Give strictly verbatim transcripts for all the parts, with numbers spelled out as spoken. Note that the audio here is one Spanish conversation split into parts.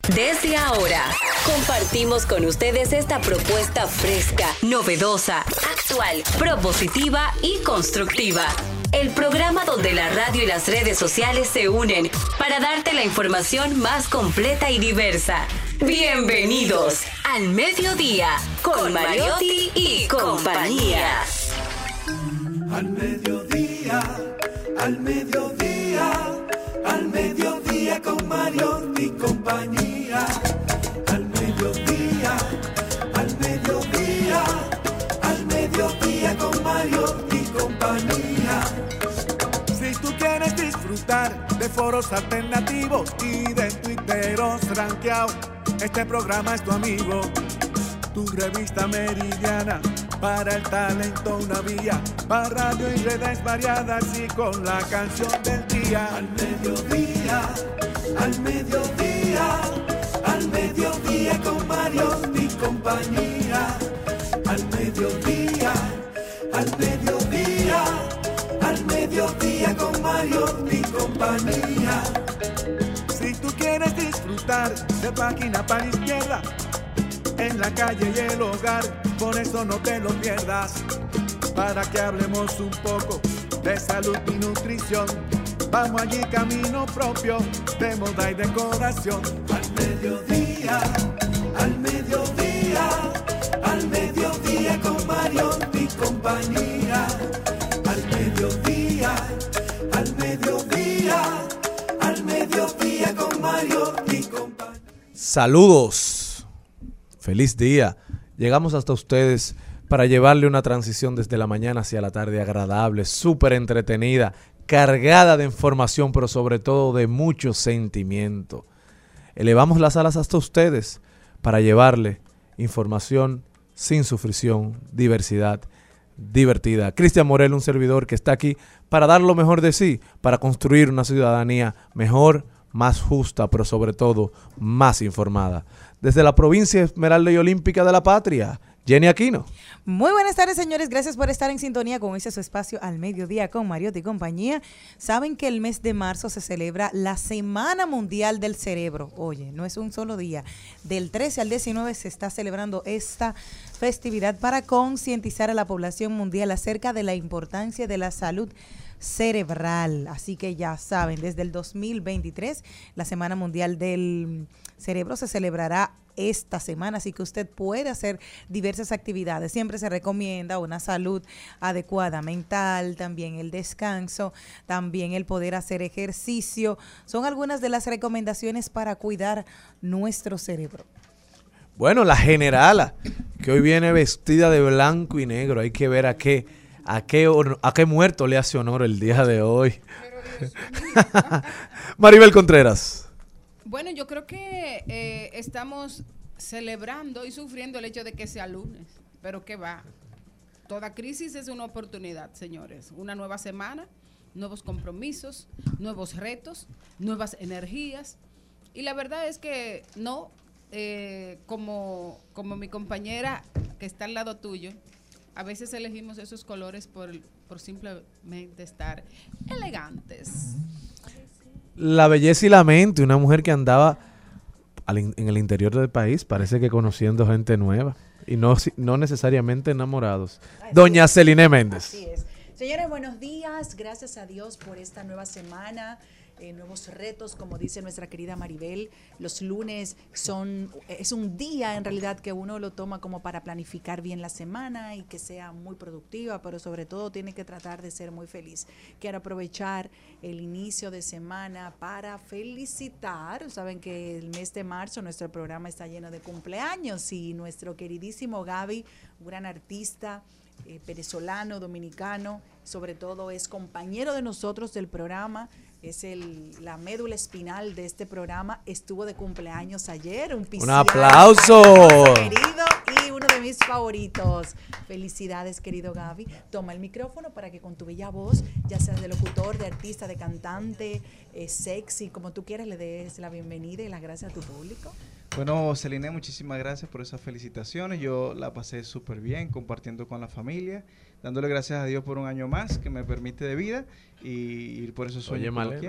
Desde ahora, compartimos con ustedes esta propuesta fresca, novedosa, actual, propositiva y constructiva. El programa donde la radio y las redes sociales se unen para darte la información más completa y diversa. Bienvenidos al Mediodía con Mariotti y compañía. Al mediodía, al mediodía, al mediodía con Mariotti y compañía. Al mediodía, al mediodía, al mediodía con Mariotti y compañía. Si tú quieres disfrutar de foros alternativos y de tuiteros rankeados, este programa es tu amigo, tu revista meridiana. Para el talento una vía, para radio y redes variadas y con la canción del día. Al mediodía, al mediodía, al mediodía con Mariotti y compañía. Al mediodía, al mediodía, al mediodía con Mariotti y compañía. Si tú quieres disfrutar de página para la izquierda, en la calle y el hogar, por eso no te lo pierdas, para que hablemos un poco de salud y nutrición. Vamos allí camino propio, de moda y decoración. Al mediodía, al mediodía, al mediodía con Mariotti y compañía. Al mediodía, al mediodía, al mediodía con Mariotti y compañía. Saludos. Feliz día. Llegamos hasta ustedes para llevarle una transición desde la mañana hacia la tarde agradable, súper entretenida, cargada de información, pero sobre todo de mucho sentimiento. Elevamos las alas hasta ustedes para llevarle información sin sufrición, diversidad, divertida. Cristian Morel, un servidor que está aquí para dar lo mejor de sí, para construir una ciudadanía mejor, más justa, pero sobre todo más informada. Desde la provincia Esmeralda y Olímpica de la Patria, Jenny Aquino. Muy buenas tardes, señores. Gracias por estar en sintonía con ese su espacio al mediodía con Mariotti y compañía. Saben que el mes de marzo se celebra la Semana Mundial del Cerebro. Oye, no es un solo día. Del trece al diecinueve se está celebrando esta festividad para concientizar a la población mundial acerca de la importancia de la salud cerebral. Así que ya saben, desde el dos mil veintitrés la Semana Mundial del Cerebro se celebrará esta semana, así que usted puede hacer diversas actividades. Siempre se recomienda una salud adecuada mental, también el descanso, también el poder hacer ejercicio. Son algunas de las recomendaciones para cuidar nuestro cerebro. Bueno, la generala, que hoy viene vestida de blanco y negro. Hay que ver a qué ¿A qué, ¿A qué muerto le hace honor el día de hoy? Maribel Contreras. Bueno, yo creo que eh, estamos celebrando y sufriendo el hecho de que sea lunes, pero ¿qué va? Toda crisis es una oportunidad, señores. Una nueva semana, nuevos compromisos, nuevos retos, nuevas energías. Y la verdad es que no, eh, como, como mi compañera que está al lado tuyo, a veces elegimos esos colores por, por simplemente estar elegantes. La belleza y la mente, una mujer que andaba al in, en el interior del país, parece que conociendo gente nueva y no, no necesariamente enamorados. Así Doña es. Celine Méndez. Así es. Señores, buenos días. Gracias a Dios por esta nueva semana. Eh, nuevos retos, como dice nuestra querida Maribel. Los lunes son es un día en realidad que uno lo toma como para planificar bien la semana y que sea muy productiva, pero sobre todo tiene que tratar de ser muy feliz. Quiero aprovechar el inicio de semana para felicitar. Saben que el mes de marzo nuestro programa está lleno de cumpleaños y nuestro queridísimo Gaby, un gran artista, eh, venezolano, dominicano, sobre todo es compañero de nosotros del programa. Es el, la médula espinal de este programa. Estuvo de cumpleaños ayer. Un, un aplauso. Querido y uno de mis favoritos. Felicidades, querido Gaby. Toma el micrófono para que con tu bella voz, ya sea de locutor, de artista, de cantante, eh, sexy, como tú quieras, le des la bienvenida y las gracias a tu público. Bueno, Celine, muchísimas gracias por esas felicitaciones. Yo la pasé súper bien compartiendo con la familia, dándole gracias a Dios por un año más que me permite de vida y, y por eso soy Oye, que lo quiere.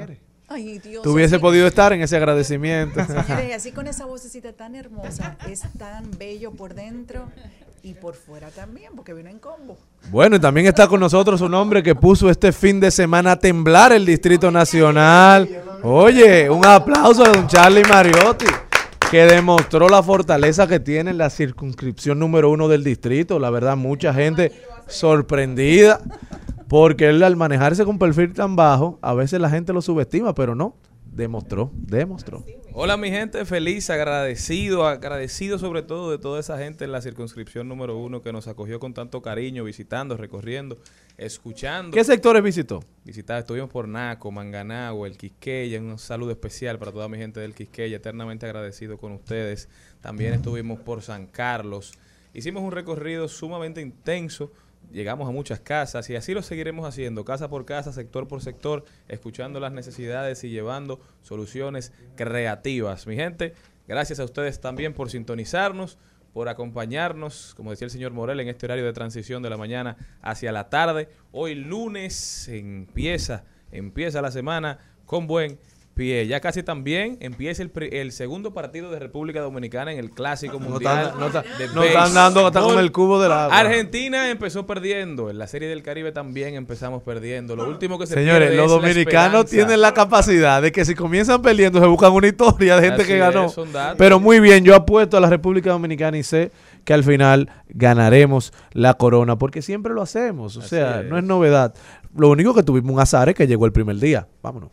Ay, Dios. Tú hubiese así- podido estar en ese agradecimiento. Señores, y así con esa vocecita tan hermosa, es tan bello por dentro y por fuera también, porque vino en combo. Bueno, y también está con nosotros un hombre que puso este fin de semana a temblar el Distrito Nacional. Oye, un aplauso a don Charlie Mariotti, que demostró la fortaleza que tiene en la circunscripción número uno del distrito. La verdad, mucha gente sorprendida, porque él al manejarse con perfil tan bajo, a veces la gente lo subestima, pero no, demostró, demostró. Hola mi gente, feliz, agradecido, agradecido sobre todo de toda esa gente en la circunscripción número uno que nos acogió con tanto cariño, visitando, recorriendo, escuchando. ¿Qué sectores visitó? Visitar, estuvimos por Naco, Manganagua, el Quisqueya, un saludo especial para toda mi gente del Quisqueya, eternamente agradecido con ustedes. También estuvimos por San Carlos, hicimos un recorrido sumamente intenso. Llegamos a muchas casas y así lo seguiremos haciendo, casa por casa, sector por sector, escuchando las necesidades y llevando soluciones creativas. Mi gente, gracias a ustedes también por sintonizarnos, por acompañarnos, como decía el señor Morel, en este horario de transición de la mañana hacia la tarde. Hoy lunes empieza, empieza la semana con buen pie. Ya casi también empieza el, pri- el segundo partido de República Dominicana en el Clásico No Mundial. están, no están- de no están dando hasta con el cubo del agua. Argentina empezó perdiendo, en la Serie del Caribe también empezamos perdiendo. Lo último que se Señores, pierde los es la dominicanos esperanza. tienen la capacidad de que si comienzan perdiendo se buscan una historia de gente Así que ganó. es, son datos. Pero muy bien, yo apuesto a la República Dominicana y sé que al final ganaremos la corona, porque siempre lo hacemos. O Así sea, es. no es novedad. Lo único que tuvimos un azar es que llegó el primer día. Vámonos.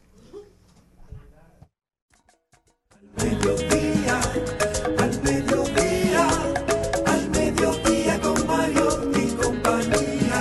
Mediodía, al mediodía, al mediodía con Mario y compañía.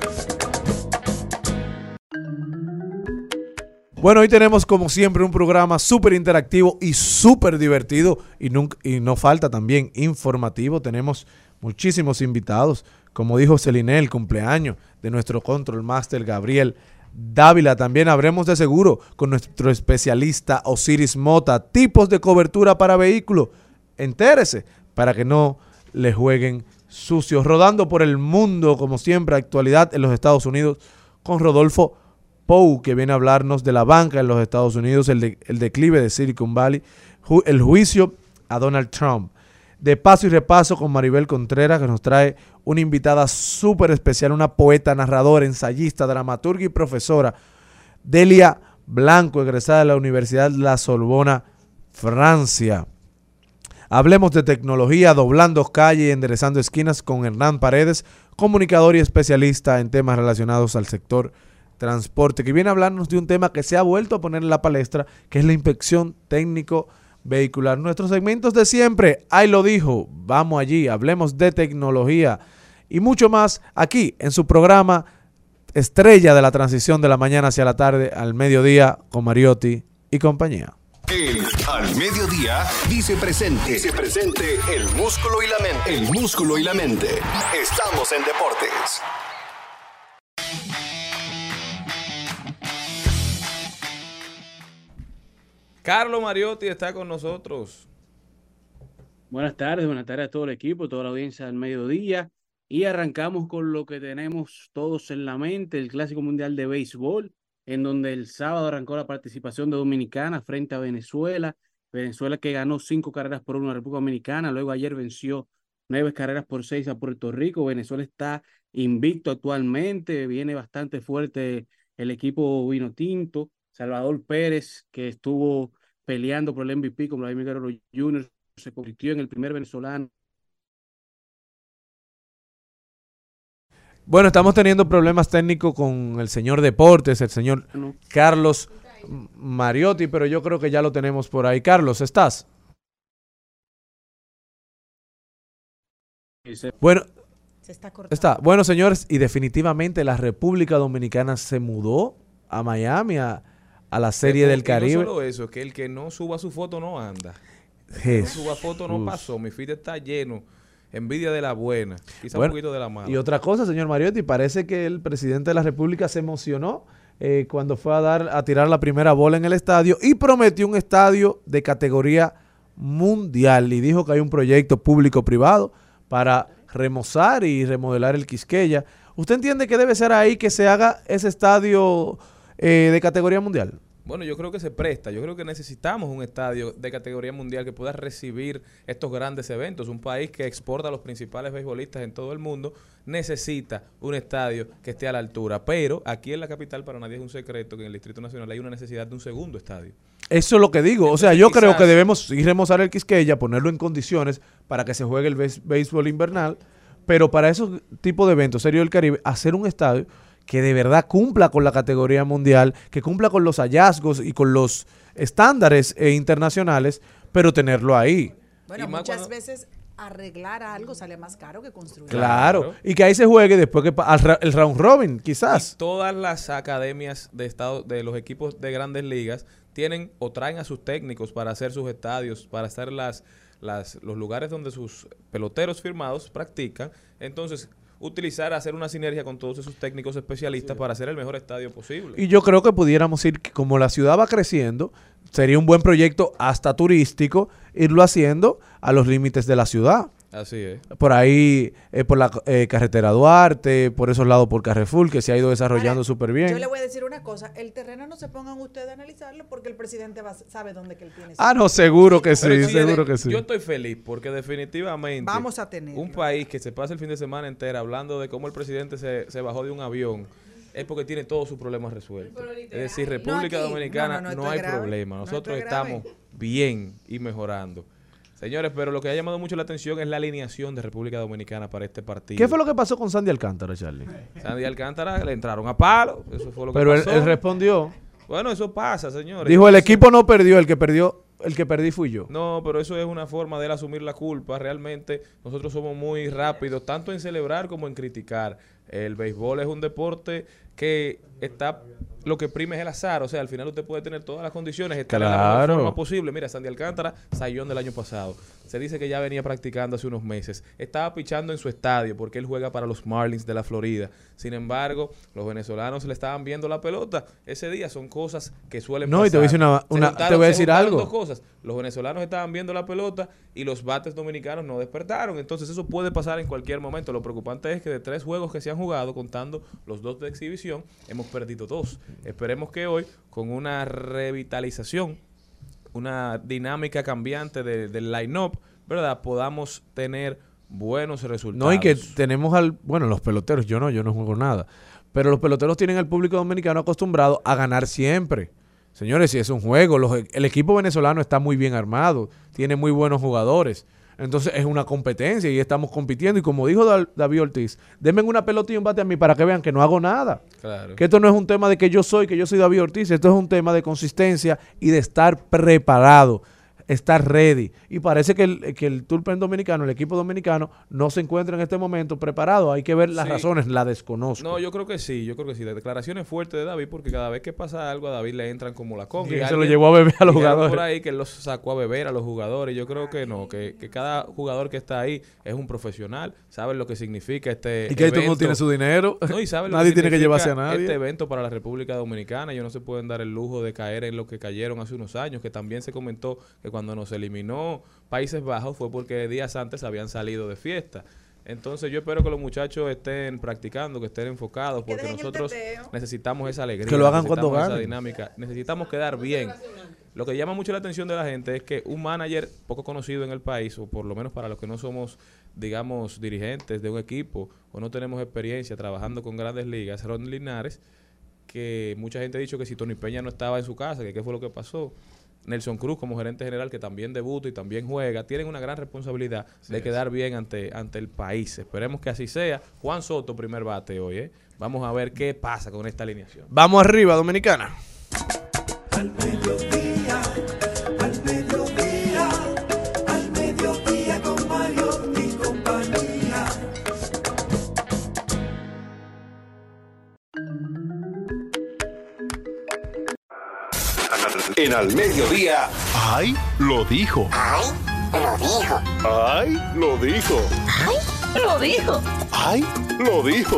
Bueno, hoy tenemos como siempre un programa súper interactivo y súper divertido y, nunca, y no falta también informativo. Tenemos muchísimos invitados, como dijo Celine, el cumpleaños de nuestro Control Master Gabriel Dávila. También habremos de seguro con nuestro especialista Osiris Mota, tipos de cobertura para vehículos. Entérese para que no le jueguen sucios. Rodando por el mundo, como siempre, actualidad en los Estados Unidos con Rodolfo Pou, que viene a hablarnos de la banca en los Estados Unidos, el, de, el declive de Silicon Valley, ju, el juicio a Donald Trump. De paso y repaso con Maribel Contreras, que nos trae una invitada súper especial, una poeta, narradora, ensayista, dramaturga y profesora, Delia Blanco, egresada de la Universidad La Sorbona, Francia. Hablemos de tecnología, doblando calle y enderezando esquinas con Hernán Paredes, comunicador y especialista en temas relacionados al sector transporte, que viene a hablarnos de un tema que se ha vuelto a poner en la palestra, que es la inspección técnico vehicular. Nuestros segmentos de siempre, ahí lo dijo, vamos allí, hablemos de tecnología y mucho más aquí en su programa estrella de la transición de la mañana hacia la tarde al mediodía con Mariotti y compañía. El Al Mediodía dice presente. Dice presente el músculo y la mente. El músculo y la mente. Estamos en deportes. Carlos Mariotti está con nosotros. Buenas tardes, buenas tardes a todo el equipo, toda la audiencia del mediodía. Y arrancamos con lo que tenemos todos en la mente, el Clásico Mundial de Béisbol, en donde el sábado arrancó la participación de Dominicana frente a Venezuela. Venezuela que ganó cinco carreras por uno a República Dominicana, luego ayer venció nueve carreras por seis a Puerto Rico. Venezuela está invicto actualmente, viene bastante fuerte el equipo vino tinto. Salvador Pérez, que estuvo peleando por el M V P con Vladimir Guerrero junior, se convirtió en el primer venezolano. Bueno, estamos teniendo problemas técnicos con el señor Deportes, el señor Carlos Mariotti, pero yo creo que ya lo tenemos por ahí. Carlos, ¿estás? Bueno, Se está cortando. está. Bueno, señores, y definitivamente la República Dominicana se mudó a Miami, a, a la Serie del Caribe. No solo eso, que el que no suba su foto no anda. El que no Jesús. suba foto no pasó. Mi feed está lleno. Envidia de la buena. Quizá Bueno, un poquito de la mala. Y otra cosa, señor Mariotti, parece que el presidente de la República se emocionó eh, cuando fue a dar a tirar la primera bola en el estadio y prometió un estadio de categoría mundial y dijo que hay un proyecto público-privado para remozar y remodelar el Quisqueya. ¿Usted entiende que debe ser ahí que se haga ese estadio eh, de categoría mundial? Bueno, yo creo que se presta. Yo creo que necesitamos un estadio de categoría mundial que pueda recibir estos grandes eventos. Un país que exporta a los principales beisbolistas en todo el mundo necesita un estadio que esté a la altura. Pero aquí en la capital, para nadie es un secreto que en el Distrito Nacional hay una necesidad de un segundo estadio. Eso es lo que digo. Entonces, o sea, yo quizás, creo que debemos ir a remozar el Quisqueya, ponerlo en condiciones para que se juegue el béis- béisbol invernal. Pero para esos tipos de eventos, Serie del Caribe, hacer un estadio que de verdad cumpla con la categoría mundial, que cumpla con los hallazgos y con los estándares eh, internacionales, pero tenerlo ahí. Bueno, Y más muchas cuando- veces arreglar algo sale más caro que construir. Claro. Claro. Y que ahí se juegue después que pa- al ra- el round robin, quizás. Y todas las academias de estado de los equipos de grandes ligas tienen o traen a sus técnicos para hacer sus estadios, para hacer las, las los lugares donde sus peloteros firmados practican. Entonces, utilizar, hacer una sinergia con todos esos técnicos especialistas para hacer el mejor estadio posible. Y yo creo que pudiéramos ir, que como la ciudad va creciendo, sería un buen proyecto hasta turístico, irlo haciendo a los límites de la ciudad. Así es. Por ahí, eh, por la eh, carretera Duarte, por esos lados por Carrefour, que se ha ido desarrollando súper bien. Yo le voy a decir una cosa, el terreno no se pongan ustedes a analizarlo porque el presidente va, sabe dónde que él tiene. Ah, no, seguro que sí, Pero sí, seguro de- que sí. Yo estoy feliz porque definitivamente Vamos a tenerlo. un país que se pasa el fin de semana entera hablando de cómo el presidente se, se bajó de un avión es porque tiene todos sus problemas resueltos. Es decir, República aquí. Dominicana No, no, no, no, esto hay es grave. problema. No, esto Nosotros es grave. estamos bien y mejorando. Señores, pero lo que ha llamado mucho la atención es la alineación de República Dominicana para este partido. ¿Qué fue lo que pasó con Sandy Alcántara, Charlie? Sandy Alcántara le entraron a palo. Eso fue lo que Pero él, pasó. él respondió. Bueno, eso pasa, señores. Dijo, el Entonces- equipo no perdió, el que perdió, el que perdí fui yo. No, pero eso es una forma de él asumir la culpa. Realmente nosotros somos muy rápidos, tanto en celebrar como en criticar. El béisbol es un deporte que está, lo que prime es el azar. O sea, al final usted puede tener todas las condiciones, estar en la Claro. mejor forma posible. Mira, Sandy Alcántara, sayón del año pasado. Se dice que ya venía practicando hace unos meses. Estaba pichando en su estadio porque él juega para los Marlins de la Florida. Sin embargo, los venezolanos le estaban viendo la pelota ese día. Son cosas que suelen No, pasar. y te voy a decir una- Se una- juntaron- te voy a se decir juntaron algo. dos cosas. Los venezolanos estaban viendo la pelota y los bates dominicanos no despertaron. Entonces eso puede pasar en cualquier momento. Lo preocupante es que de tres juegos que se han jugado, contando los dos de exhibición, hemos perdido dos. Esperemos que hoy, con una revitalización, una dinámica cambiante de- del line-up, ¿verdad?, podamos tener buenos resultados. No, y que tenemos al, bueno, los peloteros, yo no, yo no juego nada, pero los peloteros tienen al público dominicano acostumbrado a ganar siempre. Señores, si es un juego, los, el equipo venezolano está muy bien armado, tiene muy buenos jugadores. Entonces es una competencia y estamos compitiendo. Y como dijo Da- David Ortiz, denme una pelota y un bate a mí para que vean que no hago nada. Claro. Que esto no es un tema de que yo soy, que yo soy David Ortiz, esto es un tema de consistencia y de estar preparado, estar ready. Y parece que el, que el Tourpen dominicano, el equipo dominicano, no se encuentra en este momento preparado. Hay que ver las Sí. razones, la desconozco. No, yo creo que sí, yo creo que sí. De declaraciones fuertes de David, porque cada vez que pasa algo a David le entran como la conga. Sí, Y se lo alguien- llevó a beber a los dijeron jugadores. por ahí que él los sacó a beber a los jugadores. Yo creo que no, que, que cada jugador que está ahí es un profesional, sabe lo que significa este Y que ahí todo el mundo evento. tiene su dinero. No, y sabe lo Nadie que tiene que significa llevarse a nadie. Este evento para la República Dominicana, ellos no se pueden dar el lujo de caer en lo que cayeron hace unos años, que también se comentó que cuando nos eliminó Países Bajos fue porque días antes habían salido de fiesta. Entonces yo espero que los muchachos estén practicando, que estén enfocados, Que porque dejen el nosotros teteo. necesitamos esa alegría. Que lo hagan cuando necesitamos esa ganen. dinámica, necesitamos quedar bien. Lo que llama mucho la atención de la gente es que un manager poco conocido en el país, o por lo menos para los que no somos, digamos, dirigentes de un equipo o no tenemos experiencia trabajando con grandes ligas, Ron Linares, que mucha gente ha dicho que si Tony Peña no estaba en su casa, que qué fue lo que pasó. Nelson Cruz como gerente general, que también debuta y también juega, tienen una gran responsabilidad de quedar bien ante, ante el país. Esperemos que así sea. Juan Soto, primer bate hoy, ¿eh? Vamos a ver qué pasa con esta alineación. Vamos arriba, Dominicana. Al mediodía, al mediodía, al mediodía con Mario y compañía. En Al Mediodía. ¡Ay! Lo dijo. ¡Ay! Lo dijo. ¡Ay! Lo dijo. ¡Ay! Lo dijo. ¡Ay! Lo dijo.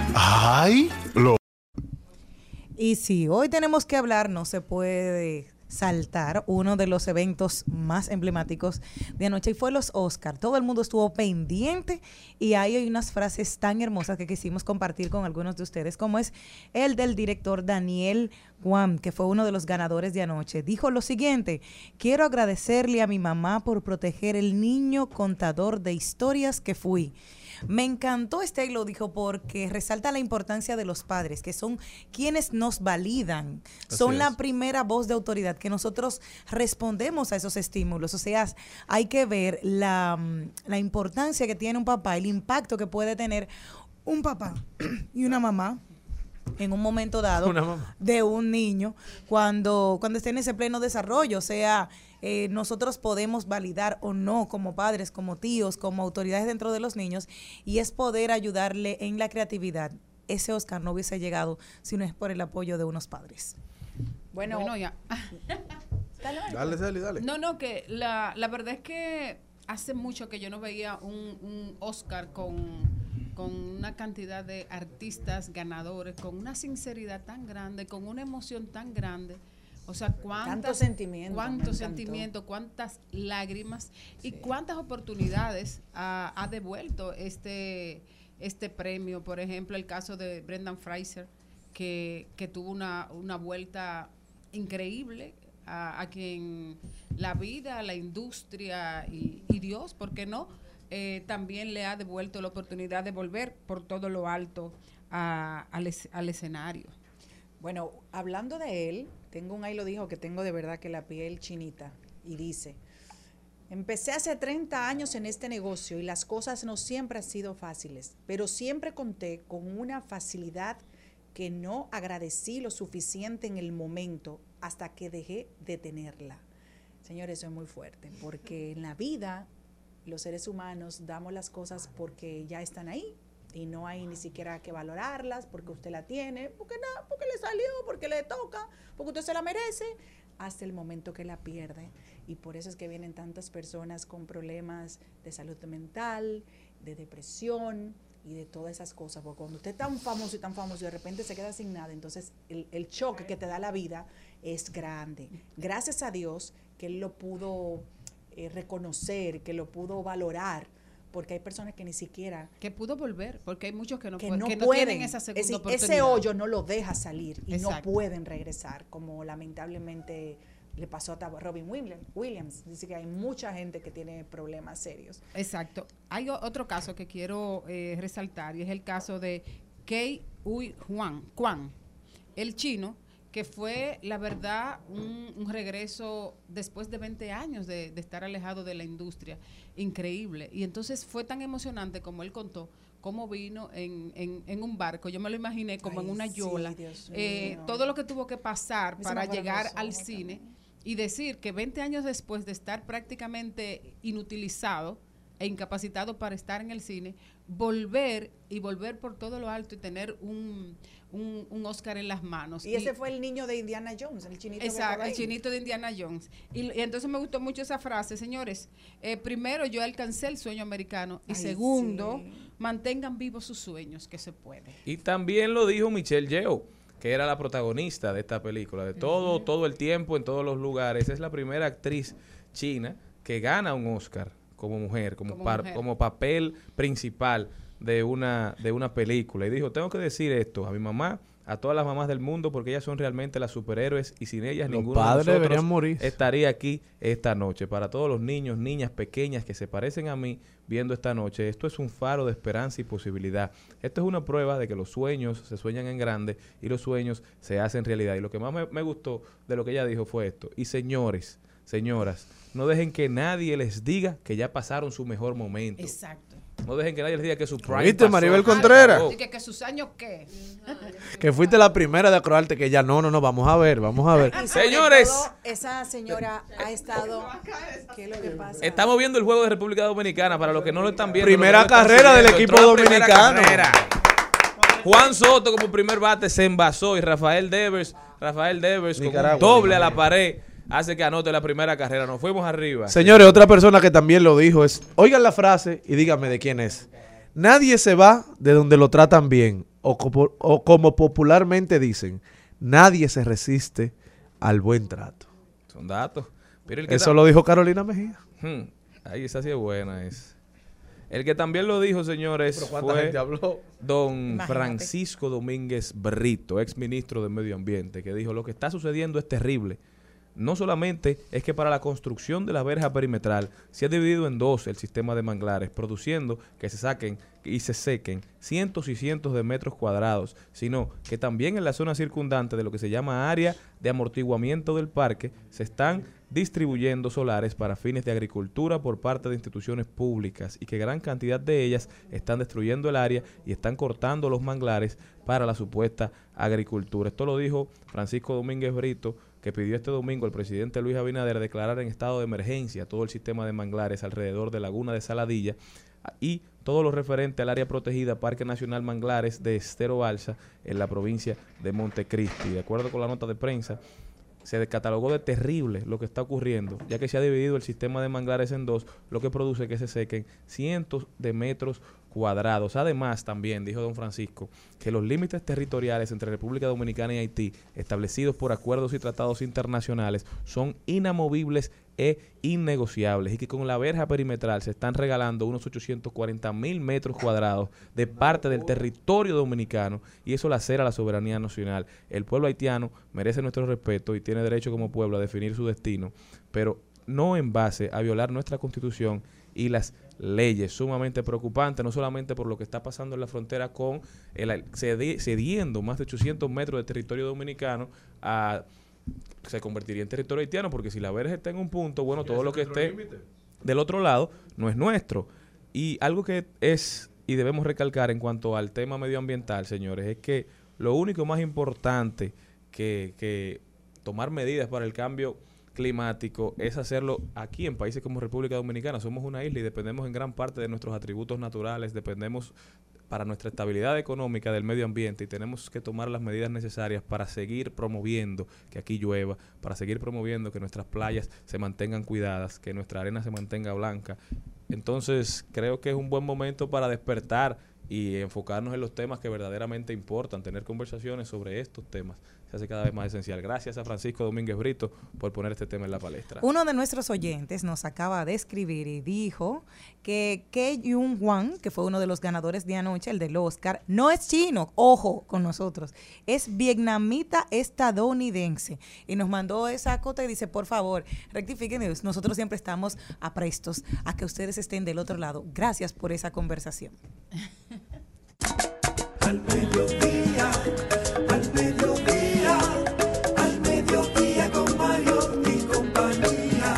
¡Ay! Lo Y si hoy tenemos que hablar, no se puede saltar uno de los eventos más emblemáticos de anoche y fue los Oscar. Todo el mundo estuvo pendiente y ahí hay unas frases tan hermosas que quisimos compartir con algunos de ustedes, como es el del director Daniel Kwan, que fue uno de los ganadores de anoche. Dijo lo siguiente: quiero agradecerle a mi mamá por proteger el niño contador de historias que fui. Me encantó este lo dijo porque resalta la importancia de los padres, que son quienes nos validan, Así son es. la primera voz de autoridad, que nosotros respondemos a esos estímulos. O sea, hay que ver la, la importancia que tiene un papá, el impacto que puede tener un papá y una mamá en un momento dado Una mamá. de un niño cuando, cuando esté en ese pleno desarrollo. O sea, eh, nosotros podemos validar o no como padres, como tíos, como autoridades dentro de los niños, y es poder ayudarle en la creatividad. Ese Oscar no hubiese llegado si no es por el apoyo de unos padres. Bueno, Bueno, ya. Dale, dale, dale. No, no, que la, la verdad es que hace mucho que yo no veía un, un Oscar con, con una cantidad de artistas ganadores, con una sinceridad tan grande, con una emoción tan grande. O sea, cuántas, Tanto sentimiento, me cuántos encantó. sentimientos, cuántas lágrimas y cuántas oportunidades ha, ha devuelto este, este premio. Por ejemplo, el caso de Brendan Fraser, que, que tuvo una, una vuelta increíble, a, a quien la vida, la industria y, y Dios, ¿por qué no? Eh, también le ha devuelto la oportunidad de volver por todo lo alto a- al, es- al escenario. Bueno, hablando de él, tengo un ahí lo dijo que tengo de verdad que la piel chinita y dice: empecé hace treinta años en este negocio y las cosas no siempre han sido fáciles, pero siempre conté con una facilidad que no agradecí lo suficiente en el momento hasta que dejé de tenerla. Señores, eso es muy fuerte, porque en la vida los seres humanos damos las cosas porque ya están ahí y no hay ni siquiera que valorarlas porque usted la tiene, porque nada, porque le salió, porque le toca, porque usted se la merece, hasta el momento que la pierde. Y por eso es que vienen tantas personas con problemas de salud mental, de depresión y de todas esas cosas, porque cuando usted es tan famoso y tan famoso y de repente se queda sin nada, entonces el, el choque que te da la vida es grande. Gracias a Dios que él lo pudo eh, reconocer, que lo pudo valorar, porque hay personas que ni siquiera Que pudo volver, porque hay muchos que no, que pueden, no que no pueden, tienen esa segunda es decir, oportunidad. ese hoyo no lo deja salir y Exacto. no pueden regresar, como lamentablemente le pasó a Robin Williams. Williams dice que hay mucha gente que tiene problemas serios. Exacto. Hay o- otro caso que quiero eh, resaltar y es el caso de Kei Hui Juan, Kwan, el chino, que fue, la verdad, un, un regreso después de veinte años de, de estar alejado de la industria. Increíble. Y entonces fue tan emocionante como él contó, cómo vino en, en, en un barco. Yo me lo imaginé como Ay, en una sí, yola. Dios Eh, mío. todo lo que tuvo que pasar A mí se para me fueron llegar los al ojos cine también. y decir que veinte años después de estar prácticamente inutilizado e incapacitado para estar en el cine, volver y volver por todo lo alto y tener un, un, un Oscar en las manos. Y ese fue el niño de Indiana Jones, el chinito. que Exacto, estaba el ahí. chinito de Indiana Jones. Y, y entonces me gustó mucho esa frase, señores. Eh, primero, yo alcancé el sueño americano. Y Ay, segundo, sí. mantengan vivos sus sueños, que se puede. Y también lo dijo Michelle Yeoh, que era la protagonista de esta película. De todo, todo el tiempo, en todos los lugares. Es la primera actriz china que gana un Oscar como mujer, como, Como par- mujer. como papel principal de una, de una película. Y dijo, tengo que decir esto a mi mamá, a todas las mamás del mundo, porque ellas son realmente las superhéroes y sin ellas Los ninguno de padres nosotros deberían morir. estaría aquí esta noche. Para todos los niños, niñas pequeñas que se parecen a mí viendo esta noche, esto es un faro de esperanza y posibilidad. Esto es una prueba de que los sueños se sueñan en grande y los sueños se hacen realidad. Y lo que más me, me gustó de lo que ella dijo fue esto. Y señores, señoras, no dejen que nadie les diga que ya pasaron su mejor momento. Exacto. No dejen que nadie les diga que su prime ¿Viste, pasó, Maribel que se Contreras? acabó. Y que, que sus años, ¿qué? Que fuiste la primera de acordarte que ya no, no, no, vamos a ver, vamos a ver. Y sobre Señores. todo, esa señora ha estado. ¿Qué es lo que pasa? Estamos viendo el juego de República Dominicana, para los que no lo están viendo. Primera los que no lo están carrera del siguiendo, equipo entró la primera dominicano. carrera. Juan Soto como primer bate se envasó y Rafael Devers, Rafael Devers con un Nicaragua, doble a la Nicaragua. pared hace que anote la primera carrera. Nos fuimos arriba. Señores, otra persona que también lo dijo es, oigan la frase y díganme de quién es. Nadie se va de donde lo tratan bien, o como, o como popularmente dicen, nadie se resiste al buen trato. Son datos. Pero el que Eso tam- lo dijo Carolina Mejía. Hmm, Ahí esa sí es buena. Es. El que también lo dijo, señores, Pero ¿cuánta fue gente habló? don Imagínate. Francisco Domínguez Brito, ex ministro de Medio Ambiente, que dijo, lo que está sucediendo es terrible. No solamente es que para la construcción de la verja perimetral se ha dividido en dos el sistema de manglares, produciendo que se saquen y se sequen cientos y cientos de metros cuadrados, sino que también en la zona circundante de lo que se llama área de amortiguamiento del parque se están distribuyendo solares para fines de agricultura por parte de instituciones públicas y que gran cantidad de ellas están destruyendo el área y están cortando los manglares para la supuesta agricultura. Esto lo dijo Francisco Domínguez Brito, que pidió este domingo al presidente Luis Abinader declarar en estado de emergencia todo el sistema de manglares alrededor de Laguna de Saladilla y todo lo referente al área protegida Parque Nacional Manglares de Estero Balsa en la provincia de Montecristi. De acuerdo con la nota de prensa, se catalogó de terrible lo que está ocurriendo, ya que se ha dividido el sistema de manglares en dos, lo que produce que se sequen cientos de metros cuadrados. Además, también dijo don Francisco que los límites territoriales entre República Dominicana y Haití, establecidos por acuerdos y tratados internacionales, son inamovibles e innegociables y que con la verja perimetral se están regalando unos ochocientos cuarenta mil metros cuadrados de parte del territorio dominicano y eso lacera la soberanía nacional. El pueblo haitiano merece nuestro respeto y tiene derecho como pueblo a definir su destino, pero no en base a violar nuestra constitución y las leyes. Sumamente preocupante, no solamente por lo que está pasando en la frontera con el cedi- cediendo más de ochocientos metros de territorio dominicano a se convertiría en territorio haitiano, porque si la verja está en un punto, bueno, todo lo que esté del otro lado no es nuestro. Y algo que es y debemos recalcar en cuanto al tema medioambiental, señores, es que lo único más importante que, que tomar medidas para el cambio climático es hacerlo aquí en países como República Dominicana. Somos una isla y dependemos en gran parte de nuestros atributos naturales, dependemos para nuestra estabilidad económica del medio ambiente y tenemos que tomar las medidas necesarias para seguir promoviendo que aquí llueva, para seguir promoviendo que nuestras playas se mantengan cuidadas, que nuestra arena se mantenga blanca. Entonces creo que es un buen momento para despertar y enfocarnos en los temas que verdaderamente importan, tener conversaciones sobre estos temas. Se hace cada vez más esencial. Gracias a Francisco Domínguez Brito por poner este tema en la palestra. Uno de nuestros oyentes nos acaba de escribir y dijo que Ke Yung Wan, que fue uno de los ganadores de anoche, el del Oscar, no es chino, ojo con nosotros, es vietnamita estadounidense. Y nos mandó esa cota y dice, por favor, rectifiquen, nosotros siempre estamos aprestos a que ustedes estén del otro lado. Gracias por esa conversación. Al mediodía, al mediodía, al mediodía con Mario y compañía.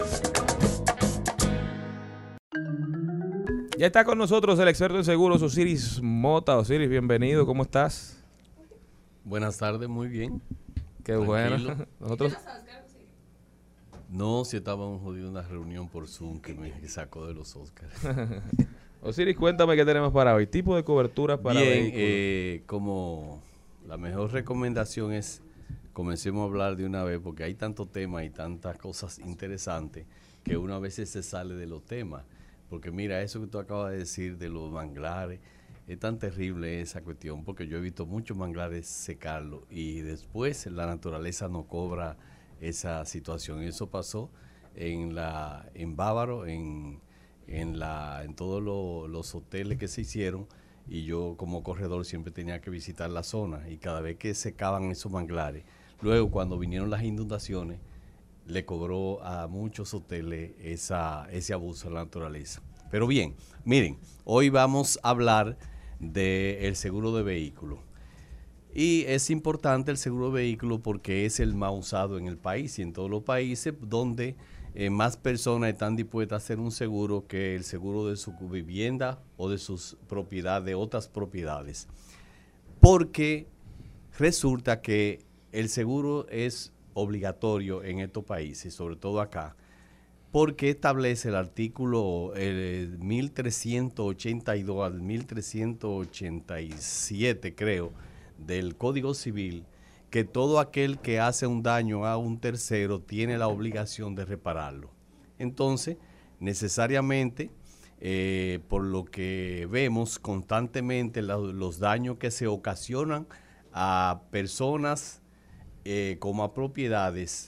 Ya está con nosotros el experto en seguros, Osiris Mota. Osiris, bienvenido, ¿cómo estás? Buenas tardes, muy bien. Qué Tranquilo. bueno. Nosotros... No, si estábamos jodidos en una reunión por Zoom que me sacó de los Oscars. Osiris, cuéntame qué tenemos para hoy. Tipo de cobertura para Bien, vehículos. eh, como la mejor recomendación es comencemos a hablar de una vez porque hay tantos temas y tantas cosas interesantes que uno a veces se sale de los temas. Porque mira, eso que tú acabas de decir de los manglares, es tan terrible esa cuestión porque yo he visto muchos manglares secarlo y después la naturaleza no cobra esa situación. Eso pasó en la en Bávaro, en en la en todos lo, los hoteles que se hicieron y yo como corredor siempre tenía que visitar la zona y cada vez que secaban esos manglares, luego cuando vinieron las inundaciones le cobró a muchos hoteles esa, ese abuso de la naturaleza. Pero bien, miren, hoy vamos a hablar del seguro de vehículo. Y es importante el seguro de vehículo porque es el más usado en el país y en todos los países donde eh, más personas están dispuestas a hacer un seguro que el seguro de su vivienda o de sus propiedades, de otras propiedades. Porque resulta que el seguro es obligatorio en estos países, sobre todo acá, porque establece el artículo el mil trescientos ochenta y dos al mil trescientos ochenta y siete, creo, del Código Civil, que todo aquel que hace un daño a un tercero tiene la obligación de repararlo. Entonces, necesariamente, eh, por lo que vemos constantemente, la, los daños que se ocasionan a personas eh, como a propiedades,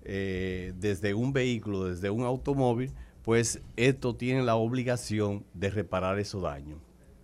eh, desde un vehículo, desde un automóvil, pues esto tiene la obligación de reparar esos daños.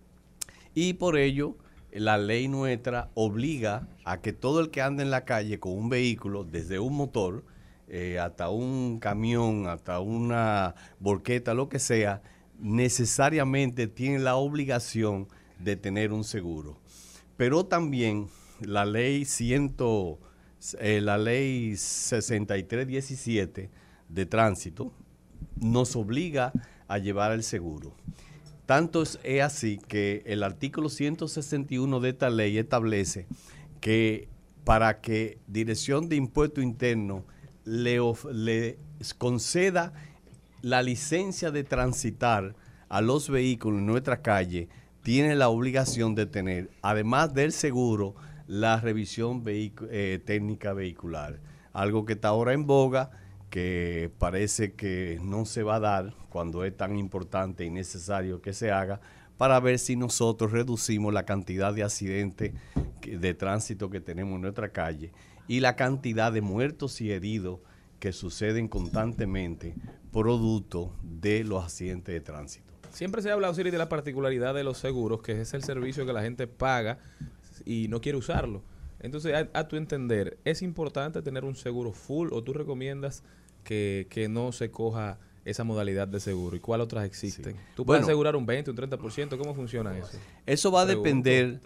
Y por ello, la ley nuestra obliga a que todo el que anda en la calle con un vehículo, desde un motor eh, hasta un camión, hasta una volqueta, lo que sea, necesariamente tiene la obligación de tener un seguro. Pero también la ley ciento, eh, la ley sesenta y tres diecisiete de tránsito nos obliga a llevar el seguro. Tanto es así que el artículo ciento sesenta y uno de esta ley establece que para que Dirección de Impuesto Interno le, of, le conceda la licencia de transitar a los vehículos en nuestra calle, tiene la obligación de tener, además del seguro, la revisión vehicu- eh, técnica vehicular. Algo que está ahora en boga, que parece que no se va a dar cuando es tan importante y necesario que se haga, para ver si nosotros reducimos la cantidad de accidentes de tránsito que tenemos en nuestra calle y la cantidad de muertos y heridos que suceden constantemente producto de los accidentes de tránsito. Siempre se ha hablado, Siri, de la particularidad de los seguros, que es el servicio que la gente paga y no quiere usarlo. Entonces, a, a tu entender, ¿es importante tener un seguro full o tú recomiendas que, que no se coja esa modalidad de seguro? ¿Y cuáles otras existen? Sí. ¿Tú puedes bueno, asegurar un veinte, un treinta por ciento? ¿Cómo funciona eso? Eso va a Pregunto. depender...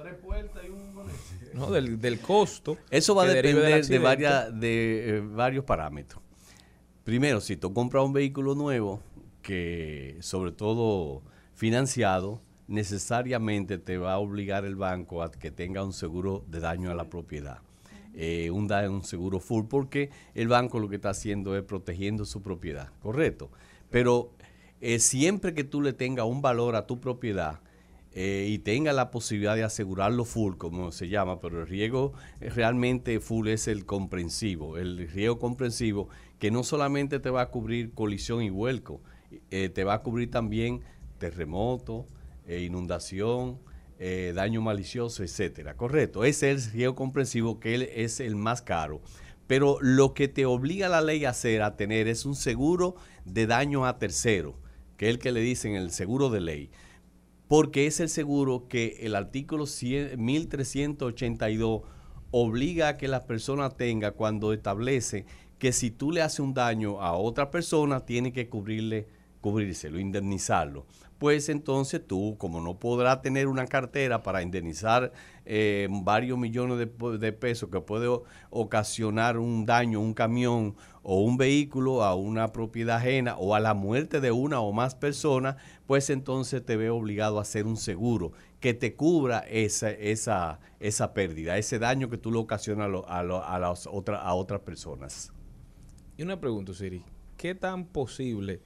No, del, del costo. Eso va a depender de, varias, de eh, varios parámetros. Primero, si tú compras un vehículo nuevo, que sobre todo financiado, necesariamente te va a obligar el banco a que tenga un seguro de daño a la propiedad. Eh, un, un seguro full, porque el banco lo que está haciendo es protegiendo su propiedad, ¿correcto? Pero eh, siempre que tú le tengas un valor a tu propiedad eh, y tengas la posibilidad de asegurarlo full, como se llama, pero el riesgo eh, realmente full es el comprensivo, el riesgo comprensivo que no solamente te va a cubrir colisión y vuelco, eh, te va a cubrir también terremoto, eh, inundación, Eh, daño malicioso, etcétera. Correcto. Ese es el riesgo comprensivo, que él es el más caro. Pero lo que te obliga la ley a hacer, a tener, es un seguro de daño a tercero, que es el que le dicen el seguro de ley. Porque es el seguro que el artículo mil trescientos ochenta y dos obliga a que la persona tenga cuando establece que si tú le haces un daño a otra persona, tiene que cubrirle, cubrírselo, indemnizarlo. Pues entonces tú, como no podrás tener una cartera para indemnizar eh, varios millones de, de pesos que puede ocasionar un daño a un camión o un vehículo, a una propiedad ajena o a la muerte de una o más personas, pues entonces te ves obligado a hacer un seguro que te cubra esa, esa, esa pérdida, ese daño que tú le ocasionas a, lo, a, lo, a, las otra, a otras personas. Y una pregunta, Siri, ¿qué tan posible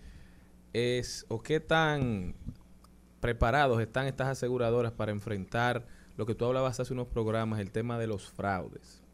es o qué tan preparados están estas aseguradoras para enfrentar lo que tú hablabas hace unos programas, el tema de los fraudes?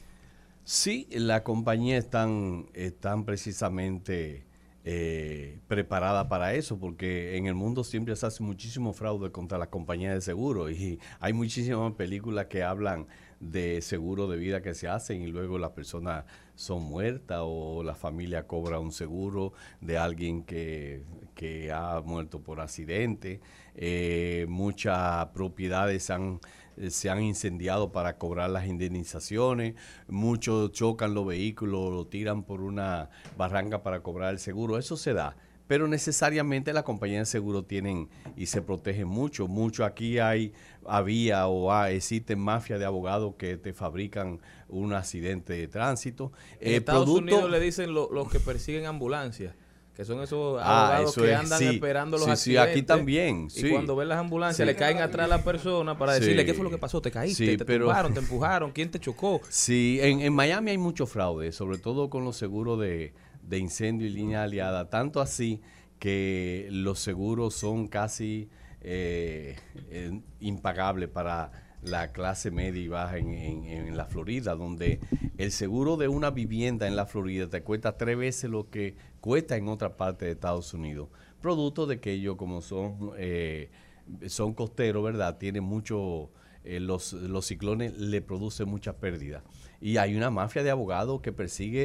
Sí, la compañía están, están precisamente eh, preparada para eso, porque en el mundo siempre se hace muchísimo fraude contra las compañías de seguro y hay muchísimas películas que hablan de seguro de vida que se hacen y luego las personas son muertas o la familia cobra un seguro de alguien que, que ha muerto por accidente. Eh, muchas propiedades han, se han incendiado para cobrar las indemnizaciones, muchos chocan los vehículos, lo tiran por una barranca para cobrar el seguro, eso se da. Pero necesariamente las compañías de seguro tienen y se protegen mucho. Mucho aquí hay, había o hay, existen mafias de abogados que te fabrican un accidente de tránsito. En eh, Estados producto, Unidos le dicen los lo que persiguen ambulancias, que son esos ah, abogados que es, andan sí, esperando los sí, accidentes. Sí, aquí también. Y sí. cuando ven las ambulancias sí. le caen atrás a la persona para decirle sí. qué fue lo que pasó, te caíste, sí, te pero, tumbaron, te empujaron, quién te chocó. Sí, en, en Miami hay mucho fraude, sobre todo con los seguros de, de incendio y línea aliada, tanto así que los seguros son casi eh, eh, impagables para la clase media y baja en, en, en la Florida, donde el seguro de una vivienda en la Florida te cuesta tres veces lo que cuesta en otra parte de Estados Unidos, producto de que ellos como son, eh, son costeros, ¿verdad? Tienen mucho, eh, los, los ciclones le producen mucha pérdida. Y hay una mafia de abogados que persigue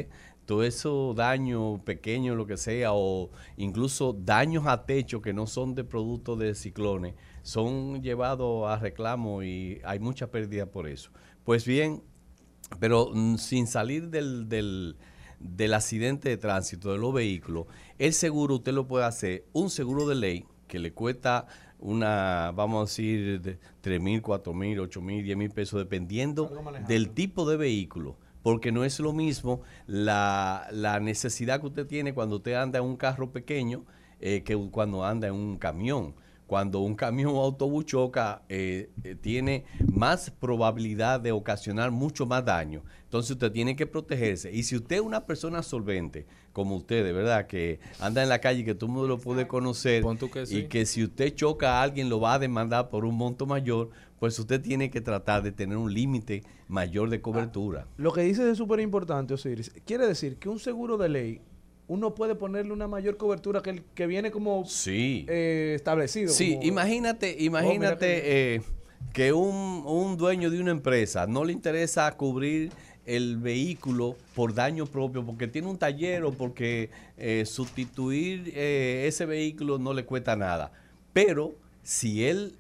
todo eso daño pequeño, lo que sea, o incluso daños a techo que no son de producto de ciclones, son llevados a reclamo y hay mucha pérdida por eso. Pues bien, pero mm, sin salir del, del, del accidente de tránsito de los vehículos, el seguro usted lo puede hacer, un seguro de ley que le cuesta una, vamos a decir, de tres mil, cuatro mil, ocho mil, diez mil pesos, dependiendo del tipo de vehículo. Porque no es lo mismo la, la necesidad que usted tiene cuando usted anda en un carro pequeño eh, que cuando anda en un camión. Cuando un camión o autobús choca, eh, eh, tiene más probabilidad de ocasionar mucho más daño. Entonces usted tiene que protegerse. Y si usted es una persona solvente, como usted, de verdad, que anda en la calle, que todo el mundo lo puede conocer, que sí. Y que si usted choca a alguien lo va a demandar por un monto mayor, pues usted tiene que tratar de tener un límite mayor de cobertura. Ah, lo que dices es súper importante, Osiris. Quiere decir que un seguro de ley, uno puede ponerle una mayor cobertura que el que viene como sí. eh, establecido. Sí, como... imagínate, imagínate oh, que, eh, que un, un dueño de una empresa no le interesa cubrir el vehículo por daño propio, porque tiene un taller o porque eh, sustituir eh, ese vehículo no le cuesta nada. Pero si él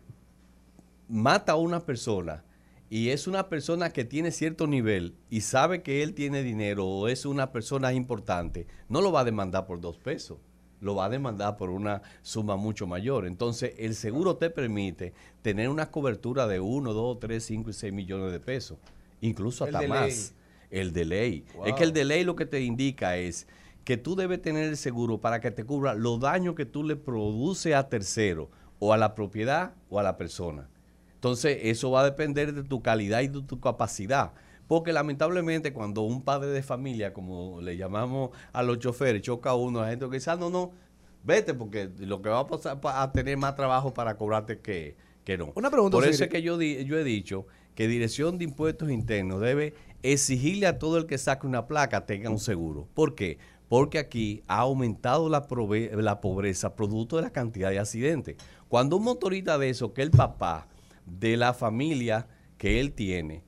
mata a una persona y es una persona que tiene cierto nivel y sabe que él tiene dinero o es una persona importante, no lo va a demandar por dos pesos, lo va a demandar por una suma mucho mayor. Entonces, el seguro te permite tener una cobertura de uno, dos, tres, cinco y seis millones de pesos, incluso hasta el más. El de ley. Wow. Es que el de ley lo que te indica es que tú debes tener el seguro para que te cubra los daños que tú le produces a terceros, o a la propiedad o a la persona. Entonces, eso va a depender de tu calidad y de tu capacidad. Porque lamentablemente cuando un padre de familia, como le llamamos a los choferes, choca a uno, la gente que dice, ah, no, no, vete porque lo que va a pasar a tener más trabajo para cobrarte que, que no. Una pregunta. Por eso es que yo, di, yo he dicho que Dirección de Impuestos Internos debe exigirle a todo el que saque una placa tenga un seguro. ¿Por qué? Porque aquí ha aumentado la, prove- la pobreza producto de la cantidad de accidentes. Cuando un motorista de eso, que el papá de la familia que él tiene,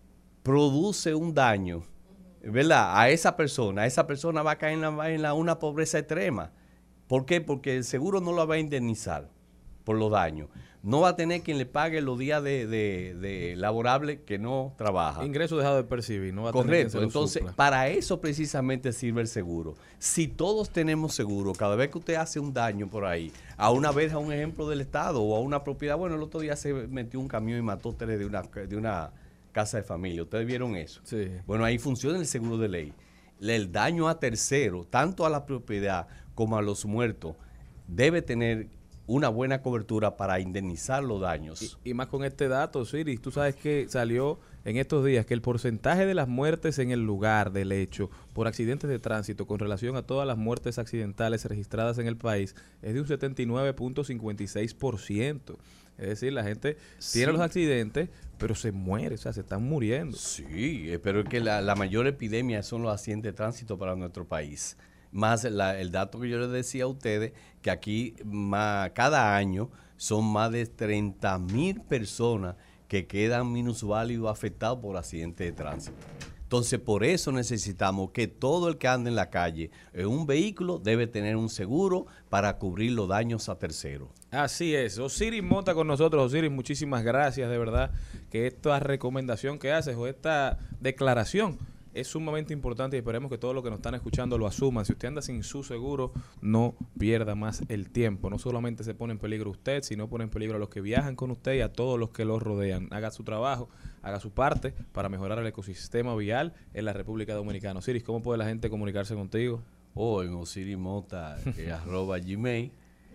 produce un daño, ¿verdad?, a esa persona, esa persona va a caer en, la, en la, una pobreza extrema. ¿Por qué? Porque el seguro no lo va a indemnizar por los daños. No va a tener quien le pague los días de, de, de laborable que no trabaja. Ingreso dejado de percibir. No va a Correcto. Tener que Entonces, supla. Para eso precisamente sirve el seguro. Si todos tenemos seguro, cada vez que usted hace un daño por ahí, a una vez a un ejemplo del Estado o a una propiedad, bueno, el otro día se metió un camión y mató tres de una, de una casa de familia. ¿Ustedes vieron eso? Sí. Bueno, ahí funciona el seguro de ley. El daño a terceros, tanto a la propiedad como a los muertos, debe tener una buena cobertura para indemnizar los daños. Y, y más con este dato, Osiris, tú sabes que salió en estos días que el porcentaje de las muertes en el lugar del hecho por accidentes de tránsito con relación a todas las muertes accidentales registradas en el país es de un setenta y nueve punto cincuenta y seis por ciento. Es decir, la gente Sí. tiene los accidentes, pero se muere, o sea, se están muriendo. Sí, eh, pero es que la, la mayor epidemia son los accidentes de tránsito para nuestro país. Más la, el dato que yo les decía a ustedes, que aquí más, cada año son más de treinta mil personas que quedan minusválidos afectados por accidentes de tránsito. Entonces, por eso necesitamos que todo el que ande en la calle en un vehículo debe tener un seguro para cubrir los daños a terceros. Así es. Osiris Mota con nosotros. Osiris, muchísimas gracias, de verdad, que esta recomendación que haces o esta declaración es sumamente importante y esperemos que todos los que nos están escuchando lo asuman. Si usted anda sin su seguro, no pierda más el tiempo. No solamente se pone en peligro usted, sino pone en peligro a los que viajan con usted y a todos los que lo rodean. Haga su trabajo, haga su parte para mejorar el ecosistema vial en la República Dominicana. Osiris, ¿cómo puede la gente comunicarse contigo? O en Osiris Mota, eh, arroba gmail,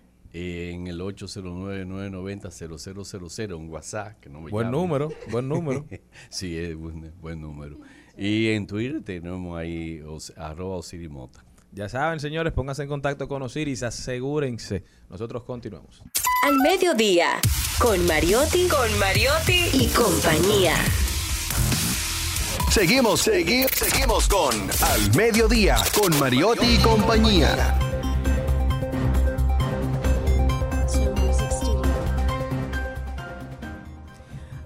eh, en el ocho cero nueve, nueve nueve cero, cero cero cero cero, un WhatsApp. Que no me buen llamen. número, buen número. Sí, es buen, buen número. Y en Twitter tenemos ahí os, arroba Osiris Mota. Ya saben, señores, pónganse en contacto con Osiris, asegúrense. Nosotros continuamos. Al mediodía, con Mariotti, con Mariotti y compañía. Seguimos, seguimos, seguimos con Al Mediodía, con Mariotti y compañía.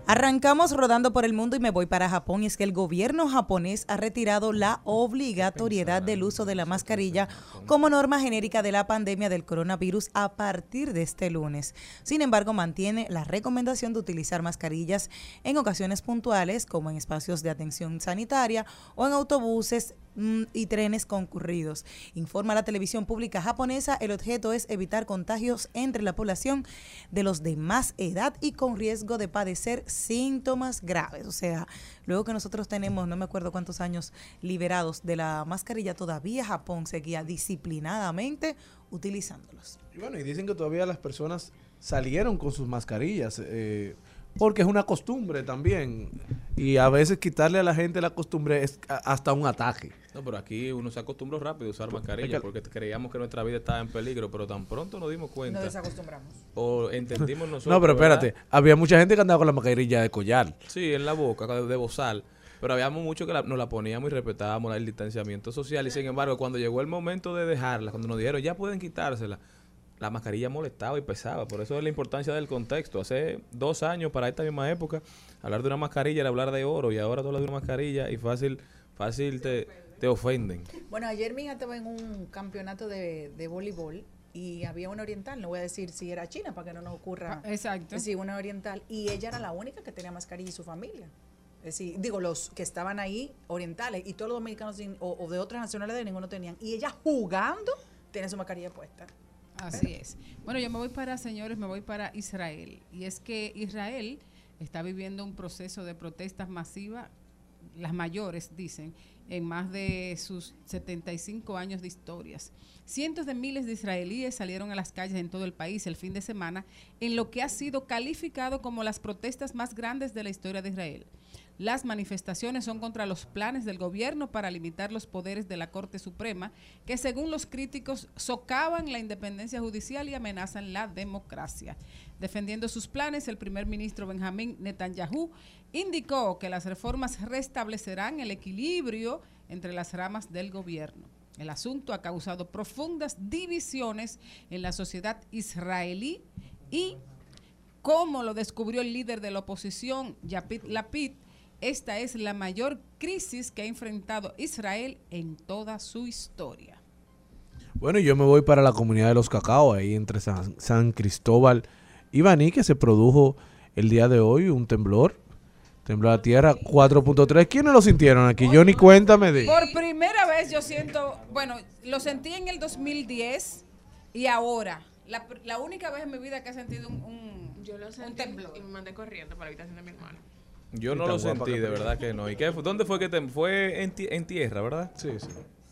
Arrancamos rodando por el mundo y me voy para Japón, y es que el gobierno japonés ha retirado la obligatoriedad del uso de la mascarilla como norma genérica de la pandemia del coronavirus a partir de este lunes. Sin embargo, mantiene la recomendación de utilizar mascarillas en ocasiones puntuales, como en espacios de atención sanitaria o en autobuses y trenes concurridos. Informa la televisión pública japonesa, el objeto es evitar contagios entre la población de los de más edad y con riesgo de padecer síntomas graves. O sea, luego que nosotros tenemos, no me acuerdo cuántos años liberados de la mascarilla, todavía Japón seguía disciplinadamente utilizándolos. Y bueno, y dicen que todavía las personas salieron con sus mascarillas, eh, porque es una costumbre también, y a veces quitarle a la gente la costumbre es hasta un ataque. No, pero aquí uno se acostumbró rápido a usar mascarilla porque creíamos que nuestra vida estaba en peligro, pero tan pronto nos dimos cuenta. Nos desacostumbramos. O entendimos nosotros. No, pero espérate, ¿verdad? había mucha gente que andaba con la mascarilla de collar. Sí, en la boca, de bozal. Pero habíamos mucho que la, nos la poníamos y respetábamos el distanciamiento social. Y sin embargo, cuando llegó el momento de dejarla, cuando nos dijeron ya pueden quitársela, la mascarilla molestaba y pesaba. Por eso es la importancia del contexto. Hace dos años, para esta misma época, hablar de una mascarilla era hablar de oro. Y ahora tú hablas de una mascarilla y fácil fácil te, te ofenden. Bueno, ayer mi hija estaba en un campeonato de, de voleibol y había una oriental. No voy a decir si era china para que no nos ocurra. Ah, exacto. Sí, una oriental. Y ella era la única que tenía mascarilla y su familia. Es decir, digo, los que estaban ahí orientales y todos los dominicanos sin, o, o de otras nacionalidades ninguno tenían. Y ella jugando tenía su mascarilla puesta. Así es. Bueno, yo me voy para, señores, me voy para Israel. Y es que Israel está viviendo un proceso de protestas masivas, las mayores, dicen, en más de sus setenta y cinco años de historias. Cientos de miles de israelíes salieron a las calles en todo el país el fin de semana en lo que ha sido calificado como las protestas más grandes de la historia de Israel. Las manifestaciones son contra los planes del gobierno para limitar los poderes de la Corte Suprema, que según los críticos socavan la independencia judicial y amenazan la democracia. Defendiendo sus planes, el primer ministro Benjamín Netanyahu indicó que las reformas restablecerán el equilibrio entre las ramas del gobierno. El asunto ha causado profundas divisiones en la sociedad israelí y, como lo descubrió el líder de la oposición, Yair Lapid, esta es la mayor crisis que ha enfrentado Israel en toda su historia. Bueno, yo me voy para la comunidad de Los Cacao, ahí entre San, San Cristóbal y Baní, que se produjo el día de hoy un temblor. Tembló la tierra cuatro punto tres. ¿Quiénes lo sintieron aquí? Yo ni cuenta me di. Por primera vez yo siento, bueno, lo sentí en el dos mil diez y ahora. La, la única vez en mi vida que he sentido un, un, yo lo sentí un temblor. Y me mandé corriendo para la habitación de mi hermano. Yo no lo sentí, de verdad que no. ¿Y qué fue? ¿Dónde fue que te, fue en, en tierra, verdad? Sí, sí.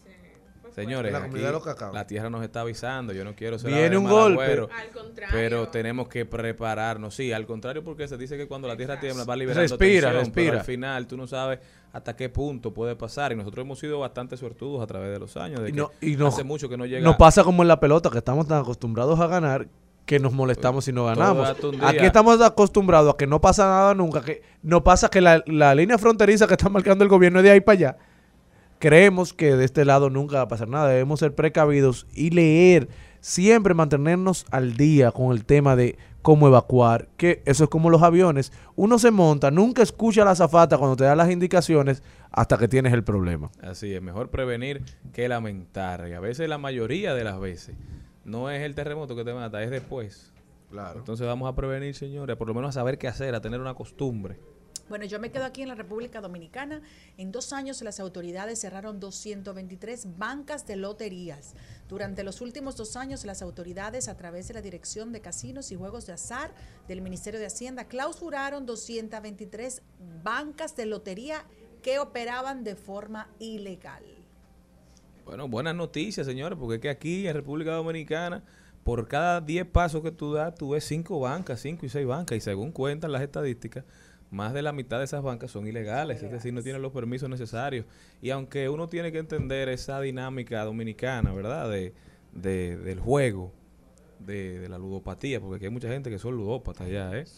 Señores, la, aquí la tierra nos está avisando. Yo no quiero ser Viene un golpe. Agüero, al contrario. pero tenemos que prepararnos. Sí, al contrario, porque se dice que cuando la tierra tiembla va liberando respira, tensión, respira. pero al final tú no sabes hasta qué punto puede pasar. Y nosotros hemos sido bastante suertudos a través de los años. De y que no, y no, hace mucho que no llega. Nos pasa como en la pelota, que estamos tan acostumbrados a ganar que nos molestamos si no ganamos. Aquí estamos acostumbrados a que no pasa nada nunca, que no pasa que la, la línea fronteriza que está marcando el gobierno es de ahí para allá. Creemos que de este lado nunca va a pasar nada. Debemos ser precavidos y leer, siempre mantenernos al día con el tema de cómo evacuar, que eso es como los aviones. Uno se monta, nunca escucha a la azafata cuando te da las indicaciones hasta que tienes el problema. Así es, mejor prevenir que lamentar. Y a veces, la mayoría de las veces, no es el terremoto que te mata, es después. Claro. Entonces vamos a prevenir, señores, por lo menos a saber qué hacer, a tener una costumbre. Bueno, yo me quedo aquí en la República Dominicana. En dos años las autoridades cerraron doscientas veintitrés bancas de loterías. Durante los últimos dos años las autoridades, a través de la Dirección de Casinos y Juegos de Azar del Ministerio de Hacienda, clausuraron doscientas veintitrés bancas de lotería que operaban de forma ilegal. Bueno, buenas noticias, señores, porque es que aquí en República Dominicana, por cada diez pasos que tú das, tú ves cinco bancas, cinco y seis bancas, y según cuentan las estadísticas, más de la mitad de esas bancas son ilegales, es decir, no tienen los permisos necesarios. Y aunque uno tiene que entender esa dinámica dominicana, ¿verdad?, de, de del juego, de, de la ludopatía, porque aquí hay mucha gente que son ludópatas ya, ¿eh?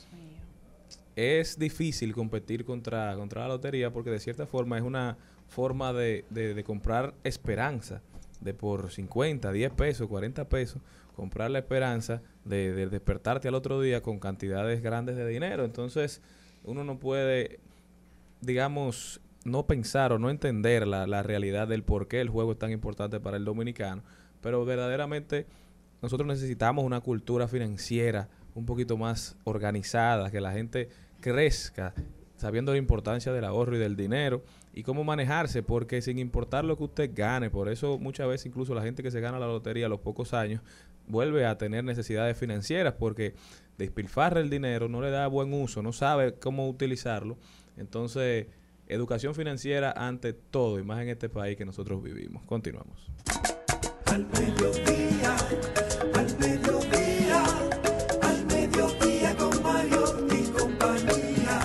Es difícil competir contra, contra la lotería porque de cierta forma es una forma de, de, de comprar esperanza, de por cincuenta, diez pesos, cuarenta pesos, comprar la esperanza de, de despertarte al otro día con cantidades grandes de dinero. Entonces, uno no puede, digamos, no pensar o no entender la, la realidad del por qué el juego es tan importante para el dominicano, pero verdaderamente nosotros necesitamos una cultura financiera un poquito más organizada, que la gente crezca sabiendo la importancia del ahorro y del dinero y cómo manejarse, porque sin importar lo que usted gane, por eso muchas veces incluso la gente que se gana la lotería a los pocos años vuelve a tener necesidades financieras porque despilfarra el dinero, no le da buen uso, no sabe cómo utilizarlo. Entonces, educación financiera ante todo, y más en este país que nosotros vivimos. Continuamos. Al mediodía, al mediodía, al mediodía con Mario y compañía.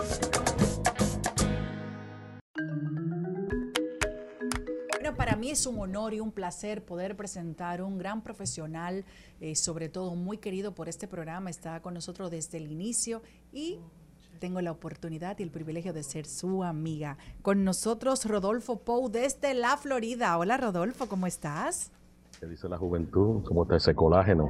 Bueno, para mí es un honor y un placer poder presentar un gran profesional, eh, sobre todo muy querido por este programa. Está con nosotros desde el inicio y tengo la oportunidad y el privilegio de ser su amiga. Con nosotros Rodolfo Pou desde la Florida. Hola Rodolfo, ¿cómo estás? ¿Qué dice la juventud? ¿Cómo está ese colágeno?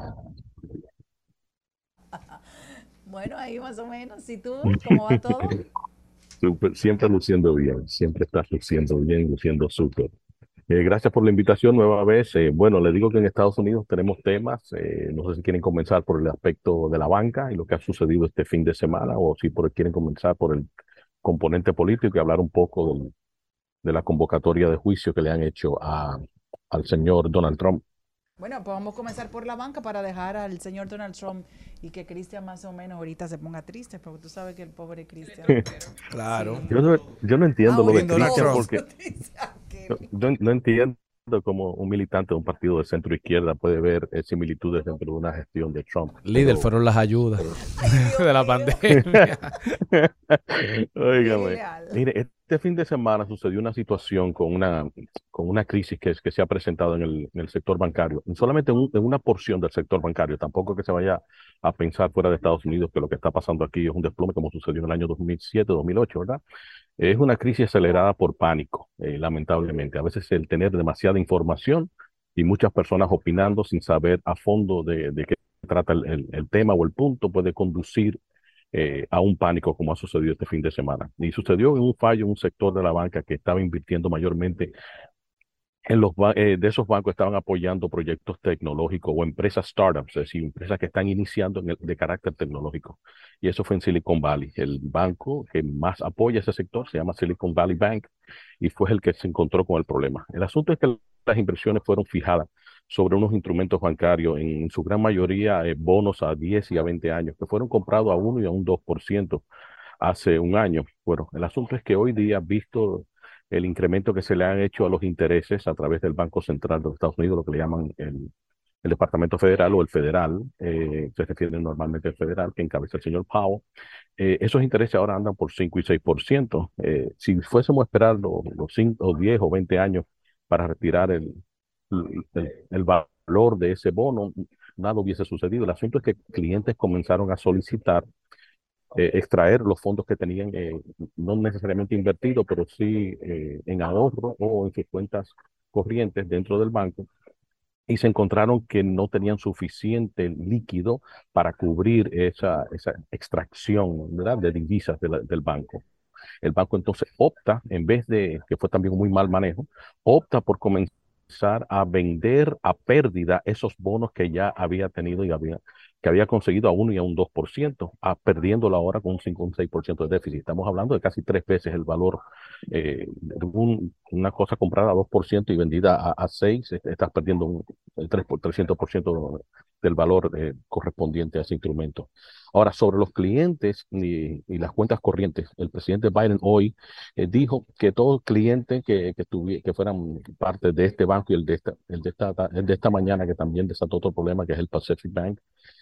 Bueno, ahí más o menos. ¿Y tú? ¿Cómo va todo? Súper, siempre luciendo bien, siempre estás luciendo bien, luciendo súper. Eh, gracias por la invitación nueva vez. Eh, bueno, les digo que en Estados Unidos tenemos temas. Eh, no sé si quieren comenzar por el aspecto de la banca y lo que ha sucedido este fin de semana, o si por, quieren comenzar por el componente político y hablar un poco del, de la convocatoria de juicio que le han hecho a, al señor Donald Trump. Bueno, pues vamos a comenzar por la banca para dejar al señor Donald Trump y que Cristian más o menos ahorita se ponga triste, porque tú sabes que el pobre Cristian... Claro. Sí. Yo no, yo no entiendo Ah, lo de bueno, Cristian no. porque yo, yo no entiendo cómo un militante de un partido de centro izquierda puede ver eh, similitudes dentro de una gestión de Trump. Líder, Pero- fueron las ayudas de la pandemia. Óigame, Real. mire, este fin de semana sucedió una situación con una, con una crisis que, es- que se ha presentado en el, en el sector bancario, solamente en, un- en una porción del sector bancario, tampoco que se vaya a pensar fuera de Estados Unidos que lo que está pasando aquí es un desplome como sucedió en el año dos mil siete, dos mil ocho, ¿verdad? Es una crisis acelerada por pánico, eh, lamentablemente. A veces el tener demasiada información y muchas personas opinando sin saber a fondo de, de qué trata el, el- el tema o el punto puede conducir eh, a un pánico como ha sucedido este fin de semana. Y sucedió en un fallo en un sector de la banca que estaba invirtiendo mayormente en los ba- eh, de esos bancos estaban apoyando proyectos tecnológicos o empresas startups, es decir, empresas que están iniciando en el- de carácter tecnológico. Y eso fue en Silicon Valley. El banco que más apoya ese sector se llama Silicon Valley Bank y fue el que se encontró con el problema. El asunto es que las inversiones fueron fijadas sobre unos instrumentos bancarios, en su gran mayoría eh, bonos a diez y a veinte años, que fueron comprados a uno y a un dos por ciento hace un año. Bueno, el asunto es que hoy día, visto el incremento que se le han hecho a los intereses a través del Banco Central de los Estados Unidos, lo que le llaman el, el Departamento Federal o el Federal, eh, se refiere normalmente al Federal, que encabeza el señor Powell, eh, esos intereses ahora andan por cinco y seis por ciento. Eh, si fuésemos a esperar lo- los cinco, o diez o veinte años para retirar el, el, el valor de ese bono, nada hubiese sucedido. El asunto es que clientes comenzaron a solicitar eh, extraer los fondos que tenían, eh, no necesariamente invertidos, pero sí eh, en ahorro o en sus cuentas corrientes dentro del banco, y se encontraron que no tenían suficiente líquido para cubrir esa, esa extracción, ¿verdad?, de divisas de la- del banco. El banco entonces opta, en vez de, que fue también un muy mal manejo, opta por comenzar a vender a pérdida esos bonos que ya había tenido y había, que había conseguido a uno y a un dos por ciento, a, perdiéndolo ahora con un cinco o un seis por ciento de déficit. Estamos hablando de casi tres veces el valor eh, de un- una cosa comprada a dos por ciento y vendida a, a seis, eh, estás perdiendo un, el tres por, trescientos por ciento del valor eh, correspondiente a ese instrumento. Ahora, sobre los clientes y, y las cuentas corrientes, el presidente Biden hoy eh, dijo que todo cliente que, que, tuvi- que fueran parte de este banco y el de esta, el de esta, el de esta mañana, que también desató otro problema, que es el Pacific Bank,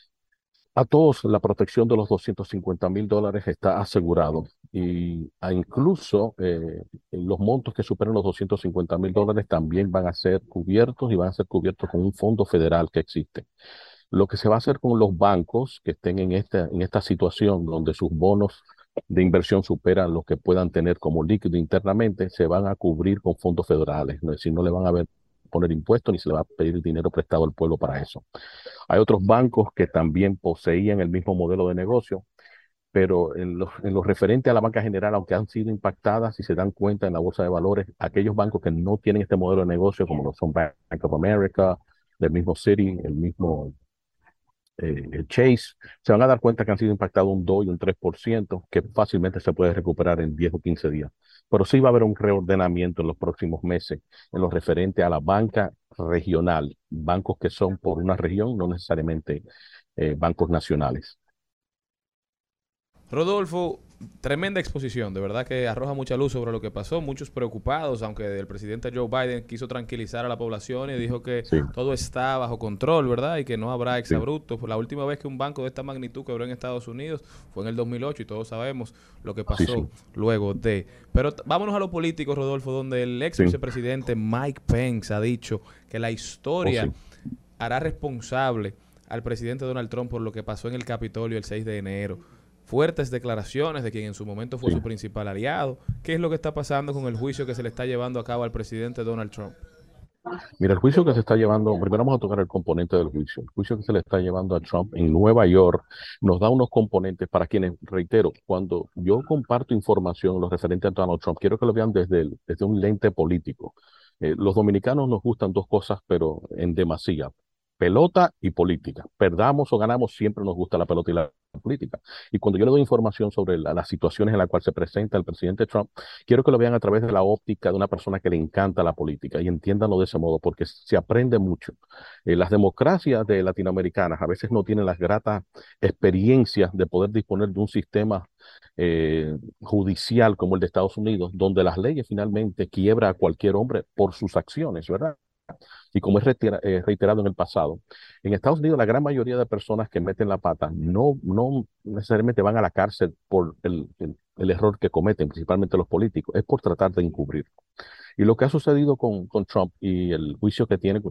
a todos la protección de los doscientos cincuenta mil dólares está asegurado, y a incluso eh, los montos que superen los doscientos cincuenta mil dólares también van a ser cubiertos, y van a ser cubiertos con un fondo federal que existe. Lo que se va a hacer con los bancos que estén en esta, en esta situación donde sus bonos de inversión superan lo que puedan tener como líquido internamente, se van a cubrir con fondos federales. ¿No? Es decir, no le van a ver, poner impuestos ni se le va a pedir dinero prestado al pueblo para eso. Hay otros bancos que también poseían el mismo modelo de negocio, pero en lo, en lo referente a la banca general, aunque han sido impactadas, si se dan cuenta en la bolsa de valores, aquellos bancos que no tienen este modelo de negocio, como lo son Bank of America, del mismo Citi, el mismo eh, el Chase, se van a dar cuenta que han sido impactados un dos y un tres por ciento, que fácilmente se puede recuperar en diez o quince días. Pero sí va a haber un reordenamiento en los próximos meses en lo referente a la banca regional, bancos que son por una región, no necesariamente eh, bancos nacionales. Rodolfo, tremenda exposición, de verdad que arroja mucha luz sobre lo que pasó, muchos preocupados, aunque el presidente Joe Biden quiso tranquilizar a la población y dijo que sí, todo está bajo control, ¿verdad? Y que no habrá exabruptos. Sí. La última vez que un banco de esta magnitud quebró en Estados Unidos fue en el dos mil ocho y todos sabemos lo que pasó sí, sí. luego de. Pero vámonos a lo político, Rodolfo, donde el ex sí. vicepresidente Mike Pence ha dicho que la historia oh, sí. hará responsable al presidente Donald Trump por lo que pasó en el Capitolio el seis de enero. Fuertes declaraciones de quien en su momento fue sí. su principal aliado. ¿Qué es lo que está pasando con el juicio que se le está llevando a cabo al presidente Donald Trump? Mira, el juicio que se está llevando, primero vamos a tocar el componente del juicio. El juicio que se le está llevando a Trump en Nueva York nos da unos componentes para quienes, reitero, cuando yo comparto información lo referente a Donald Trump, quiero que lo vean desde, el, desde un lente político. Eh, los dominicanos nos gustan dos cosas, pero en demasía. Pelota y política. Perdamos o ganamos, siempre nos gusta la pelota y la política. Y cuando yo le doy información sobre la, las situaciones en las cuales se presenta el presidente Trump, quiero que lo vean a través de la óptica de una persona que le encanta la política y entiéndanlo de ese modo, porque se aprende mucho. Eh, las democracias de latinoamericanas a veces no tienen las gratas experiencias de poder disponer de un sistema eh, judicial como el de Estados Unidos, donde las leyes finalmente quiebra a cualquier hombre por sus acciones, ¿verdad? Y como es reitera, eh, reiterado en el pasado, en Estados Unidos la gran mayoría de personas que meten la pata no, no necesariamente van a la cárcel por el, el, el error que cometen, principalmente los políticos, es por tratar de encubrir. Y lo que ha sucedido con, con Trump y el juicio que tiene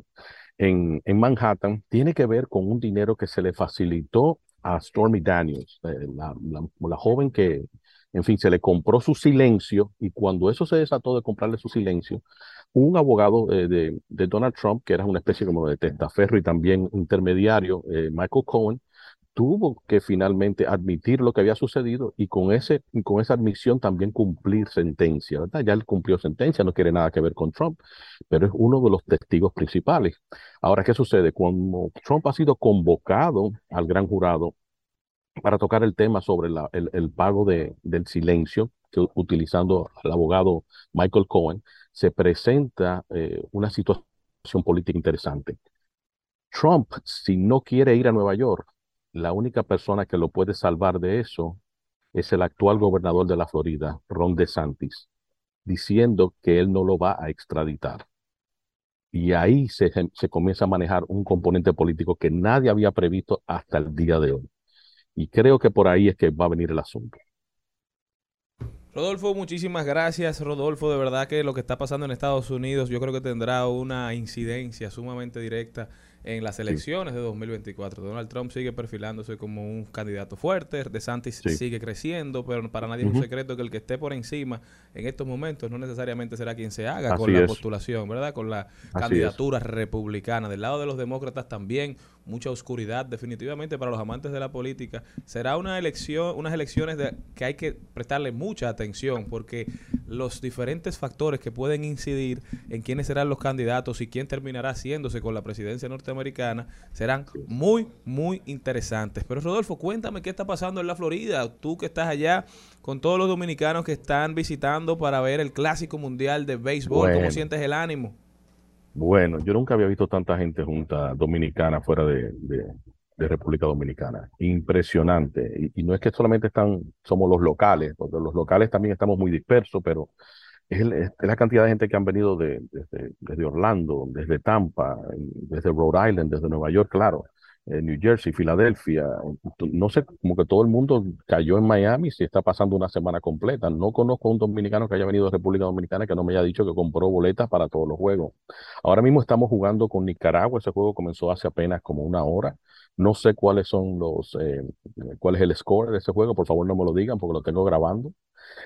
en, en Manhattan tiene que ver con un dinero que se le facilitó a Stormy Daniels, eh, la, la, la joven que, en fin, se le compró su silencio, y cuando eso se desató de comprarle su silencio, un abogado eh, de, de Donald Trump, que era una especie como de testaferro y también intermediario, eh, Michael Cohen, tuvo que finalmente admitir lo que había sucedido y con, ese, con esa admisión también cumplir sentencia, ¿verdad? Ya él cumplió sentencia, no quiere nada que ver con Trump, pero es uno de los testigos principales. Ahora, ¿qué sucede? Cuando Trump ha sido convocado al gran jurado para tocar el tema sobre la, el, el pago de, del silencio, que, utilizando al abogado Michael Cohen, se presenta eh, una situación política interesante. Trump, si no quiere ir a Nueva York, la única persona que lo puede salvar de eso es el actual gobernador de la Florida, Ron DeSantis, diciendo que él no lo va a extraditar. Y ahí se, se comienza a manejar un componente político que nadie había previsto hasta el día de hoy. Y creo que por ahí es que va a venir el asunto. Rodolfo, muchísimas gracias. Rodolfo, de verdad que lo que está pasando en Estados Unidos yo creo que tendrá una incidencia sumamente directa en las elecciones sí. de dos mil veinticuatro. Donald Trump sigue perfilándose como un candidato fuerte, DeSantis sí. sigue creciendo, pero para nadie uh-huh. es un secreto que el que esté por encima en estos momentos no necesariamente será quien se haga Así con la es. postulación, ¿verdad? Con la Así candidatura es. republicana. Del lado de los demócratas también mucha oscuridad, definitivamente para los amantes de la política. Será una elección, unas elecciones de, que hay que prestarle mucha atención, porque los diferentes factores que pueden incidir en quiénes serán los candidatos y quién terminará haciéndose con la presidencia norteamericana serán muy, muy interesantes. Pero Rodolfo, cuéntame qué está pasando en la Florida, tú que estás allá con todos los dominicanos que están visitando para ver el Clásico Mundial de Béisbol. Bueno. ¿Cómo sientes el ánimo? Bueno, yo nunca había visto tanta gente junta dominicana fuera de, de, de República Dominicana. Impresionante. Y, y no es que solamente están, somos los locales, porque los locales también estamos muy dispersos, pero es, el, es la cantidad de gente que han venido de, desde, desde Orlando, desde Tampa, desde Rhode Island, desde Nueva York, claro, eh, New Jersey, Filadelfia. No sé, como que todo el mundo cayó en Miami, si está pasando una semana completa. No conozco a un dominicano que haya venido de República Dominicana que no me haya dicho que compró boletas para todos los juegos. Ahora mismo estamos jugando con Nicaragua. Ese juego comenzó hace apenas como una hora. No sé cuáles son los, eh, cuál es el score de ese juego. Por favor, no me lo digan porque lo tengo grabando.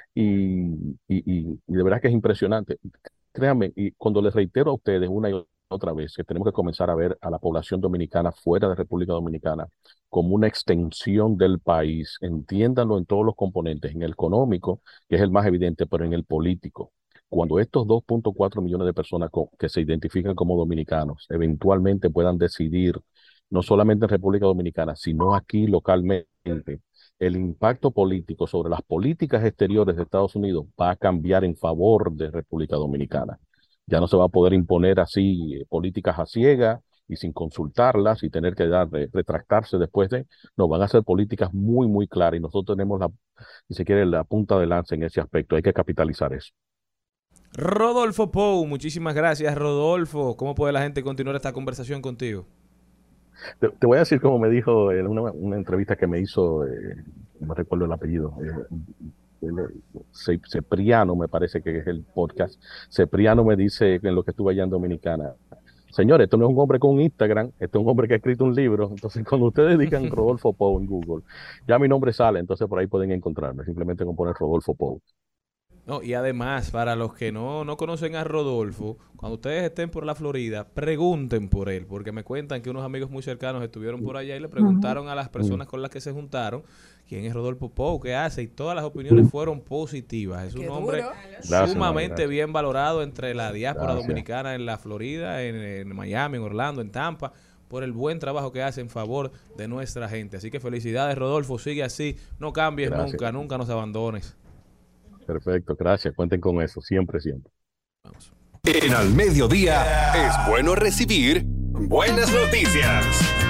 Y, y, y, y de verdad que es impresionante. Créanme, y cuando les reitero a ustedes una y otra vez, que tenemos que comenzar a ver a la población dominicana fuera de República Dominicana como una extensión del país, entiéndanlo en todos los componentes, en el económico, que es el más evidente, pero en el político. Cuando estos dos punto cuatro millones de personas co- que se identifican como dominicanos eventualmente puedan decidir, no solamente en República Dominicana, sino aquí localmente, el impacto político sobre las políticas exteriores de Estados Unidos va a cambiar en favor de República Dominicana. Ya no se va a poder imponer así eh, políticas a ciegas y sin consultarlas y tener que dar, eh, retractarse después de, no, van a ser políticas muy, muy claras y nosotros tenemos la, si se quiere, la punta de lanza en ese aspecto. Hay que capitalizar eso. Rodolfo Pou, muchísimas gracias, Rodolfo. ¿Cómo puede la gente continuar esta conversación contigo? Te, te voy a decir como me dijo en una, una entrevista que me hizo, eh, no me recuerdo el apellido, eh, eh, Cepriano, me parece que es el podcast. Cepriano me dice en lo que estuve allá en Dominicana: señores, esto no es un hombre con un Instagram, esto es un hombre que ha escrito un libro. Entonces, cuando ustedes digan Rodolfo Pou en Google, ya mi nombre sale, entonces por ahí pueden encontrarme, simplemente con poner Rodolfo Pou. No, y además, para los que no, no conocen a Rodolfo, cuando ustedes estén por la Florida, pregunten por él, porque me cuentan que unos amigos muy cercanos estuvieron por allá y le preguntaron a las personas con las que se juntaron quién es Rodolfo Pou, qué hace, y todas las opiniones fueron positivas. Es un hombre Gracias, sumamente gracias. bien valorado entre la diáspora Gracias. dominicana en la Florida, en, en Miami, en Orlando, en Tampa, por el buen trabajo que hace en favor de nuestra gente. Así que felicidades, Rodolfo, sigue así, no cambies Gracias. nunca, nunca nos abandones. Perfecto, gracias. Cuenten con eso, siempre, siempre. En Al Mediodía es bueno recibir buenas noticias.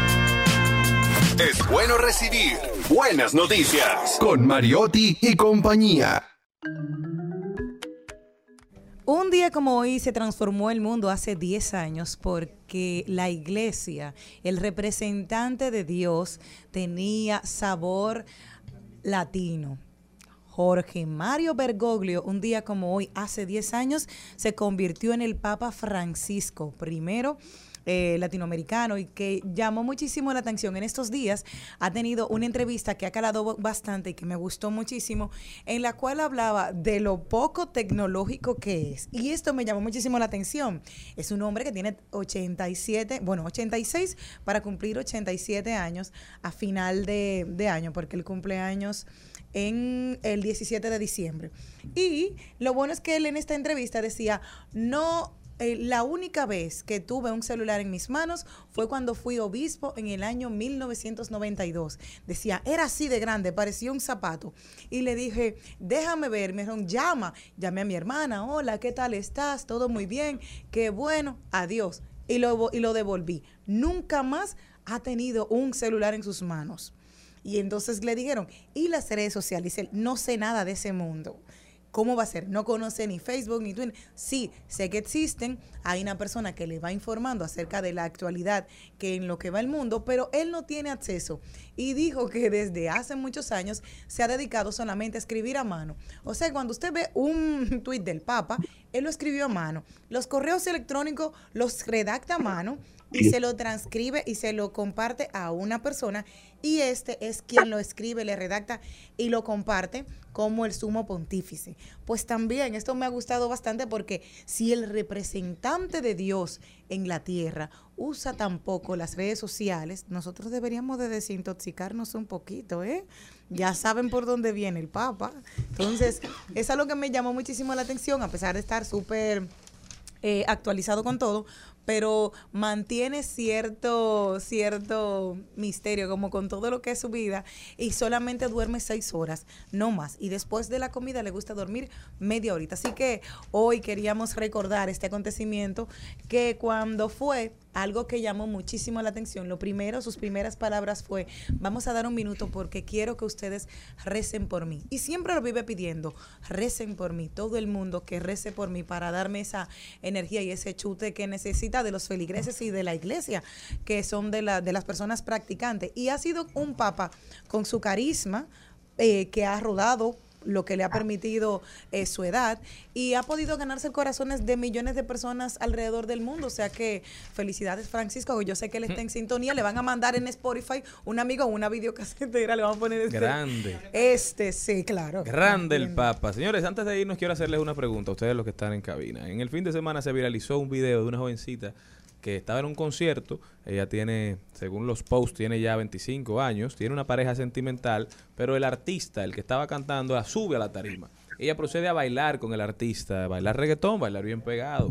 Es bueno recibir buenas noticias con Mariotti y compañía. Un día como hoy se transformó el mundo hace diez años porque la iglesia, el representante de Dios, tenía sabor latino. Jorge Mario Bergoglio, un día como hoy, hace diez años, se convirtió en el Papa Francisco, primero eh, latinoamericano, y que llamó muchísimo la atención. En estos días ha tenido una entrevista que ha calado bastante y que me gustó muchísimo, en la cual hablaba de lo poco tecnológico que es. Y esto me llamó muchísimo la atención. Es un hombre que tiene ochenta y siete, bueno, ochenta y seis para cumplir ochenta y siete años a final de, de año, porque el cumpleaños en el diecisiete de diciembre. Y lo bueno es que él en esta entrevista decía, no, eh, la única vez que tuve un celular en mis manos fue cuando fui obispo en el año mil novecientos noventa y dos. Decía, era así de grande, parecía un zapato. Y le dije, déjame ver, me dijeron, llama, llamé a mi hermana, hola, ¿qué tal estás? Todo muy bien, qué bueno, adiós. Y lo, y lo devolví. Nunca más ha tenido un celular en sus manos. Y entonces le dijeron, ¿y las redes sociales? Dice, no sé nada de ese mundo. ¿Cómo va a ser? No conoce ni Facebook ni Twitter. Sí, sé que existen. Hay una persona que le va informando acerca de la actualidad que en lo que va el mundo, pero él no tiene acceso. Y dijo que desde hace muchos años se ha dedicado solamente a escribir a mano. O sea, cuando usted ve un tuit del Papa, él lo escribió a mano. Los correos electrónicos los redacta a mano y se lo transcribe y se lo comparte a una persona, y este es quien lo escribe, le redacta y lo comparte como el sumo pontífice. Pues también esto me ha gustado bastante, porque si el representante de Dios en la tierra usa tampoco las redes sociales, nosotros deberíamos de desintoxicarnos un poquito, ¿eh? Ya saben por dónde viene el Papa. Entonces, eso es lo que me llamó muchísimo la atención, a pesar de estar súper eh, actualizado con todo, pero mantiene cierto, cierto misterio, como con todo lo que es su vida, y solamente duerme seis horas, no más. Y después de la comida le gusta dormir media horita. Así que hoy queríamos recordar este acontecimiento, que cuando fue algo que llamó muchísimo la atención, lo primero, sus primeras palabras fue, vamos a dar un minuto porque quiero que ustedes recen por mí. Y siempre lo vive pidiendo, recen por mí, todo el mundo que rece por mí, para darme esa energía y ese chute que necesita de los feligreses y de la iglesia, que son de, la, de las personas practicantes. Y ha sido un papa con su carisma, eh, que ha rodado lo que le ha permitido eh, su edad, y ha podido ganarse corazones de millones de personas alrededor del mundo. O sea que felicidades, Francisco. Yo sé que él está en sintonía. Le van a mandar en Spotify un amigo una videocasetera, le van a poner este. Grande. Este, sí, claro. Grande el Papa. Señores, antes de irnos quiero hacerles una pregunta a ustedes los que están en cabina. En el fin de semana se viralizó un video de una jovencita que estaba en un concierto. Ella tiene, según los posts, tiene ya veinticinco años, tiene una pareja sentimental, pero el artista, el que estaba cantando, la sube a la tarima. Ella procede a bailar con el artista, a bailar reggaetón, bailar bien pegado.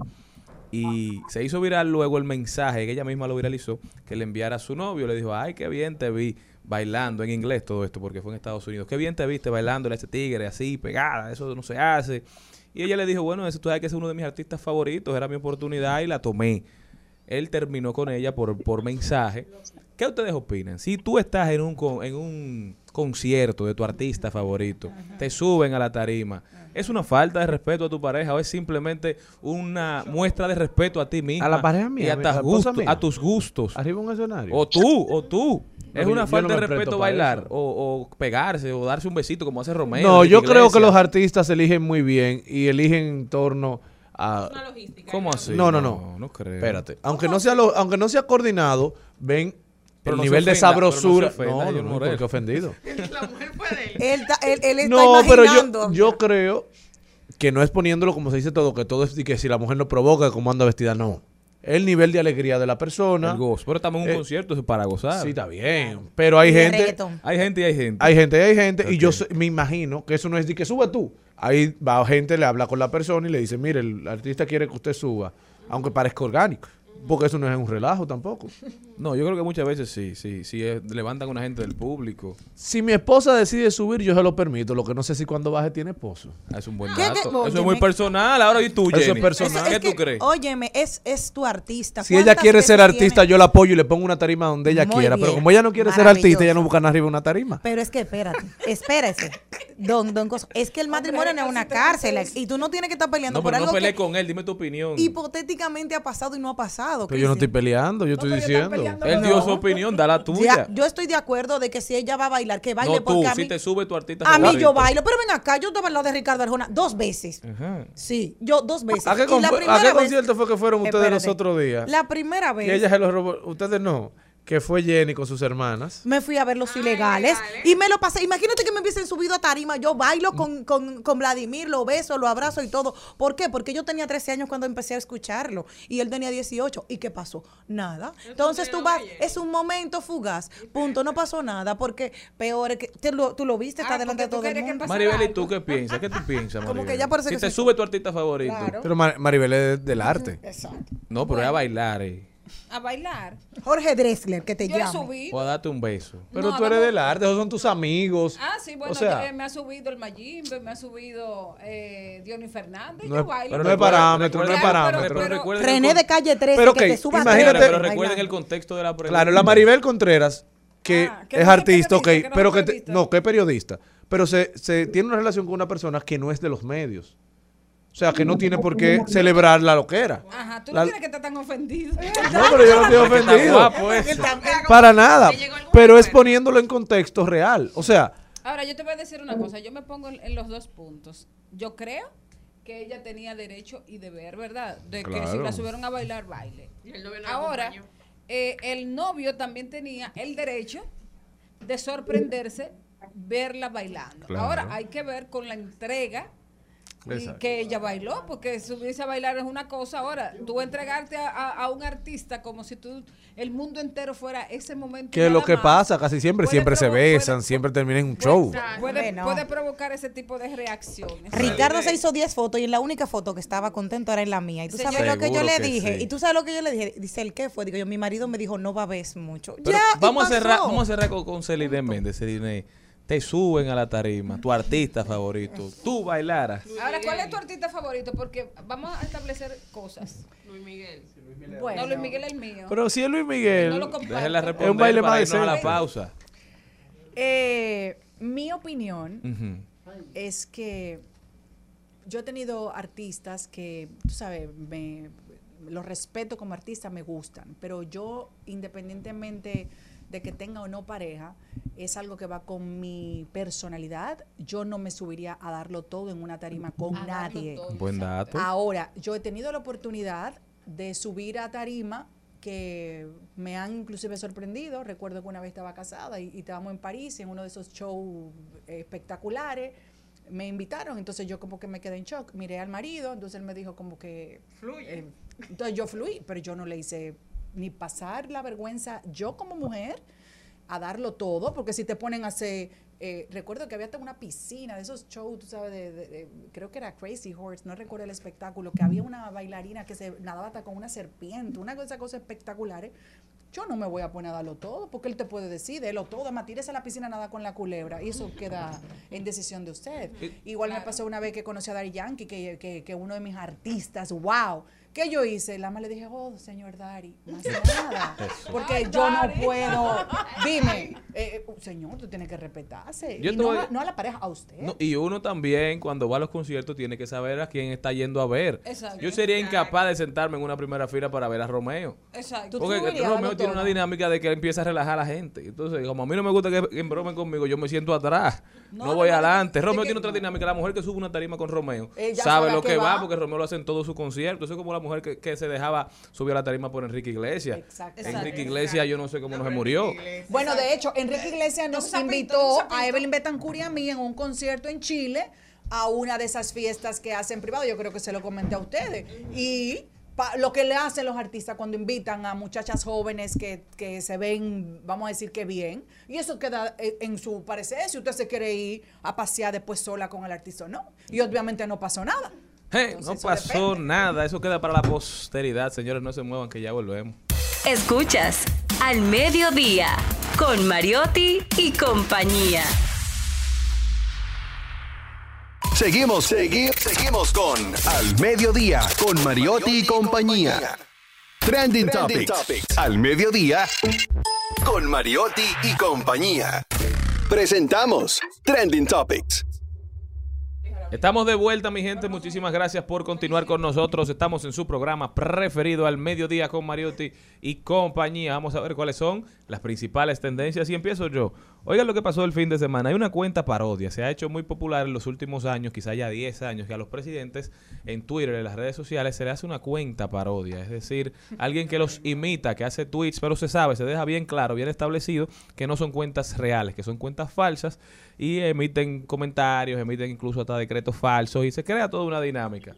Y se hizo viral luego el mensaje, que ella misma lo viralizó, que le enviara a su novio. Le dijo, ay, qué bien te vi bailando, en inglés todo esto, porque fue en Estados Unidos. Qué bien te viste bailando a ese tigre así, pegada, eso no se hace. Y ella le dijo, bueno, eso tú sabes que es uno de mis artistas favoritos, era mi oportunidad y la tomé. Él terminó con ella por, por mensaje. ¿Qué ustedes opinan? Si tú estás en un, con- en un concierto de tu artista favorito, te suben a la tarima, ¿es una falta de respeto a tu pareja o es simplemente una muestra de respeto a ti misma? A la pareja mía, y a, a tus la esposa gustos, mía. a tus gustos. Arriba un escenario. O tú, o tú. No, Es yo- una yo falta no me de respeto presto para bailar eso. o, o pegarse o darse un besito como hace Romeo. No, Enrique yo creo que Iglesias. los artistas eligen muy bien y eligen en torno a... ¿Cómo así? No, no, No, no. no creo. Espérate. Aunque no sea lo, aunque no sea coordinado, ven Pero el no nivel se de ofenda, pero no se sabrosura. ofenda, No, no, John no, Morel. porque ofendido. La mujer fue de él. Él, ta- él, él está No, pero yo, imaginando. yo creo que no es poniéndolo como se dice todo, que todo es y que si la mujer no provoca, como anda vestida, no. El nivel de alegría de la persona. El gozo. Pero estamos en un Eh, concierto, eso es para gozar. Sí, está bien. Pero hay Y de gente. reggaetón. Hay gente y hay gente. Hay gente y hay gente. Y Ok. yo sé- me imagino que eso no es de que suba tú. Ahí va gente, le habla con la persona y le dice, mire, el artista quiere que usted suba, aunque parezca orgánico. Porque eso no es un relajo tampoco. No, yo creo que muchas veces sí, sí, sí, eh, levantan a una gente del público. Si mi esposa decide subir, yo se lo permito. Lo que no sé si cuando baje tiene esposo. Ah, es un buen ¿Qué- dato. qué? Eso es Óyeme. muy personal. Ahora y tú, Eso es Jenny. personal. ¿Qué Es tú que, crees? Óyeme, es, es tu artista. Si ella ¿Cuántas quiere ser veces artista, tiene- yo la apoyo y le pongo una tarima donde ella Muy quiera. bien. Pero como ella no quiere ser artista, ella Maravilloso. no busca arriba una tarima. Pero es que espérate, espérese. Don, don Coso, es que el matrimonio no es una cárcel y tú no tienes que estar peleando No, por pero no algo pelees que con él. Dime tu opinión. hipotéticamente ha pasado y no ha pasado. Pero yo no Cristian. estoy peleando, yo estoy pero diciendo. están peleando Él dio su opinión, da la tuya. Ya, yo estoy de acuerdo de que si ella va a bailar, que baile No tú, porque a si mí, te sube tu artista a mí favorito. yo bailo. Pero ven acá, yo te bailado de Ricardo Arjona dos veces. Ajá. Sí, yo dos veces. ¿A qué, Y con- la ¿a primera qué vez- concierto fue que fueron ustedes Espérate. los otros días? La primera vez. Que ella se los robó. Ustedes no. Que fue Jenny con sus hermanas. Me fui a ver los ilegales y me lo pasé. Imagínate que me hubiesen subido a tarima. Yo bailo con, con, con Vladimir, lo beso, lo abrazo y todo. ¿Por qué? Porque yo tenía trece años cuando empecé a escucharlo y él tenía dieciocho. ¿Y qué pasó? Nada. Entonces tú vas, es un momento fugaz. Punto. No pasó nada porque peor es que te lo- tú lo viste, está Ah, delante de porque tú todo el querías que mundo. Maribel, ¿y tú qué piensas? ¿Qué tú piensas, Como Maribel? que ya parece si que te soy- sube tu artista favorito. Claro. Pero Mar- Maribel es del arte. Exacto. No, pero es a bailar, eh. A bailar. Jorge Drexler, que te Yo he llama. subido. O a darte un beso. Pero No, tú eres vamos- del arte, esos son tus amigos. Ah, sí, bueno, O sea, yo- me ha subido el Mayimbe, me ha subido eh, Diony Fernández. No yo es- bailo. pero no es parámetro, no es parámetro. Pero recuerden René el de calle trece, Pero, que ok, te suba a imagínate- trece Pero bailando. recuerden el contexto de la pregunta. claro, la Maribel Contreras, que Ah, que es no es artista, ok, periodista, que no pero es que te- periodista. no, que es periodista, pero se, se tiene una relación con una persona que no es de los medios. O sea, que no tiene por qué celebrar la loquera. Ajá, tú La- no tienes que estar tan ofendido. No, pero yo no estoy ofendido. guapo eso. Para nada. Pero es poniéndolo en contexto real. O sea, Ahora, yo te voy a decir una cosa. Yo me pongo en, en los dos puntos. Yo creo que ella tenía derecho y deber, ¿verdad? De que si Claro. la subieron a bailar, baile. Y el novio no la Ahora, acompañó. eh, el novio también tenía el derecho de sorprenderse verla bailando. Claro. Ahora, hay que ver con la entrega y Exacto. que ella bailó, porque subirse a bailar es una cosa. Ahora, tú entregarte a, a- a un artista como si tú el mundo entero fuera ese momento. que es lo nada que más, pasa casi siempre, puede siempre se provo- besan, puede- siempre terminan en un show. Puede, Bueno. puede provocar ese tipo de reacciones. Ricardo se hizo diez fotos y en la única foto que estaba contento era en la mía. Y tú sabes Señor- lo que yo Seguro le que dije. sí. Y tú sabes lo que yo le dije. Dice, ¿el qué fue? Digo yo, mi marido me dijo, no babes mucho. Pero ya, y vamos, a pasó. cerrar, vamos a cerrar con, con Celine Méndez. Celine, te suben a la tarima, tu artista favorito, tú bailaras. Ahora, ¿cuál es tu artista favorito? Porque vamos a establecer cosas. Luis Miguel. No, Luis Miguel es el mío. Pero si es Luis No Miguel, lo comparto. Déjenla es responder un baile para más irnos a la decente. pausa. Eh, mi opinión Ujú. es que yo he tenido artistas que, tú sabes, me, los respeto como artista, me gustan, pero yo, independientemente de que tenga o no pareja, es algo que va con mi personalidad. Yo no me subiría a darlo todo en una tarima con A darlo nadie. todo. Buen dato. Ahora, yo he tenido la oportunidad de subir a tarima que me han inclusive sorprendido. Recuerdo que una vez estaba casada y, y estábamos en París en uno de esos shows espectaculares. me invitaron, entonces yo como que me quedé en shock, miré al marido, entonces él me dijo como que... Fluye. eh, entonces yo fluí, pero yo no le hice ni pasar la vergüenza, yo como mujer, a darlo todo, porque si te ponen a hacer... Eh, recuerdo que había hasta una piscina de esos shows, tú sabes, de, de, de, creo que era Crazy Horse, no recuerdo el espectáculo, que había una bailarina que se nadaba hasta con una serpiente, una cosa, cosas espectaculares. Yo no me voy a poner a darlo todo, porque él te puede decir, délo todo, además tírese a la piscina nada con la culebra, y eso queda en decisión de usted. Igual claro. Me pasó una vez que conocí a Daddy Yankee, que, que, que uno de mis artistas, wow, ¿qué yo hice? La más le dije, oh, señor Daddy, más nada, porque yo no puedo, dime, eh, señor, tú tienes que respetarse, Yo y te no, voy- a- no a la pareja, a usted. No, y uno también, cuando va a los conciertos, tiene que saber a quién está yendo a ver. Exacto. Yo sería incapaz de sentarme en una primera fila para ver a Romeo. Exacto. Porque Romeo tiene una dinámica de que él empieza a relajar a la gente. Entonces, como a mí no me gusta que embromen conmigo, yo me siento atrás. No, No, voy no, adelante. es Romeo que tiene otra dinámica. La mujer que sube una tarima con Romeo Ella sabe sabe lo a qué que va, va. porque Romeo lo hace en todo su concierto. Eso es como la mujer que, que se dejaba subir a la tarima por Enrique Iglesias. Exacto. Enrique Iglesias, yo no sé cómo no se murió. Bueno, de hecho, Enrique Iglesias nos se pintó, invitó no se a pintó. Evelyn Betancourt y a mí en un concierto en Chile, a una de esas fiestas que hacen privado. Yo creo que se lo comenté a ustedes. Y pa- lo que le hacen los artistas cuando invitan a muchachas jóvenes que, que se ven, vamos a decir que bien, y eso queda eh, en su parecer, si usted se quiere ir a pasear después sola con el artista o no. Y obviamente no pasó nada. Hey, Entonces, no eso pasó depende. nada. Eso queda para la posteridad. Señores, no se muevan que ya volvemos. Escuchas Al Mediodía con Mariotti y compañía. Seguimos, segui- seguimos con Al Mediodía, con Mariotti y compañía. Trending, Trending Topics. Al Mediodía, con Mariotti y compañía. Presentamos Trending Topics. Estamos de vuelta, mi gente. Muchísimas gracias por continuar con nosotros. Estamos en su programa preferido, Al Mediodía con Mariotti y compañía. Vamos a ver cuáles son las principales tendencias y empiezo yo. Oigan lo que pasó el fin de semana. Hay una cuenta parodia. Se ha hecho muy popular en los últimos años, quizá ya diez años, que a los presidentes en Twitter, en las redes sociales, se le hace una cuenta parodia. Es decir, alguien que los imita, que hace tweets, pero se sabe, se deja bien claro, bien establecido, que no son cuentas reales, que son cuentas falsas y emiten comentarios, emiten incluso hasta decretos falsos y se crea toda una dinámica.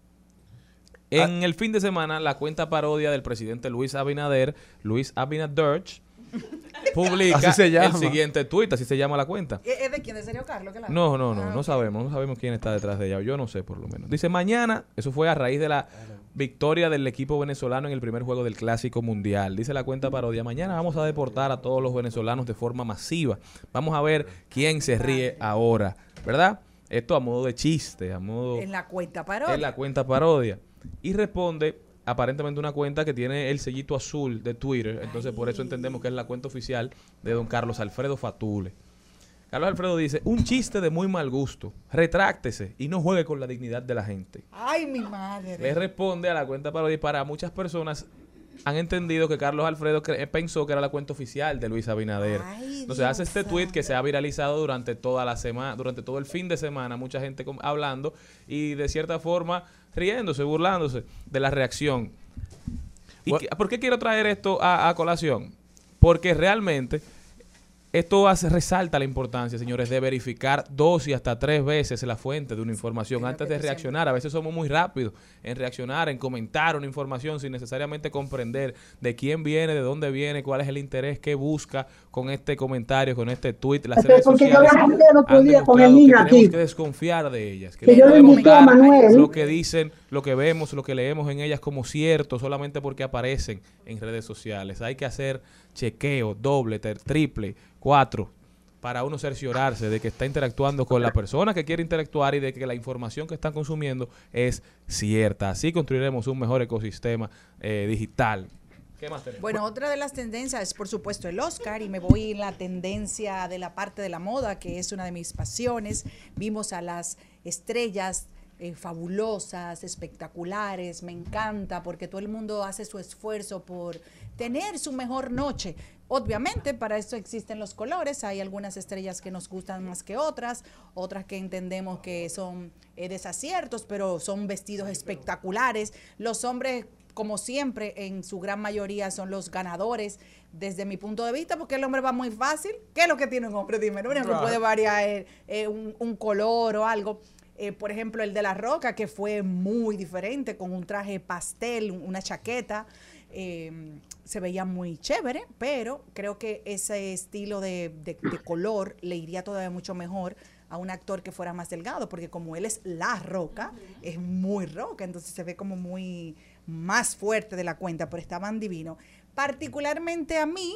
En el fin de semana, la cuenta parodia del presidente Luis Abinader, Luis Abinader, publica Así se llama. el siguiente tuit, así se llama la cuenta. ¿Es es de quién? ¿De Sergio Carlos? que la- No, no, no, Ah, no ok. sabemos, no sabemos quién está detrás de ella, yo no sé por lo menos. Dice, mañana, eso fue a raíz de la victoria del equipo venezolano en el primer juego del Clásico Mundial. Dice la cuenta parodia, mañana vamos a deportar a todos los venezolanos de forma masiva. Vamos a ver quién se ríe ahora, ¿verdad? Esto a modo de chiste, a modo... En la cuenta parodia. En la cuenta parodia. Y responde aparentemente una cuenta que tiene el sellito azul de Twitter. Entonces por eso entendemos que es la cuenta oficial de don Carlos Alfredo Fatule. Carlos Alfredo dice, un chiste de muy mal gusto. Retráctese y no juegue con la dignidad de la gente. Ay, mi madre. Le responde a la cuenta parodia y para muchas personas han entendido que Carlos Alfredo cre- pensó que era la cuenta oficial de Luis Abinader. Ay, Entonces hace Dios este tweet que se ha viralizado durante toda la semana, durante todo el fin de semana, mucha gente com- hablando y de cierta forma riéndose, burlándose de la reacción. ¿Y qué- por qué quiero traer esto a, a colación? Porque realmente esto hace, resalta la importancia, señores, de verificar dos y hasta tres veces la fuente de una información antes de reaccionar. A veces somos muy rápidos en reaccionar, en comentar una información sin necesariamente comprender de quién viene, de dónde viene, cuál es el interés que busca con este comentario, con este tweet. Las redes Porque yo sociales la gente no han podía con demostrado el niño que tenemos aquí. que desconfiar de ellas, que, Que yo no le podemos invité a dar Manuel. lo que dicen, lo que vemos, lo que leemos en ellas como cierto solamente porque aparecen en redes sociales. Hay que hacer chequeo doble, ter- triple, cuatro, para uno cerciorarse de que está interactuando con la persona que quiere interactuar y de que la información que están consumiendo es cierta. Así construiremos un mejor ecosistema eh, digital. ¿Qué más tenemos? Bueno, otra de las tendencias es, por supuesto, el Oscar, y me voy en la tendencia de la parte de la moda, que es una de mis pasiones. Vimos a las estrellas eh, fabulosas, espectaculares, me encanta, porque todo el mundo hace su esfuerzo por tener su mejor noche. Obviamente, para eso existen los colores, hay algunas estrellas que nos gustan más que otras, otras que entendemos que son eh, desaciertos, pero son vestidos espectaculares. Los hombres como siempre, en su gran mayoría son los ganadores desde mi punto de vista, porque el hombre va muy fácil. ¿Qué es lo que tiene un hombre? Dime, ¿no? Claro. Puede variar eh, eh, un, un color o algo. Eh, por ejemplo, el de La Roca, que fue muy diferente, con un traje pastel, un- una chaqueta. eh, se veía muy chévere, pero creo que ese estilo de, de- de color le iría todavía mucho mejor a un actor que fuera más delgado, porque como él es La Roca, es muy roca, entonces se ve como muy más fuerte de la cuenta, pero estaban divinos. Particularmente a mí,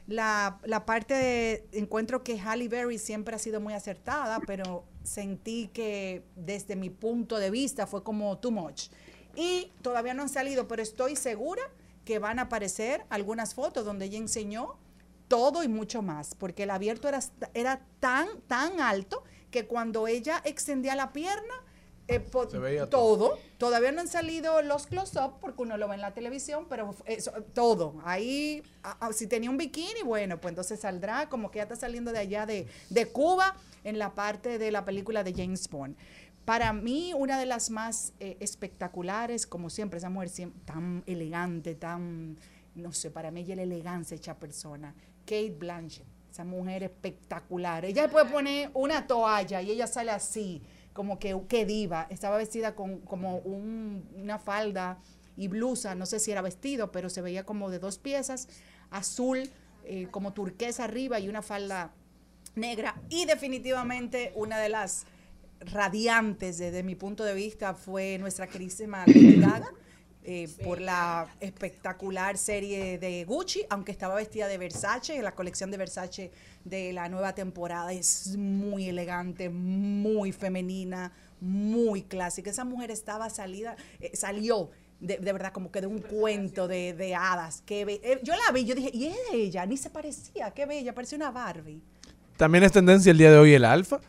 la, la parte de encuentro que Halle Berry siempre ha sido muy acertada, pero sentí que desde mi punto de vista fue como too much. Y todavía no han salido, pero estoy segura que van a aparecer algunas fotos donde ella enseñó todo y mucho más, porque el abierto era, era tan, tan alto que cuando ella extendía la pierna, eh, po- Se veía todo. Todavía no han salido los close-up porque uno lo ve en la televisión, pero eso, todo. Ahí, a- a- si tenía un bikini, bueno, pues entonces saldrá como que ya está saliendo de allá de, de Cuba en la parte de la película de James Bond. Para mí, una de las más eh, espectaculares, como siempre, esa mujer siem- tan elegante, tan, no sé, para mí ella es la elegancia hecha persona. Kate Blanchett, esa mujer espectacular. Ella le puede poner una toalla y ella sale así, como que, qué diva. Estaba vestida con como un- una falda y blusa, no sé si era vestido, pero se veía como de dos piezas, azul, eh, como turquesa arriba y una falda negra. Y definitivamente una de las radiantes desde mi punto de vista fue nuestra queridísima Lady Gaga, eh, por la espectacular serie de Gucci, aunque estaba vestida de Versace, la colección de Versace de la nueva temporada es muy elegante, muy femenina, muy clásica. Esa mujer estaba salida, eh, salió de, de verdad como que de un cuento de, de hadas. Que be- eh, yo la vi, yo dije, y es ella, ni se parecía, qué bella, parecía una Barbie. También es tendencia el día de hoy el Alfa,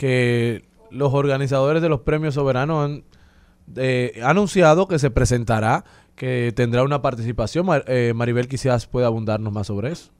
que los organizadores de los premios soberanos han eh, anunciado que se presentará, que tendrá una participación. Mar- eh, Maribel quizás pueda abundarnos más sobre eso.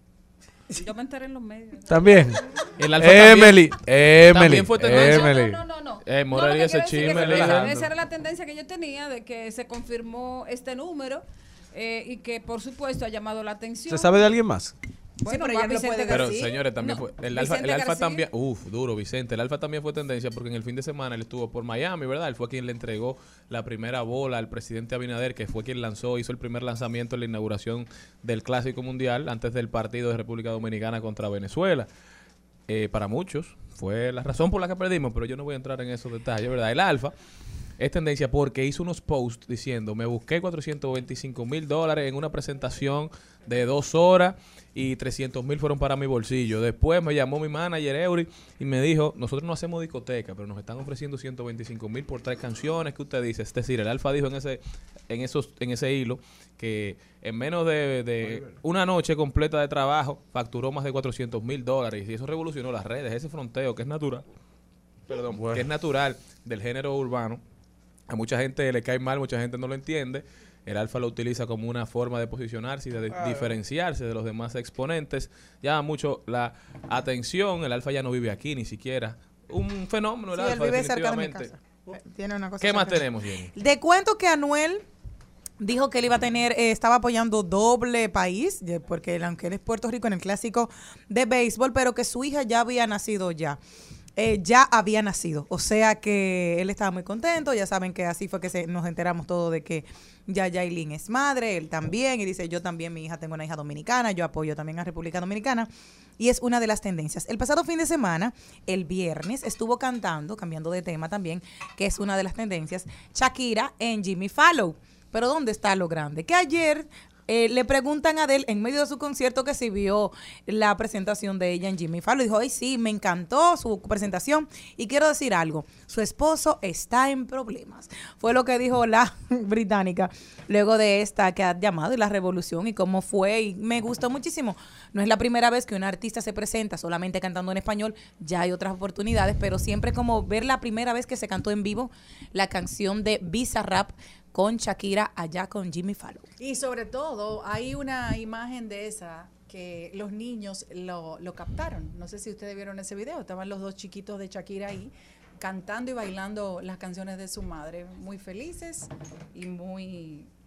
Yo me enteré en los medios. También. El Alfa Emily, también- Emily, también fue tendencia. Emily. No, no, no. Eh, No, moraría lo que ese quiero decir chisme, es que Alejandro. esa era la tendencia que yo tenía de que se confirmó este número eh, y que por supuesto ha llamado la atención. ¿Se sabe de alguien más? Bueno, pero va ella no Vicente puede Pero García. señores, también No, fue el Alfa, Vicente el Alfa García. también, uf, duro Vicente, el Alfa también fue tendencia porque en el fin de semana él estuvo por Miami, ¿verdad? Él fue quien le entregó la primera bola al presidente Abinader, que fue quien lanzó, hizo el primer lanzamiento en la inauguración del Clásico Mundial antes del partido de República Dominicana contra Venezuela. Eh, para muchos fue la razón por la que perdimos, pero yo no voy a entrar en esos detalles, ¿verdad? El Alfa es tendencia porque hizo unos posts diciendo, me busqué cuatrocientos veinticinco mil dólares en una presentación de dos horas y trescientos mil fueron para mi bolsillo. Después me llamó mi manager Eury y me dijo, nosotros no hacemos discoteca, pero nos están ofreciendo ciento veinticinco mil por tres canciones. ¿Qué usted dice? Es decir, el Alfa dijo en ese en esos en ese hilo que en menos de, de una noche completa de trabajo facturó más de cuatrocientos mil dólares y eso revolucionó las redes, ese fronteo que es natural, perdón, que es natural del género urbano. A mucha gente le cae mal, mucha gente no lo entiende. El Alfa lo utiliza como una forma de posicionarse y de Claro. diferenciarse de los demás exponentes. Llama mucho la atención. El Alfa ya no vive aquí ni siquiera. Un fenómeno el Sí, él Alfa, vive cerca de mi definitivamente. casa. Eh, Tiene una cosa ¿Qué más cerca de- tenemos, Jenny? De cuento que Anuel dijo que él iba a tener, eh, estaba apoyando doble país, de- porque él, aunque él es Puerto Rico en el clásico de béisbol, pero que su hija ya había nacido ya. Eh, ya había nacido, o sea que él estaba muy contento. Ya saben que así fue que se, nos enteramos todo de que ya Yailin es madre, él también, y dice, yo también, mi hija, tengo una hija dominicana, yo apoyo también a República Dominicana, y es una de las tendencias. El pasado fin de semana, el viernes, estuvo cantando, cambiando de tema también, que es una de las tendencias, Shakira en Jimmy Fallon. Pero ¿dónde está lo grande? Que ayer eh, le preguntan a Adele en medio de su concierto que si vio la presentación de ella en Jimmy Fallon. Dijo, ay sí, me encantó su presentación. Y quiero decir algo, su esposo está en problemas. Fue lo que dijo la británica luego de esta que ha llamado y la revolución y cómo fue. Y me gustó muchísimo. No es la primera vez que una artista se presenta solamente cantando en español. Ya hay otras oportunidades, pero siempre como ver la primera vez que se cantó en vivo la canción de Bizarrap con Shakira allá con Jimmy Fallon. Y sobre todo, hay una imagen de esa que los niños lo, lo captaron. No sé si ustedes vieron ese video. Estaban los dos chiquitos de Shakira ahí cantando y bailando las canciones de su madre. Muy felices y muy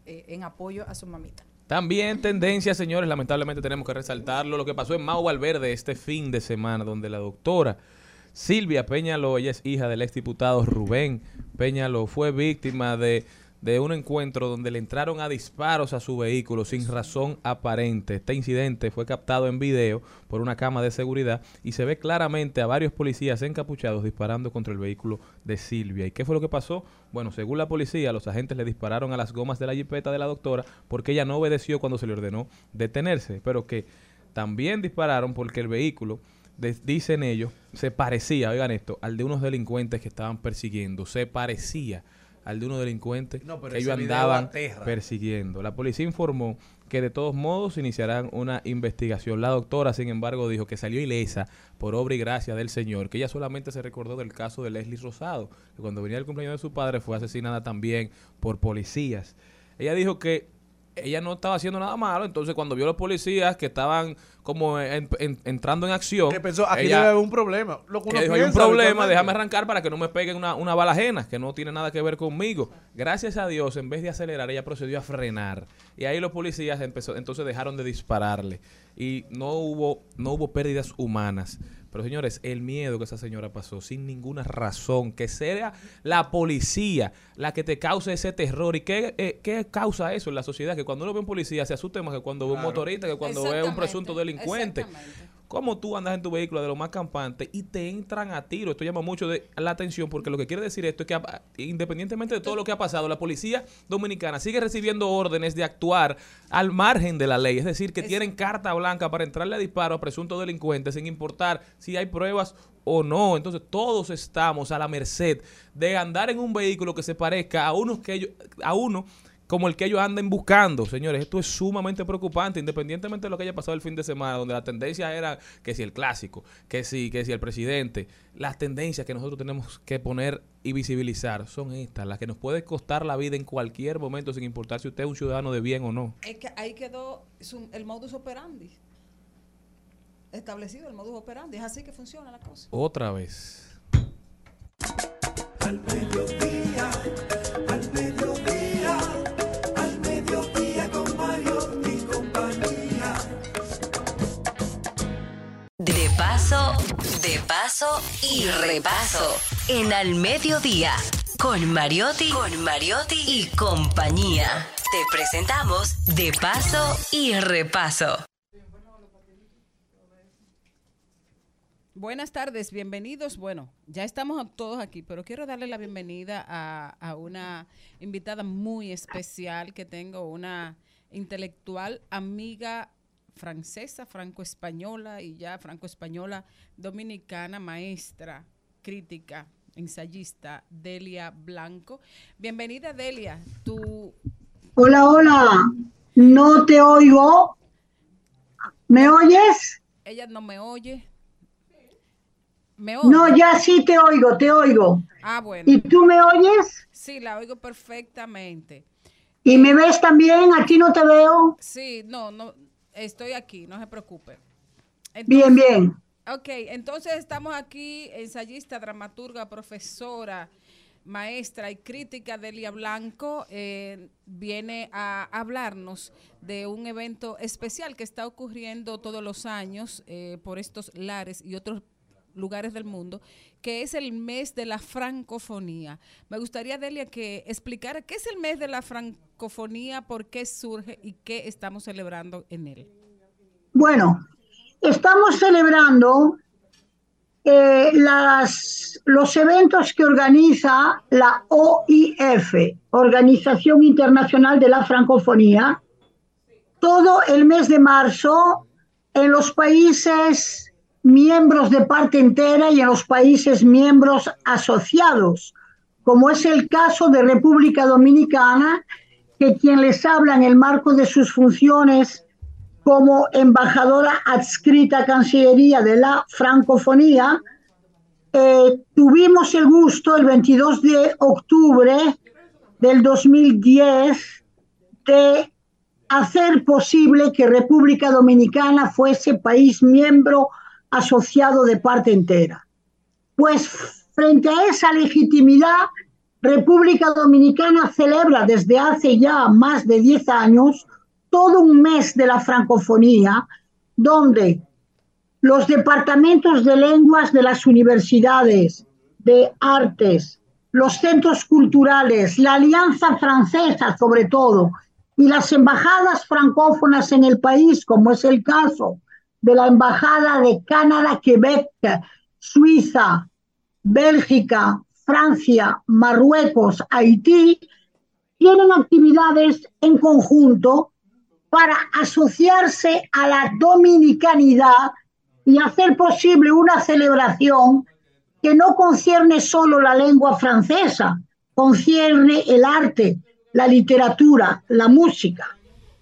eh, en apoyo a su mamita. También tendencia, señores, lamentablemente tenemos que resaltarlo, lo que pasó en Mau Valverde este fin de semana, donde la doctora Silvia Peñaló, ella es hija del exdiputado Rubén Peñaló, fue víctima de, de un encuentro donde le entraron a disparos a su vehículo sin razón aparente. Este incidente fue captado en video por una cámara de seguridad y se ve claramente a varios policías encapuchados disparando contra el vehículo de Silvia. ¿Y qué fue lo que pasó? Bueno, según la policía, los agentes le dispararon a las gomas de la jipeta de la doctora porque ella no obedeció cuando se le ordenó detenerse, pero que también dispararon porque el vehículo, de, dicen ellos, se parecía, oigan esto, al de unos delincuentes que estaban persiguiendo. Se parecía al de unos delincuentes no, pero que ellos ese video andaban aterra. persiguiendo. La policía informó que de todos modos iniciarán una investigación. La doctora, sin embargo, dijo que salió ilesa por obra y gracia del Señor, que ella solamente se recordó del caso de Leslie Rosado, que cuando venía el cumpleaños de su padre fue asesinada también por policías. Ella dijo que ella no estaba haciendo nada malo, entonces cuando vio a los policías que estaban como en, en, entrando en acción, que pensó, aquí ella, debe haber un problema. Lo que uno ella dijo, hay un piensa problema, habitualmente. déjame arrancar para que no me peguen una, una bala ajena, que no tiene nada que ver conmigo. Gracias a Dios, en vez de acelerar, ella procedió a frenar. Y ahí los policías empezó, entonces dejaron de dispararle. Y no hubo, no hubo pérdidas humanas. Pero señores, el miedo que esa señora pasó sin ninguna razón, que sea la policía la que te cause ese terror. ¿Y qué, eh, qué causa eso en la sociedad? Que cuando uno ve un policía se asusta más que cuando ve un motorista, que cuando ve un presunto delincuente. ¿Cómo tú andas en tu vehículo de lo más campante y te entran a tiro? Esto llama mucho de la atención porque lo que quiere decir esto es que independientemente de todo lo que ha pasado, la policía dominicana sigue recibiendo órdenes de actuar al margen de la ley. Es decir, que tienen carta blanca para entrarle a disparo a presuntos delincuentes sin importar si hay pruebas o no. Entonces todos estamos a la merced de andar en un vehículo que se parezca a unos que ellos, a uno como el que ellos anden buscando. Señores, esto es sumamente preocupante, independientemente de lo que haya pasado el fin de semana, donde la tendencia era que si el clásico, que si, que si el presidente. Las tendencias que nosotros tenemos que poner y visibilizar son estas, las que nos puede costar la vida en cualquier momento, sin importar si usted es un ciudadano de bien o no. Es que ahí quedó su, el modus operandi establecido, el modus operandi. Es así que funciona la cosa. Otra vez. Al mediodía, al mediodía, al mediodía con Mariotti y compañía. De paso, de paso y repaso. En Al Mediodía, con Mariotti, con Mariotti y compañía. Te presentamos De Paso y Repaso. Buenas tardes, bienvenidos. Bueno, ya estamos todos aquí, pero quiero darle la bienvenida a, a una invitada muy especial que tengo, una intelectual amiga francesa, franco-española y ya franco-española dominicana, maestra, crítica, ensayista, Delia Blanco. Bienvenida, Delia. Tú... Hola, hola. No te oigo. ¿Me oyes? Ella no me oye. ¿Me oye? No, ya sí te oigo, te oigo. Ah, bueno. ¿Y tú me oyes? Sí, la oigo perfectamente. ¿Y me ves también? ¿Aquí no te veo? Sí, no, no, estoy aquí, no se preocupe. Entonces, bien, bien. Ok, entonces estamos aquí, ensayista, dramaturga, profesora, maestra y crítica Delia Blanco, eh, viene a hablarnos de un evento especial que está ocurriendo todos los años eh, por estos lares y otros lugares del mundo, que es el mes de la francofonía. Me gustaría, Delia, que explicara qué es el mes de la francofonía, por qué surge y qué estamos celebrando en él. Bueno, estamos celebrando eh, las, los eventos que organiza la O I F, Organización Internacional de la Francofonía, todo el mes de marzo en los países miembros de parte entera y en los países miembros asociados, como es el caso de República Dominicana, que quien les habla en el marco de sus funciones como embajadora adscrita a Cancillería de la Francofonía, eh, tuvimos el gusto el veintidós de octubre del dos mil diez de hacer posible que República Dominicana fuese país miembro asociado de parte entera. Pues frente a esa legitimidad República Dominicana celebra desde hace ya más de diez años todo un mes de la francofonía, donde los departamentos de lenguas de las universidades, de artes, los centros culturales, la Alianza Francesa sobre todo, y las embajadas francófonas en el país, como es el caso de la Embajada de Canadá, Quebec, Suiza, Bélgica, Francia, Marruecos, Haití, tienen actividades en conjunto para asociarse a la dominicanidad y hacer posible una celebración que no concierne solo la lengua francesa, concierne el arte, la literatura, la música.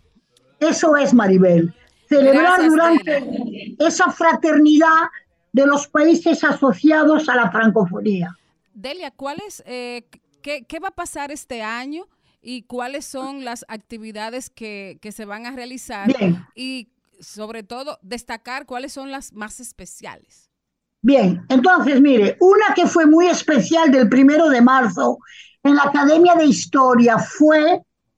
Eso es, Maribel. Celebrar Gracias, durante Delia. esa fraternidad de los países asociados a la francofonía. Delia, ¿cuál es, eh, qué, qué va a pasar este año y cuáles son las actividades que, que se van a realizar? Bien. Y sobre todo destacar cuáles son las más especiales. Bien, entonces mire, una que fue muy especial del primero de marzo en la Academia de Historia fue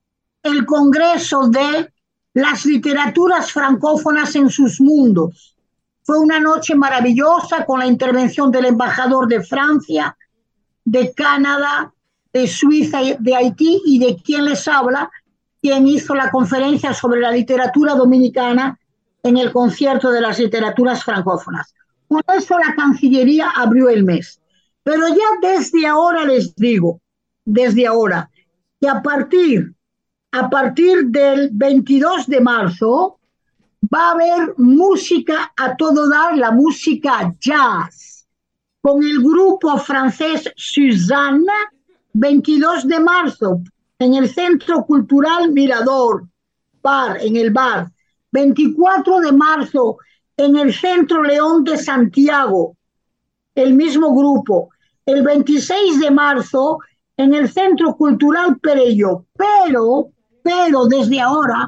el Congreso de las Literaturas Francófonas en sus mundos. Fue una noche maravillosa con la intervención del embajador de Francia, de Canadá, de Suiza, de Haití y de quien les habla, quien hizo la conferencia sobre la literatura dominicana en el concierto de las literaturas francófonas. Por eso la Cancillería abrió el mes. Pero ya desde ahora les digo, desde ahora, que a partir, a partir del veintidós de marzo va a haber música a todo dar, la música jazz, con el grupo francés Suzanne, veintidós de marzo, en el Centro Cultural Mirador, bar, en el bar, veinticuatro de marzo, en el Centro León de Santiago, el mismo grupo, el veintiséis de marzo, en el Centro Cultural Perello, pero, pero desde ahora,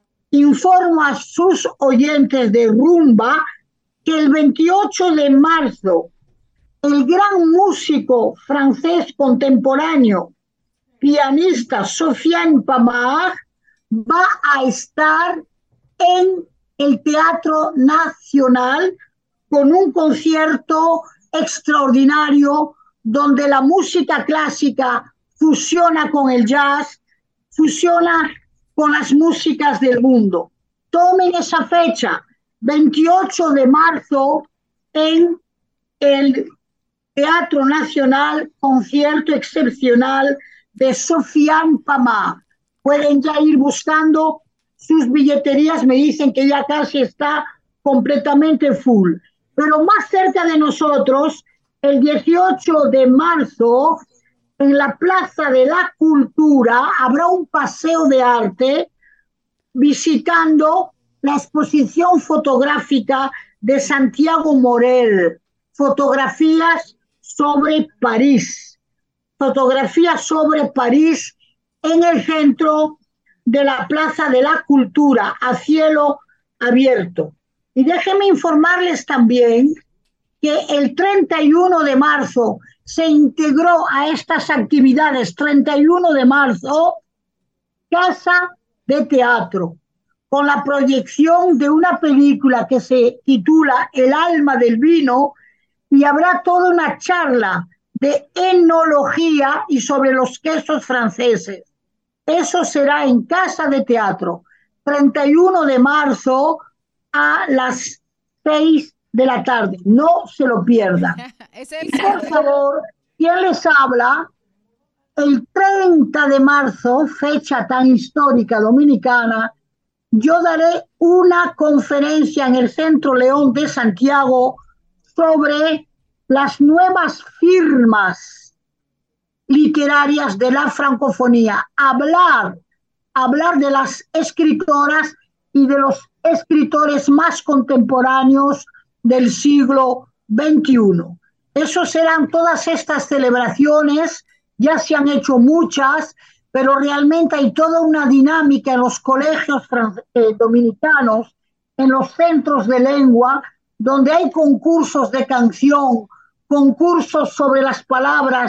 informo a sus oyentes de Rumba que el veintiocho de marzo, el gran músico francés contemporáneo, pianista Sofiane Pamar, va a estar en el Teatro Nacional con un concierto extraordinario donde la música clásica fusiona con el jazz, fusiona con las músicas del mundo. Tomen esa fecha, veintiocho de marzo, en el Teatro Nacional, concierto excepcional de Sofiane Pamar. Pueden ya ir buscando sus billeterías, me dicen que ya casi está completamente full. Pero más cerca de nosotros, el dieciocho de marzo, en la Plaza de la Cultura, habrá un paseo de arte visitando la exposición fotográfica de Santiago Morel, fotografías sobre París, fotografías sobre París en el centro de la Plaza de la Cultura, a cielo abierto. Y déjenme informarles también que el treinta y uno de marzo se integró a estas actividades, treinta y uno de marzo, Casa de Teatro, con la proyección de una película que se titula El alma del vino, y habrá toda una charla de enología y sobre los quesos franceses. Eso será en Casa de Teatro, treinta y uno de marzo a las seis de la tarde. No se lo pierdan. Es el Por favor, ¿quién les habla? El treinta de marzo, fecha tan histórica dominicana, yo daré una conferencia en el Centro León de Santiago sobre las nuevas firmas literarias de la francofonía. Hablar, hablar de las escritoras y de los escritores más contemporáneos del siglo veintiuno. Eso serán todas estas celebraciones, ya se han hecho muchas, pero realmente hay toda una dinámica en los colegios eh, dominicanos, en los centros de lengua, donde hay concursos de canción, concursos sobre las palabras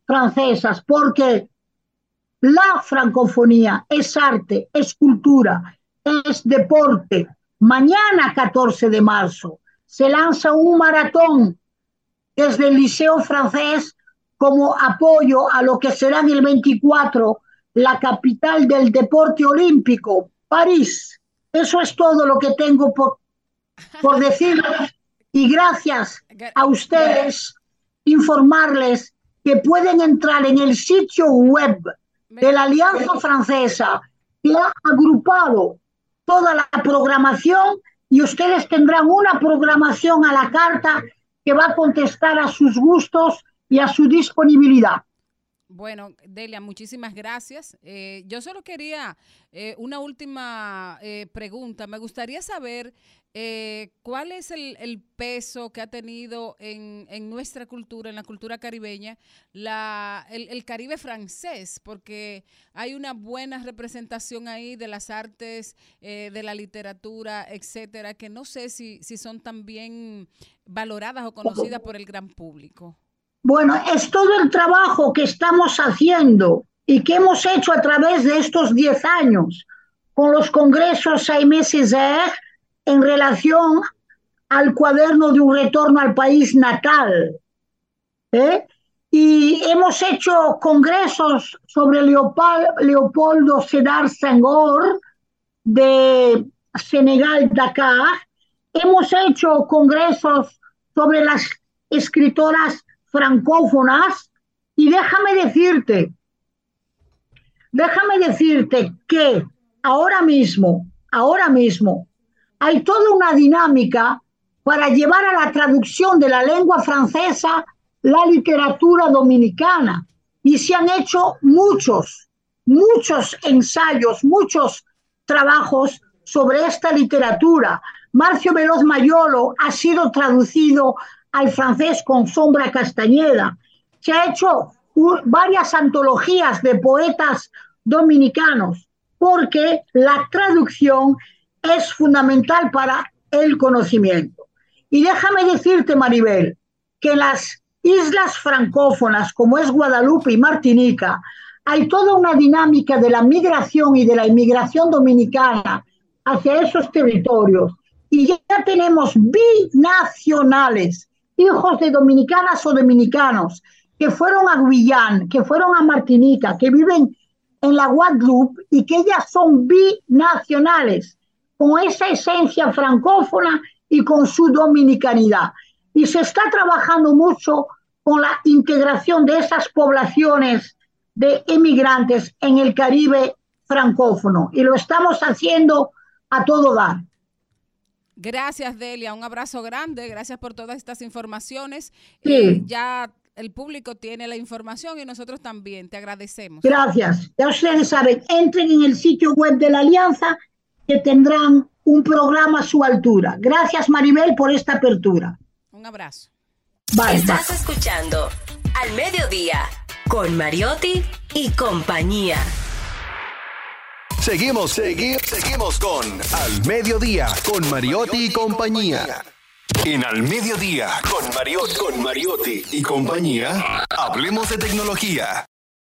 francesas, porque la francofonía es arte, es cultura, es deporte. Mañana, catorce de marzo, se lanza un maratón desde el Liceo Francés como apoyo a lo que será en el veinticuatro la capital del deporte olímpico, París. Eso es todo lo que tengo por, por decirles, y gracias a ustedes informarles que pueden entrar en el sitio web de la Alianza Francesa, que ha agrupado toda la programación, y ustedes tendrán una programación a la carta que va a contestar a sus gustos y a su disponibilidad. Bueno, Delia, muchísimas gracias. Eh, yo solo quería eh, una última eh, pregunta. Me gustaría saber eh, cuál es el, el peso que ha tenido en, en nuestra cultura, en la cultura caribeña, la, el, el Caribe francés, porque hay una buena representación ahí de las artes, eh, de la literatura, etcétera, que no sé si, si son tan bien valoradas o conocidas por el gran público. Bueno, es todo el trabajo que estamos haciendo y que hemos hecho a través de estos diez años con los congresos Aimé Césaire en relación al cuaderno de un retorno al país natal. ¿eh? Y hemos hecho congresos sobre Leopol Leopoldo Sédar Senghor de Senegal, Dakar. Hemos hecho congresos sobre las escritoras francófonas, y déjame decirte, déjame decirte que ahora mismo, ahora mismo, hay toda una dinámica para llevar a la traducción de la lengua francesa la literatura dominicana, y se han hecho muchos, muchos ensayos, muchos trabajos sobre esta literatura. Marcio Veloz Mayolo ha sido traducido al francés con Sombra Castañeda. Se ha hecho uh, varias antologías de poetas dominicanos, porque la traducción es fundamental para el conocimiento. Y déjame decirte, Maribel, que en las islas francófonas, como es Guadalupe y Martinica, hay toda una dinámica de la migración y de la inmigración dominicana hacia esos territorios. Y ya tenemos binacionales, hijos de dominicanas o dominicanos, que fueron a Guyana, que fueron a Martinica, que viven en la Guadeloupe y que ellas son binacionales, con esa esencia francófona y con su dominicanidad. Y se está trabajando mucho con la integración de esas poblaciones de emigrantes en el Caribe francófono, y lo estamos haciendo a todo dar. Gracias, Delia. Un abrazo grande. Gracias por todas estas informaciones. Sí. Eh, ya el público tiene la información y nosotros también. Te agradecemos. Gracias. Ya ustedes saben, entren en el sitio web de la Alianza, que tendrán un programa a su altura. Gracias, Maribel, por esta apertura. Un abrazo. Bye, Estás bye. escuchando Al Mediodía con Mariotti y compañía. Seguimos, seguimos, seguimos con Al Mediodía, con Mariotti y compañía. En Al Mediodía, con Mariotti, con Mariotti y compañía, hablemos de tecnología.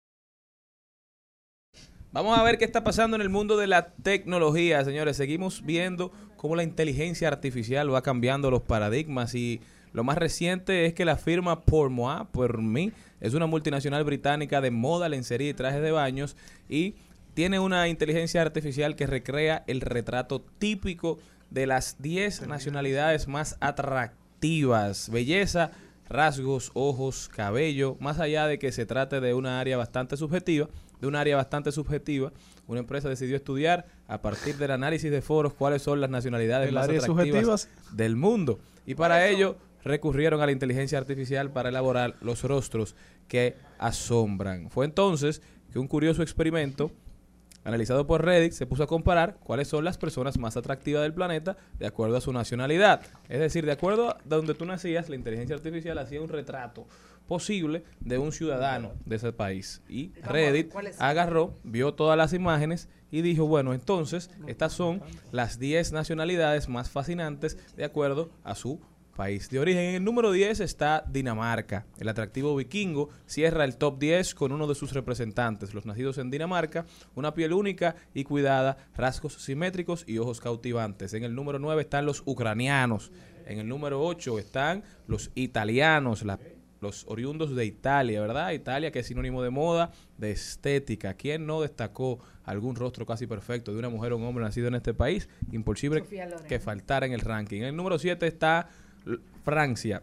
Vamos a ver qué está pasando en el mundo de la tecnología, señores. Seguimos viendo cómo la inteligencia artificial va cambiando los paradigmas, y lo más reciente es que la firma Pour Moi, Pour Me, es una multinacional británica de moda, lencería y trajes de baños, y tiene una inteligencia artificial que recrea el retrato típico de las diez nacionalidades más atractivas. Belleza, rasgos, ojos, cabello, más allá de que se trate de una área bastante subjetiva, de un área bastante subjetiva, una empresa decidió estudiar a partir del análisis de foros cuáles son las nacionalidades más atractivas del mundo. Y para ello recurrieron a la inteligencia artificial para elaborar los rostros que asombran. Fue entonces que un curioso experimento analizado por Reddit se puso a comparar cuáles son las personas más atractivas del planeta de acuerdo a su nacionalidad. Es decir, de acuerdo a donde tú nacías, la inteligencia artificial hacía un retrato posible de un ciudadano de ese país. Y Reddit agarró, vio todas las imágenes y dijo, bueno, entonces estas son las diez nacionalidades más fascinantes de acuerdo a su país de origen. En el número diez está Dinamarca. El atractivo vikingo cierra el top diez con uno de sus representantes, los nacidos en Dinamarca, una piel única y cuidada, rasgos simétricos y ojos cautivantes. En el número nueve están los ucranianos. En el número ocho están los italianos, la los oriundos de Italia, ¿verdad? Italia, que es sinónimo de moda, de estética. ¿Quién no destacó algún rostro casi perfecto de una mujer o un hombre nacido en este país? Imposible que faltara en el ranking. En el número siete está Francia.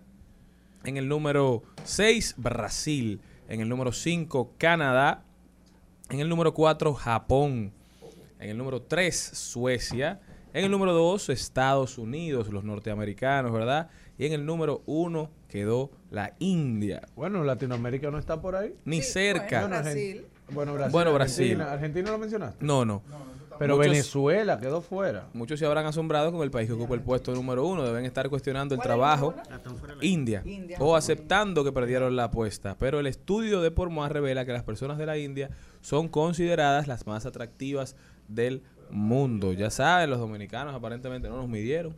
En el número seis, Brasil. En el número cinco, Canadá. En el número cuatro, Japón. En el número tres, Suecia. En el número dos, Estados Unidos, los norteamericanos, ¿verdad? Y en el número uno quedó la India. Bueno, Latinoamérica no está por ahí. Ni sí, cerca. Bueno, Brasil. Bueno, Brasil. Bueno, Brasil. Argentina, ¿Argentina lo mencionaste? No, no. Pero muchos, Venezuela quedó fuera. Muchos se habrán asombrado con el país que ocupa el puesto número uno. Deben estar cuestionando el trabajo. India. India. O aceptando que perdieron la apuesta. Pero el estudio de Pormoa revela que las personas de la India son consideradas las más atractivas del mundo. Ya saben, los dominicanos aparentemente no nos midieron.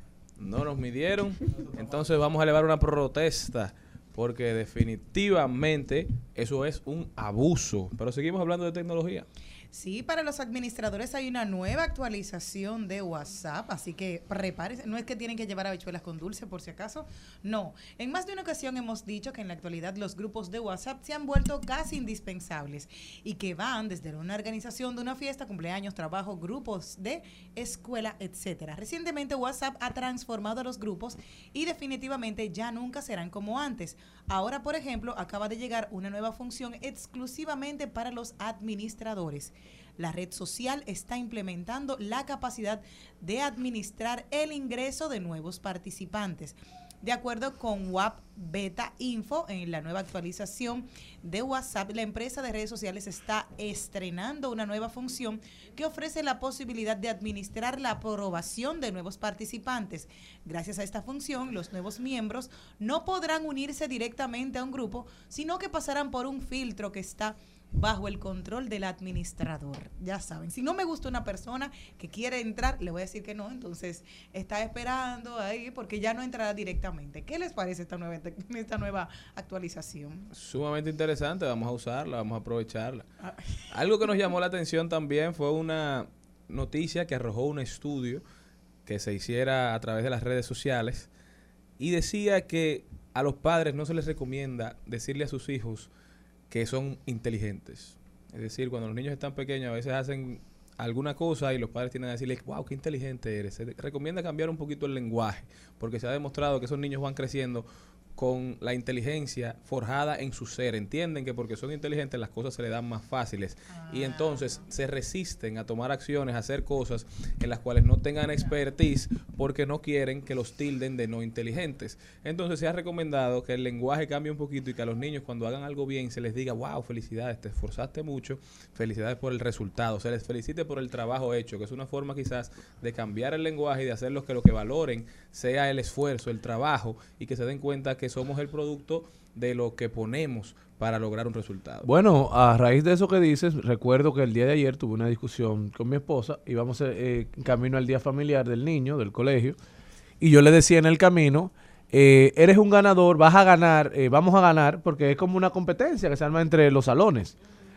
No nos midieron. Entonces vamos a elevar una protesta, porque definitivamente eso es un abuso. Pero seguimos hablando de tecnología. Sí, para los administradores hay una nueva actualización de WhatsApp, así que prepárense. No es que tienen que llevar habichuelas con dulce, por si acaso. No. En más de una ocasión hemos dicho que en la actualidad los grupos de WhatsApp se han vuelto casi indispensables y que van desde una organización de una fiesta, cumpleaños, trabajo, grupos de escuela, etcétera. Recientemente WhatsApp ha transformado a los grupos y definitivamente ya nunca serán como antes. Ahora, por ejemplo, acaba de llegar una nueva función exclusivamente para los administradores. La red social está implementando la capacidad de administrar el ingreso de nuevos participantes. De acuerdo con W A P Beta Info, en la nueva actualización de WhatsApp, la empresa de redes sociales está estrenando una nueva función que ofrece la posibilidad de administrar la aprobación de nuevos participantes. Gracias a esta función, los nuevos miembros no podrán unirse directamente a un grupo, sino que pasarán por un filtro que está bajo el control del administrador. Ya saben, si no me gusta una persona que quiere entrar, le voy a decir que no, entonces está esperando ahí porque ya no entrará directamente. ¿Qué les parece esta nueva, esta nueva actualización? Sumamente interesante, vamos a usarla, vamos a aprovecharla. Ah. Algo que nos llamó la atención también fue una noticia que arrojó un estudio que se hiciera a través de las redes sociales y decía que a los padres no se les recomienda decirle a sus hijos que son inteligentes. Es decir, cuando los niños están pequeños a veces hacen alguna cosa y los padres tienen que decirle, wow, qué inteligente eres. Se recomienda cambiar un poquito el lenguaje, porque se ha demostrado que esos niños van creciendo con la inteligencia forjada en su ser. Entienden que porque son inteligentes las cosas se les dan más fáciles ah. y entonces se resisten a tomar acciones, a hacer cosas en las cuales no tengan expertise porque no quieren que los tilden de no inteligentes. Entonces se ha recomendado que el lenguaje cambie un poquito y que a los niños cuando hagan algo bien se les diga, wow, felicidades, te esforzaste mucho, felicidades por el resultado, se les felicite por el trabajo hecho, que es una forma quizás de cambiar el lenguaje y de hacerlos que lo que valoren sea el esfuerzo, el trabajo y que se den cuenta que somos el producto de lo que ponemos para lograr un resultado. Bueno, a raíz de eso que dices, recuerdo que el día de ayer tuve una discusión con mi esposa, íbamos eh, en camino al día familiar del niño, del colegio, y yo le decía en el camino, eh, eres un ganador, vas a ganar, eh, vamos a ganar, porque es como una competencia que se arma entre los salones.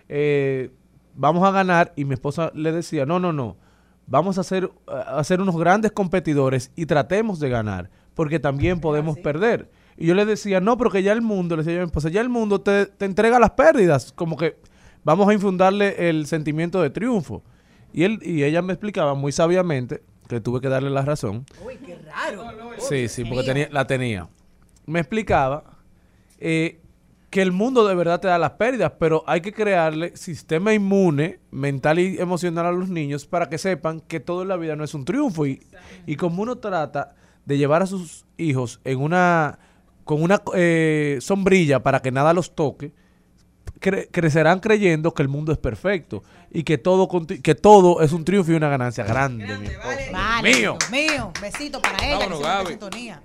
Eh, vamos a ganar, y mi esposa le decía, no, no, no, vamos a ser, a ser unos grandes competidores y tratemos de ganar, porque también podemos perder. Y yo le decía, no, pero que ya el mundo, le decía yo a mi esposa, ya el mundo te, te entrega las pérdidas, como que vamos a infundarle el sentimiento de triunfo. Y él y ella me explicaba muy sabiamente, que tuve que darle la razón. Uy, qué raro. Sí, sí, porque tenía, la tenía. Me explicaba eh, que el mundo de verdad te da las pérdidas, pero hay que crearle sistema inmune, mental y emocional a los niños para que sepan que todo en la vida no es un triunfo. Y, y como uno trata de llevar a sus hijos en una... con una eh, sombrilla para que nada los toque, cre crecerán creyendo que el mundo es perfecto y que todo que todo es un triunfo y una ganancia grande. grande mi vale. Vale, mío. mío. Besito para ella. Vámonos, que Gaby. Sintonía.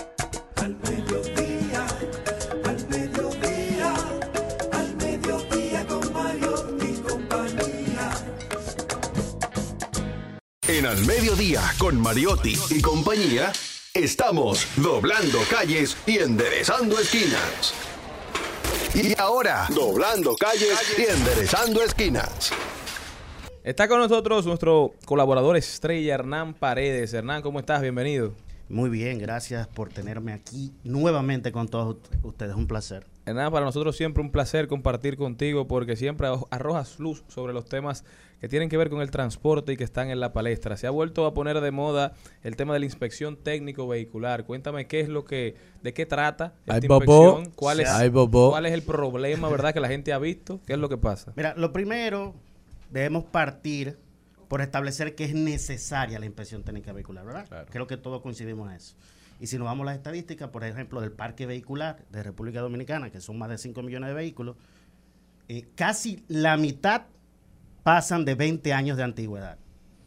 Al mediodía, al mediodía, al mediodía con Mario y compañía. En Al Mediodía con Mariotti y compañía, Estamos doblando calles y enderezando esquinas. Y ahora, doblando calles y enderezando esquinas. Está con nosotros nuestro colaborador estrella, Hernán Paredes. Hernán, ¿cómo estás? Bienvenido. Muy bien, gracias por tenerme aquí nuevamente con todos ustedes. Un placer. Hernán, para nosotros siempre un placer compartir contigo porque siempre arrojas luz sobre los temas que tienen que ver con el transporte y que están en la palestra. Se ha vuelto a poner de moda el tema de la inspección técnico vehicular. Cuéntame qué es lo que, de qué trata esta Ay, inspección, bobo. cuál es, Ay, bobo. cuál es el problema, ¿verdad? Que la gente ha visto, qué es lo que pasa. Mira, lo primero, debemos partir por establecer que es necesaria la inspección técnica vehicular, ¿verdad? Claro. Creo que todos coincidimos en eso. Y si nos vamos a las estadísticas, por ejemplo, del parque vehicular de República Dominicana, que son más de cinco millones de vehículos, eh, casi la mitad pasan de veinte años de antigüedad.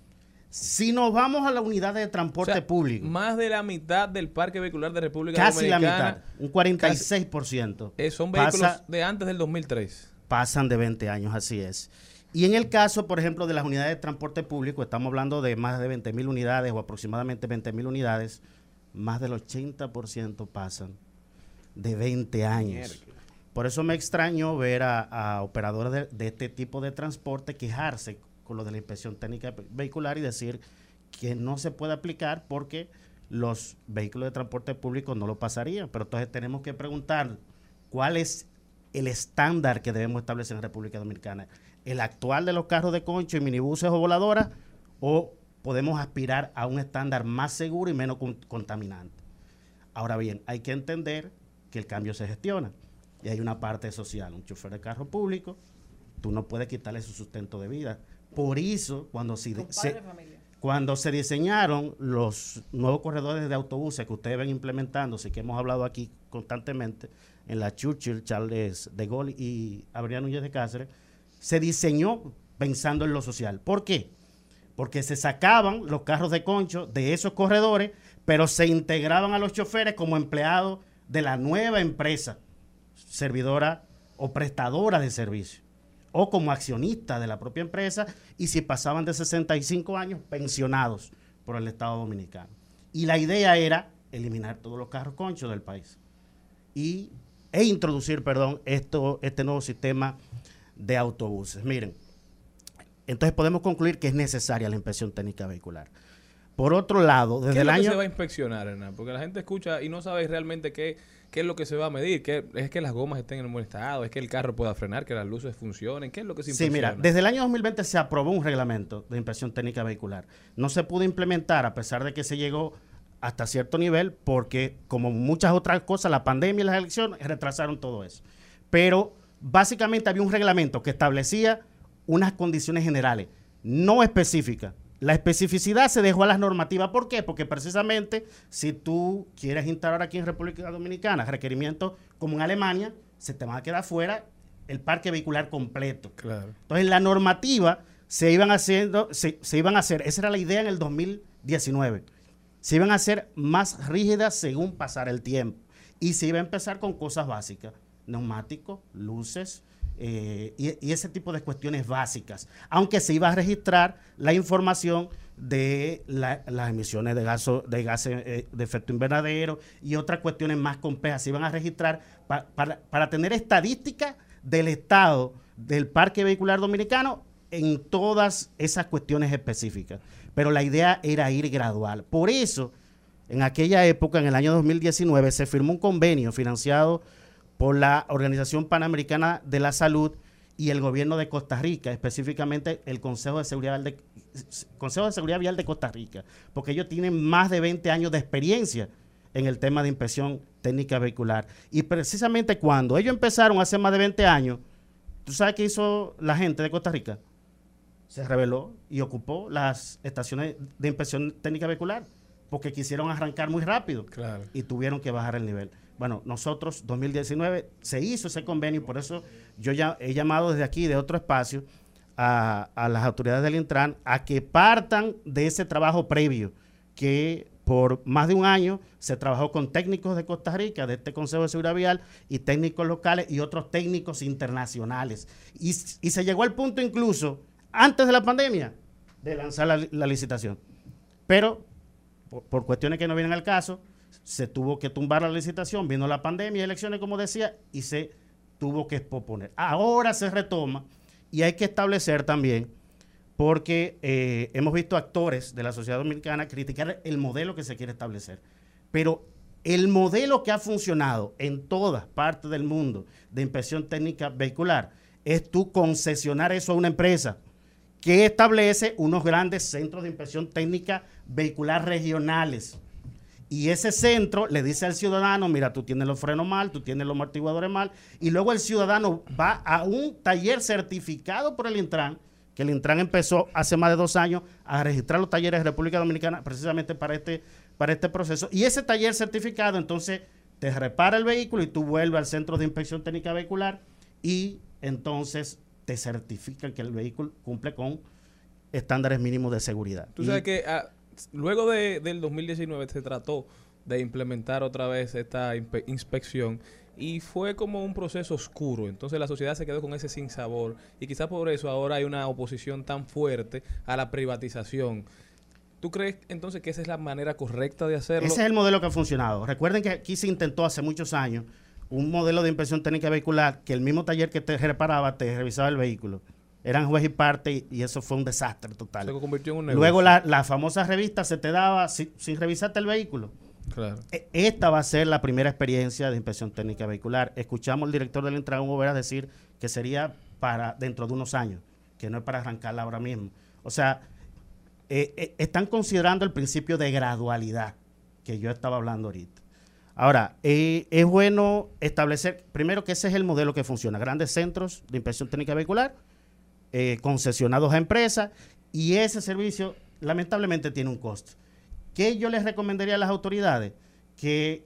Si nos vamos a la unidad de transporte O sea, público, más de la mitad del parque vehicular de República casi Dominicana. la mitad, un cuarenta y seis por ciento. Eh, son vehículos pasa- de antes del dos mil tres. pasan de veinte años, así es. Y en el caso, por ejemplo, de las unidades de transporte público, estamos hablando de más de veinte mil unidades o aproximadamente veinte mil unidades, más del ochenta por ciento pasan de veinte años. Por eso me extrañó ver a, a operadores de, de este tipo de transporte quejarse con lo de la inspección técnica vehicular y decir que no se puede aplicar porque los vehículos de transporte público no lo pasarían. Pero entonces tenemos que preguntar cuál es el estándar que debemos establecer en República Dominicana. ¿El actual de los carros de concho y minibuses o voladoras? ¿O podemos aspirar a un estándar más seguro y menos con- contaminante? Ahora bien, hay que entender que el cambio se gestiona y hay una parte social. Un chofer de carro público, tú no puedes quitarle su sustento de vida. Por eso, cuando se, se- cuando se diseñaron los nuevos corredores de autobuses que ustedes ven implementándose, que hemos hablado aquí constantemente, en la Churchill, Charles de Gaulle y Avenida Núñez de Cáceres, se diseñó pensando en lo social. ¿Por qué? Porque se sacaban los carros de concho de esos corredores, pero se integraban a los choferes como empleados de la nueva empresa servidora o prestadora de servicio, o como accionistas de la propia empresa, y si pasaban de sesenta y cinco años, pensionados por el Estado Dominicano. Y la idea era eliminar todos los carros conchos del país y, e introducir, perdón, esto, este nuevo sistema de autobuses. Miren, entonces podemos concluir que es necesaria la inspección técnica vehicular. Por otro lado, desde ¿Qué es el lo que año... se va a inspeccionar, Hernán? Porque la gente escucha y no sabe realmente qué, qué es lo que se va a medir. ¿Qué, es que las gomas estén en un buen estado, es que el carro pueda frenar, que las luces funcionen. ¿Qué es lo que se Sí, inspecciona? mira, desde el año dos mil veinte se aprobó un reglamento de inspección técnica vehicular. No se pudo implementar a pesar de que se llegó hasta cierto nivel porque, como muchas otras cosas, la pandemia y las elecciones retrasaron todo eso. Pero básicamente había un reglamento que establecía unas condiciones generales, no específicas. La especificidad se dejó a las normativas. ¿Por qué? Porque precisamente si tú quieres instalar aquí en República Dominicana requerimientos como en Alemania, se te va a quedar fuera el parque vehicular completo. Claro. Entonces la normativa se iban haciendo, se, se iban a hacer, esa era la idea en el dos mil diecinueve, se iban a hacer más rígidas según pasara el tiempo y se iba a empezar con cosas básicas, neumáticos, luces, Eh, y, y ese tipo de cuestiones básicas, aunque se iba a registrar la información de la, las emisiones de gaso, de gases eh, de efecto invernadero y otras cuestiones más complejas, se iban a registrar pa, para, para tener estadísticas del estado del parque vehicular dominicano en todas esas cuestiones específicas. Pero la idea era ir gradual. Por eso, en aquella época, en el año dos mil diecinueve, se firmó un convenio financiado por la Organización Panamericana de la Salud y el gobierno de Costa Rica, específicamente el Consejo de Seguridad Vial de, Consejo de Seguridad Vial de Costa Rica, porque ellos tienen más de veinte años de experiencia en el tema de inspección técnica vehicular. Y precisamente cuando ellos empezaron hace más de veinte años, ¿tú sabes qué hizo la gente de Costa Rica? Se rebeló y ocupó las estaciones de inspección técnica vehicular, porque quisieron arrancar muy rápido. Claro. Y tuvieron que bajar el nivel. Bueno, nosotros, dos mil diecinueve, se hizo ese convenio y por eso yo ya he llamado desde aquí, de otro espacio, a, a las autoridades del Intran a que partan de ese trabajo previo que por más de un año se trabajó con técnicos de Costa Rica, de este Consejo de Seguridad Vial, y técnicos locales y otros técnicos internacionales. Y, y se llegó al punto incluso, antes de la pandemia, de lanzar la, la licitación. Pero por, por cuestiones que no vienen al caso, se tuvo que tumbar la licitación, vino la pandemia, elecciones, como decía, y se tuvo que posponer. Ahora se retoma y hay que establecer también, porque eh, hemos visto actores de la sociedad dominicana criticar el modelo que se quiere establecer, pero el modelo que ha funcionado en todas partes del mundo de inspección técnica vehicular es tú concesionar eso a una empresa que establece unos grandes centros de inspección técnica vehicular regionales. Y ese centro le dice al ciudadano, mira, tú tienes los frenos mal, tú tienes los amortiguadores mal, y luego el ciudadano va a un taller certificado por el Intran, que el Intran empezó hace más de dos años a registrar los talleres de República Dominicana precisamente para este, para este proceso. Y ese taller certificado, entonces, te repara el vehículo y tú vuelves al centro de inspección técnica vehicular y entonces te certifican que el vehículo cumple con estándares mínimos de seguridad. Tú y, sabes que ah, luego de, del dos mil diecinueve se trató de implementar otra vez esta inspe inspección y fue como un proceso oscuro. Entonces la sociedad se quedó con ese sinsabor y quizás por eso ahora hay una oposición tan fuerte a la privatización. ¿Tú crees entonces que esa es la manera correcta de hacerlo? Ese es el modelo que ha funcionado. Recuerden que aquí se intentó hace muchos años un modelo de inspección técnica vehicular que el mismo taller que te reparaba te revisaba el vehículo. Eran juez y parte y, y eso fue un desastre total. Se convirtió en un negocio. Luego la, la famosa revista se te daba sin, sin revisarte el vehículo. Claro. Esta va a ser la primera experiencia de inspección técnica vehicular. Escuchamos al director del Intran, Hugo Veras, decir que sería para dentro de unos años, que no es para arrancarla ahora mismo. O sea, eh, eh, están considerando el principio de gradualidad que yo estaba hablando ahorita. Ahora, eh, es bueno establecer, primero, que ese es el modelo que funciona. Grandes centros de inspección técnica vehicular, eh, concesionados a empresas, y ese servicio lamentablemente tiene un costo. ¿Qué yo les recomendaría a las autoridades? Que,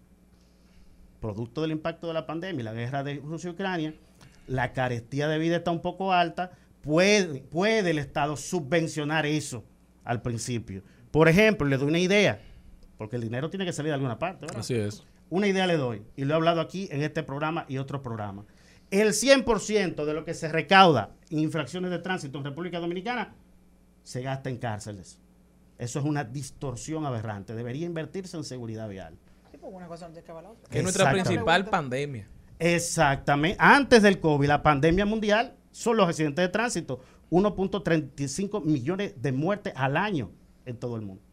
producto del impacto de la pandemia y la guerra de Rusia y Ucrania, la carestía de vida está un poco alta, puede, puede el Estado subvencionar eso al principio. Por ejemplo, le doy una idea, porque el dinero tiene que salir de alguna parte, ¿verdad? Así es. Una idea le doy, y lo he hablado aquí en este programa y otros programas. El cien por ciento de lo que se recauda en infracciones de tránsito en República Dominicana se gasta en cárceles. Eso es una distorsión aberrante. Debería invertirse en seguridad vial. Sí, pues una cosa no te acaba la otra. Que es nuestra principal pandemia. Exactamente. Antes del COVID, la pandemia mundial, son los accidentes de tránsito. uno punto treinta y cinco millones de muertes al año en todo el mundo.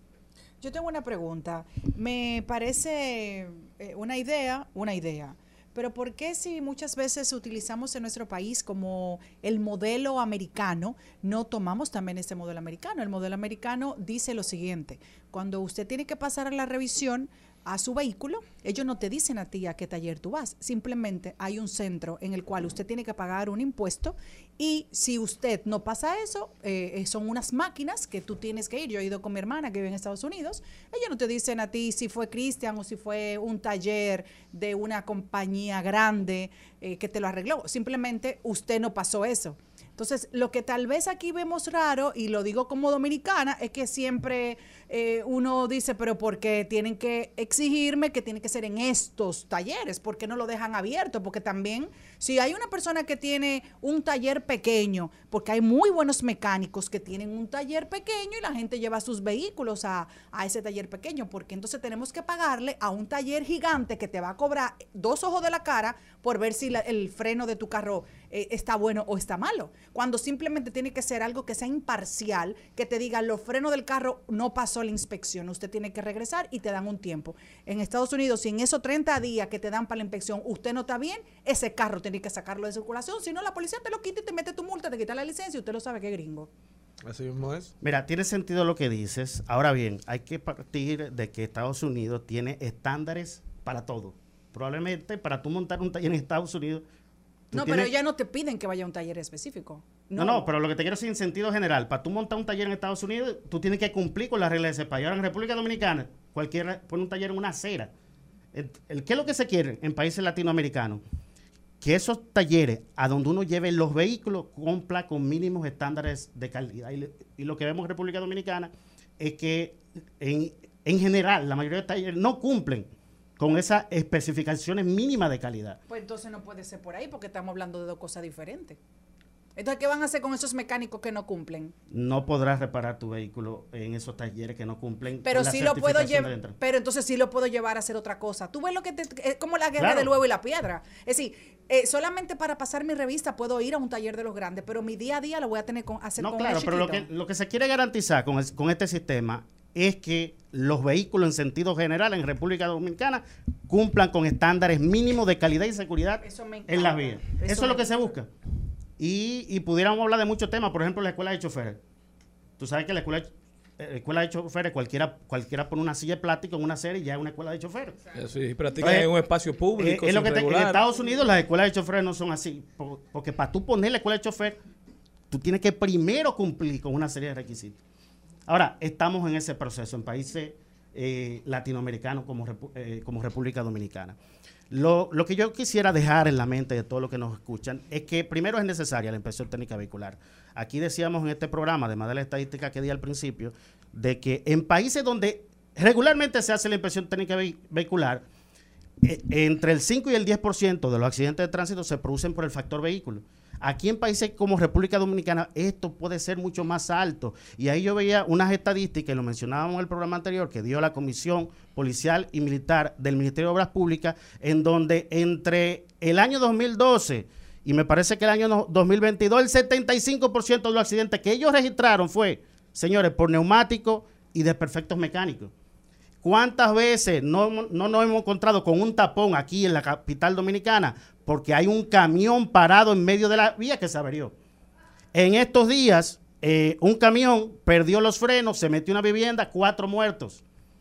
Yo tengo una pregunta. Me parece eh, una idea, una idea. Pero ¿por qué si muchas veces utilizamos en nuestro país como el modelo americano, no tomamos también este modelo americano? El modelo americano dice lo siguiente: cuando usted tiene que pasar a la revisión a su vehículo, ellos no te dicen a ti a qué taller tú vas, simplemente hay un centro en el cual usted tiene que pagar un impuesto y si usted no pasa eso, eh, son unas máquinas que tú tienes que ir. Yo he ido con mi hermana que vive en Estados Unidos, ellos no te dicen a ti si fue Christian o si fue un taller de una compañía grande eh, que te lo arregló, simplemente usted no pasó eso. Entonces, lo que tal vez aquí vemos raro, y lo digo como dominicana, es que siempre eh, uno dice, pero ¿por qué tienen que exigirme que tiene que ser en estos talleres? ¿Por qué no lo dejan abierto? Porque también, si hay una persona que tiene un taller pequeño, porque hay muy buenos mecánicos que tienen un taller pequeño y la gente lleva sus vehículos a, a ese taller pequeño, porque entonces tenemos que pagarle a un taller gigante que te va a cobrar dos ojos de la cara por ver si la, el freno de tu carro eh, está bueno o está malo, cuando simplemente tiene que ser algo que sea imparcial, que te diga los frenos del carro no pasó la inspección, usted tiene que regresar y te dan un tiempo. En Estados Unidos, si en esos treinta días que te dan para la inspección usted no está bien, ese carro tiene que sacarlo de circulación, si no la policía te lo quita y te mete tu multa, te quita la licencia y usted lo sabe que es gringo. Así mismo es. Mira, tiene sentido lo que dices. Ahora bien, hay que partir de que Estados Unidos tiene estándares para todo. Probablemente para tú montar un taller en Estados Unidos. No, tienes... pero ya no te piden que vaya a un taller específico. No. no, no, pero lo que te quiero decir en sentido general, para tú montar un taller en Estados Unidos, tú tienes que cumplir con las reglas de ese país. Ahora en República Dominicana, cualquiera pone un taller en una acera. El, el, ¿Qué es lo que se quiere en países latinoamericanos? Que esos talleres a donde uno lleve los vehículos cumpla con mínimos estándares de calidad. Y, y lo que vemos en República Dominicana es que en, en general la mayoría de talleres no cumplen con esas especificaciones mínimas de calidad. Pues entonces no puede ser por ahí porque estamos hablando de dos cosas diferentes. Entonces, ¿qué van a hacer con esos mecánicos que no cumplen? No podrás reparar tu vehículo en esos talleres que no cumplen. Pero la sí lo puedo certificación de llevar, entrada. pero entonces sí lo puedo llevar a hacer otra cosa. Tú ves lo que te, es como la guerra Claro. del huevo y la piedra. Es decir, eh, solamente para pasar mi revista puedo ir a un taller de los grandes, pero mi día a día lo voy a tener que hacer No, con claro, el pero lo chiquito. que, lo que se quiere garantizar con, el- con este sistema es que los vehículos en sentido general en República Dominicana cumplan con estándares mínimos de calidad y seguridad Eso me en las encanta. vías. Eso Eso, es me lo que se encanta. busca. Y, y pudiéramos hablar de muchos temas, por ejemplo, la escuela de choferes. Tú sabes que la escuela, eh, escuela de choferes, cualquiera, cualquiera pone una silla de plástico en una serie y ya es una escuela de choferes. Eso sí, practican en un espacio público. Eh, es lo sin que te- en regular. Estados Unidos las escuelas de choferes no son así, po- porque para tú poner la escuela de chofer, tú tienes que primero cumplir con una serie de requisitos. Ahora, estamos en ese proceso en países eh, latinoamericanos como, Repu- eh, como República Dominicana. Lo, lo que yo quisiera dejar en la mente de todos los que nos escuchan es que primero es necesaria la inspección técnica vehicular. Aquí decíamos en este programa, además de la estadística que di al principio, de que en países donde regularmente se hace la inspección técnica vehi- vehicular, eh, entre el cinco y el diez por ciento de los accidentes de tránsito se producen por el factor vehículo. Aquí en países como República Dominicana esto puede ser mucho más alto. Y ahí yo veía unas estadísticas, y lo mencionábamos en el programa anterior, que dio la Comisión Policial y Militar del Ministerio de Obras Públicas, en donde entre el año dos mil doce y me parece que el año no- dos mil veintidós, el setenta y cinco por ciento de los accidentes que ellos registraron fue, señores, por neumáticos y desperfectos mecánicos. ¿Cuántas veces no, no nos hemos encontrado con un tapón aquí en la capital dominicana? Porque hay un camión parado en medio de la vía que se averió. En estos días, eh, un camión perdió los frenos, se metió en una vivienda, cuatro muertos.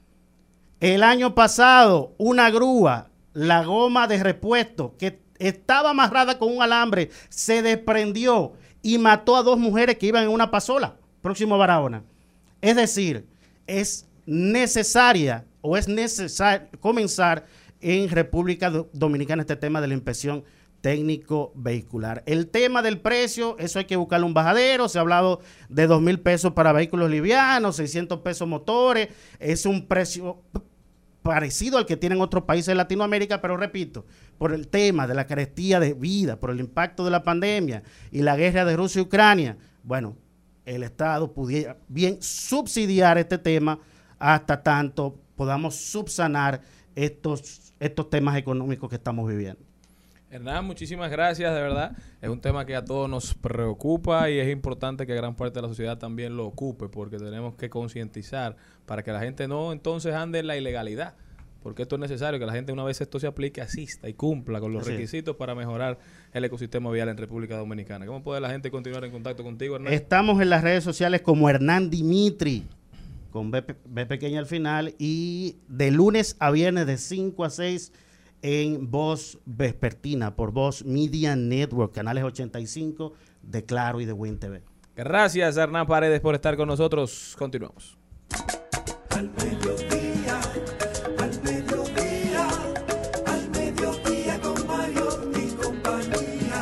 El año pasado, una grúa, la goma de repuesto, que estaba amarrada con un alambre, se desprendió y mató a dos mujeres que iban en una pasola, próximo a Barahona. Es decir, es necesaria o es necesario comenzar en República Do- Dominicana este tema de la inspección técnico vehicular. El tema del precio, eso hay que buscarle un bajadero. Se ha hablado de dos mil pesos para vehículos livianos, seiscientos pesos motores. Es un precio p- parecido al que tienen otros países de Latinoamérica, pero repito, por el tema de la carestía de vida, por el impacto de la pandemia y la guerra de Rusia y Ucrania, bueno, el Estado pudiera bien subsidiar este tema hasta tanto podamos subsanar estos, estos temas económicos que estamos viviendo. Hernán, muchísimas gracias, de verdad. Es un tema que a todos nos preocupa y es importante que gran parte de la sociedad también lo ocupe, porque tenemos que concientizar para que la gente no entonces ande en la ilegalidad, porque esto es necesario, que la gente una vez esto se aplique, asista y cumpla con los Así es. requisitos para mejorar el ecosistema vial en República Dominicana. ¿Cómo puede la gente continuar en contacto contigo, Hernán? Estamos en las redes sociales como Hernán Dimitri, con B, pe- B pequeña al final, y de lunes a viernes de cinco a seis en Voz Vespertina, por Voz Media Network, canales ochenta y cinco de Claro y de Win T V. Gracias, Hernán Paredes, por estar con nosotros. Continuamos. Al mediodía, al mediodía, al mediodía con Mario y compañía.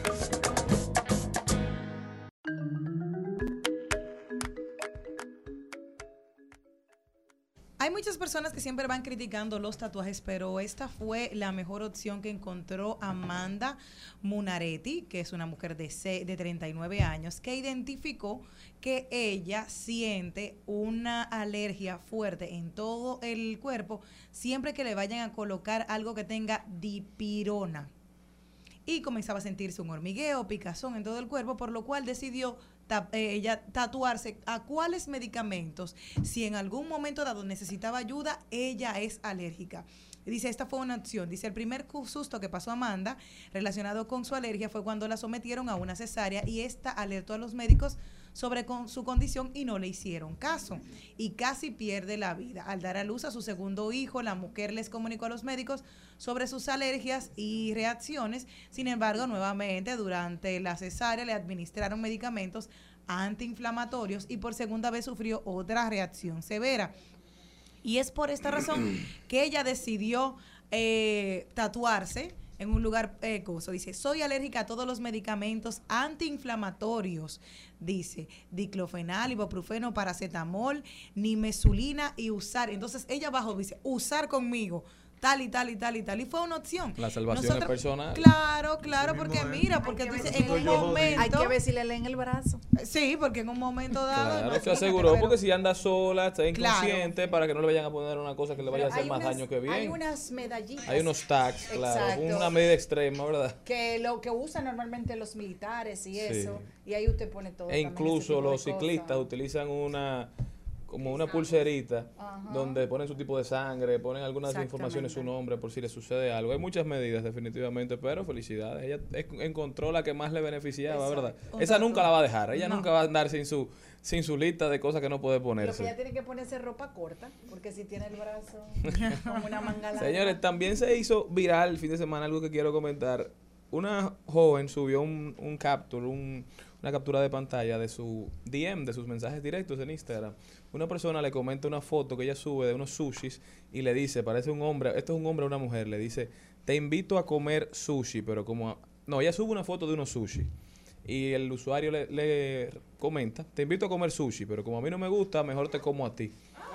Hay muchas personas que siempre van criticando los tatuajes, pero esta fue la mejor opción que encontró Amanda Munaretti, que es una mujer de, se- de treinta y nueve años, que identificó que ella siente una alergia fuerte en todo el cuerpo siempre que le vayan a colocar algo que tenga dipirona. Y comenzaba a sentirse un hormigueo, picazón en todo el cuerpo, por lo cual decidió ta- eh, ella tatuarse a cuáles medicamentos, si en algún momento dado necesitaba ayuda, ella es alérgica. Dice, esta fue una opción. Dice, el primer cu- susto que pasó a Amanda relacionado con su alergia fue cuando la sometieron a una cesárea y esta alertó a los médicos sobre con su condición y no le hicieron caso. Y casi pierde la vida. Al dar a luz a su segundo hijo, la mujer les comunicó a los médicos sobre sus alergias y reacciones. Sin embargo, nuevamente, durante la cesárea le administraron medicamentos antiinflamatorios y por segunda vez sufrió otra reacción severa. Y es por esta razón que ella decidió eh, tatuarse en un lugar eh, coso. Dice, soy alérgica a todos los medicamentos antiinflamatorios. Dice, diclofenal, ibuprofeno, paracetamol, nimesulina y usar. Entonces ella bajó, dice, usar conmigo tal y tal y tal y tal. Y fue una opción. La salvación es personal. Claro, claro, porque mira, porque tú dices, en un momento... Hay que ver si le leen el brazo. Sí, porque en un momento dado... Claro, se aseguró pero- porque si anda sola, está Claro. inconsciente, para que no le vayan a poner una cosa que le vaya a Pero hacer hay más unas- daño que bien. Hay unas medallitas. Hay unos tags, claro, Exacto. una medida extrema, ¿verdad? Que lo que usan normalmente los militares y Sí. eso. Y ahí usted pone todo. E también incluso ese tipo de los ciclistas cosas. utilizan una como una pulserita Ajá. donde ponen su tipo de sangre, ponen algunas Exactamente. informaciones, su nombre por si le sucede algo. Hay muchas medidas definitivamente, pero felicidades. Ella es- encontró la que más le beneficiaba, ¿verdad? Exacto. Esa nunca la va a dejar. Ella No. nunca va a andar sin su sin su lista de cosas que no puede Lo que ponerse. ella tiene que ponerse ropa corta, porque si tiene el brazo como una manga larga. Señores, también se hizo viral el fin de semana algo que quiero comentar. Una joven subió un, un capture, un- una captura de pantalla de su D M, de sus mensajes directos en Instagram. Una persona le comenta una foto que ella sube de unos sushis y le dice, parece un hombre, esto es un hombre o una mujer, le dice, te invito a comer sushi, pero como... a- no, ella sube una foto de unos sushi. Y el usuario le, le comenta, te invito a comer sushi, pero como a mí no me gusta, mejor te como a ti.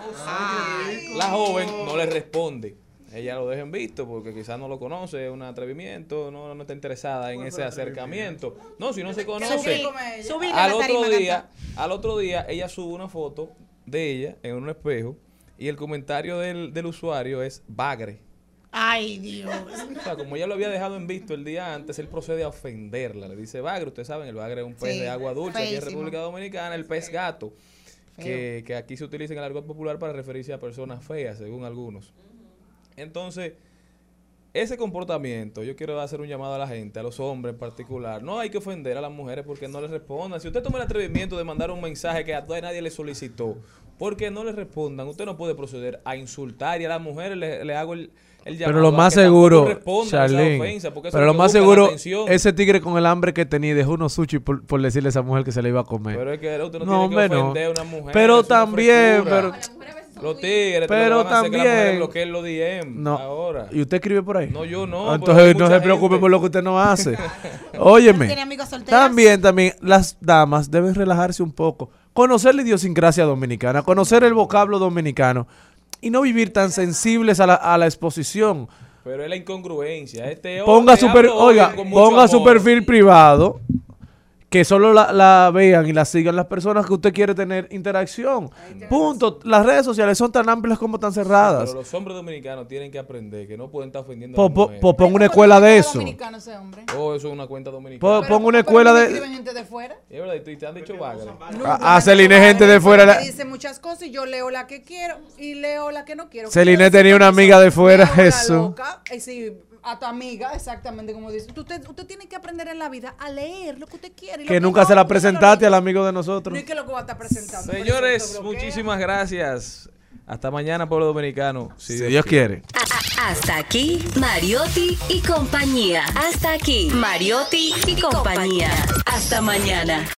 La joven no le responde. Ella lo deja en visto porque quizás no lo conoce, es un atrevimiento, no, no está interesada en ese acercamiento. No, si no se conoce. Subir- subirle Al la otro tarima, día, al otro día ella sube una foto de ella en un espejo y el comentario del, del usuario es bagre. Ay, Dios. O sea, como ella lo había dejado en visto el día antes, él procede a ofenderla. Le dice bagre, ustedes saben, el bagre es un pez Sí, de agua dulce aquí en feísimo. República Dominicana, el pez gato, Feo. que, que aquí se utiliza en el argot popular para referirse a personas feas, según algunos. Entonces, ese comportamiento, yo quiero hacer un llamado a la gente, a los hombres en particular. No hay que ofender a las mujeres porque no les respondan. Si usted toma el atrevimiento de mandar un mensaje que a toda nadie le solicitó, porque no le respondan, usted no puede proceder a insultar y a las mujeres le, le hago el, el llamado. Pero lo a más que tampoco seguro, respondan a esa Charlene, ofensa, porque eso pero es lo que más busca la seguro, atención. ese tigre con el hambre que tenía dejó unos sushi por, por decirle a esa mujer que se le iba a comer. Pero es que usted no, No, tiene que hombre, no. ofender a una mujer. Pero es una también, frescura. pero- Los tigres, te Pero lo van a hacer que las mujeres también- bloqueen los D M No. ahora. ¿Y usted escribe por ahí? No, yo no. Ah, pero hay entonces no mucha se preocupe gente. por lo que usted no hace. Óyeme. ¿Tiene amigos solteros? También, también, las damas deben relajarse un poco. Conocer la idiosincrasia dominicana, conocer el vocablo dominicano y no vivir tan sensibles a la, a la exposición. Pero es la incongruencia. Este Ponga hombre su, per- habla hoy oiga, con mucho ponga su amor. perfil privado, que solo la, la vean y la sigan las personas que usted quiere tener interacción. Punto. Las redes sociales son tan amplias como tan cerradas. Pero los hombres dominicanos tienen que aprender que no pueden estar ofendiendo a Po- las po- mujeres. po- ponga una escuela de eso. dominicano ese hombre. Oh, eso es una cuenta dominicana. Po- Pero ponga una ¿cómo escuela me de... escriben gente de fuera? Es verdad, y te han dicho bagre. A, a Celine gente de fuera. Me la- dice muchas cosas y yo leo la que quiero y leo la que no quiero. Celine Quiero tenía decir una con amiga eso, de fuera, me hago la eso. loca, y sí, a tu amiga, exactamente como dice. Usted, usted tiene que aprender en la vida a leer lo que usted quiere. y lo Que nunca no, se la usted no lo presentaste lee. al amigo de nosotros. No es que lo que va a estar presentando. por eso Señores, usted bloquea. muchísimas gracias. Hasta mañana, pueblo dominicano. Si Si Dios quiere. Hasta aquí, Mariotti y compañía. Hasta aquí, Mariotti y compañía. Hasta mañana.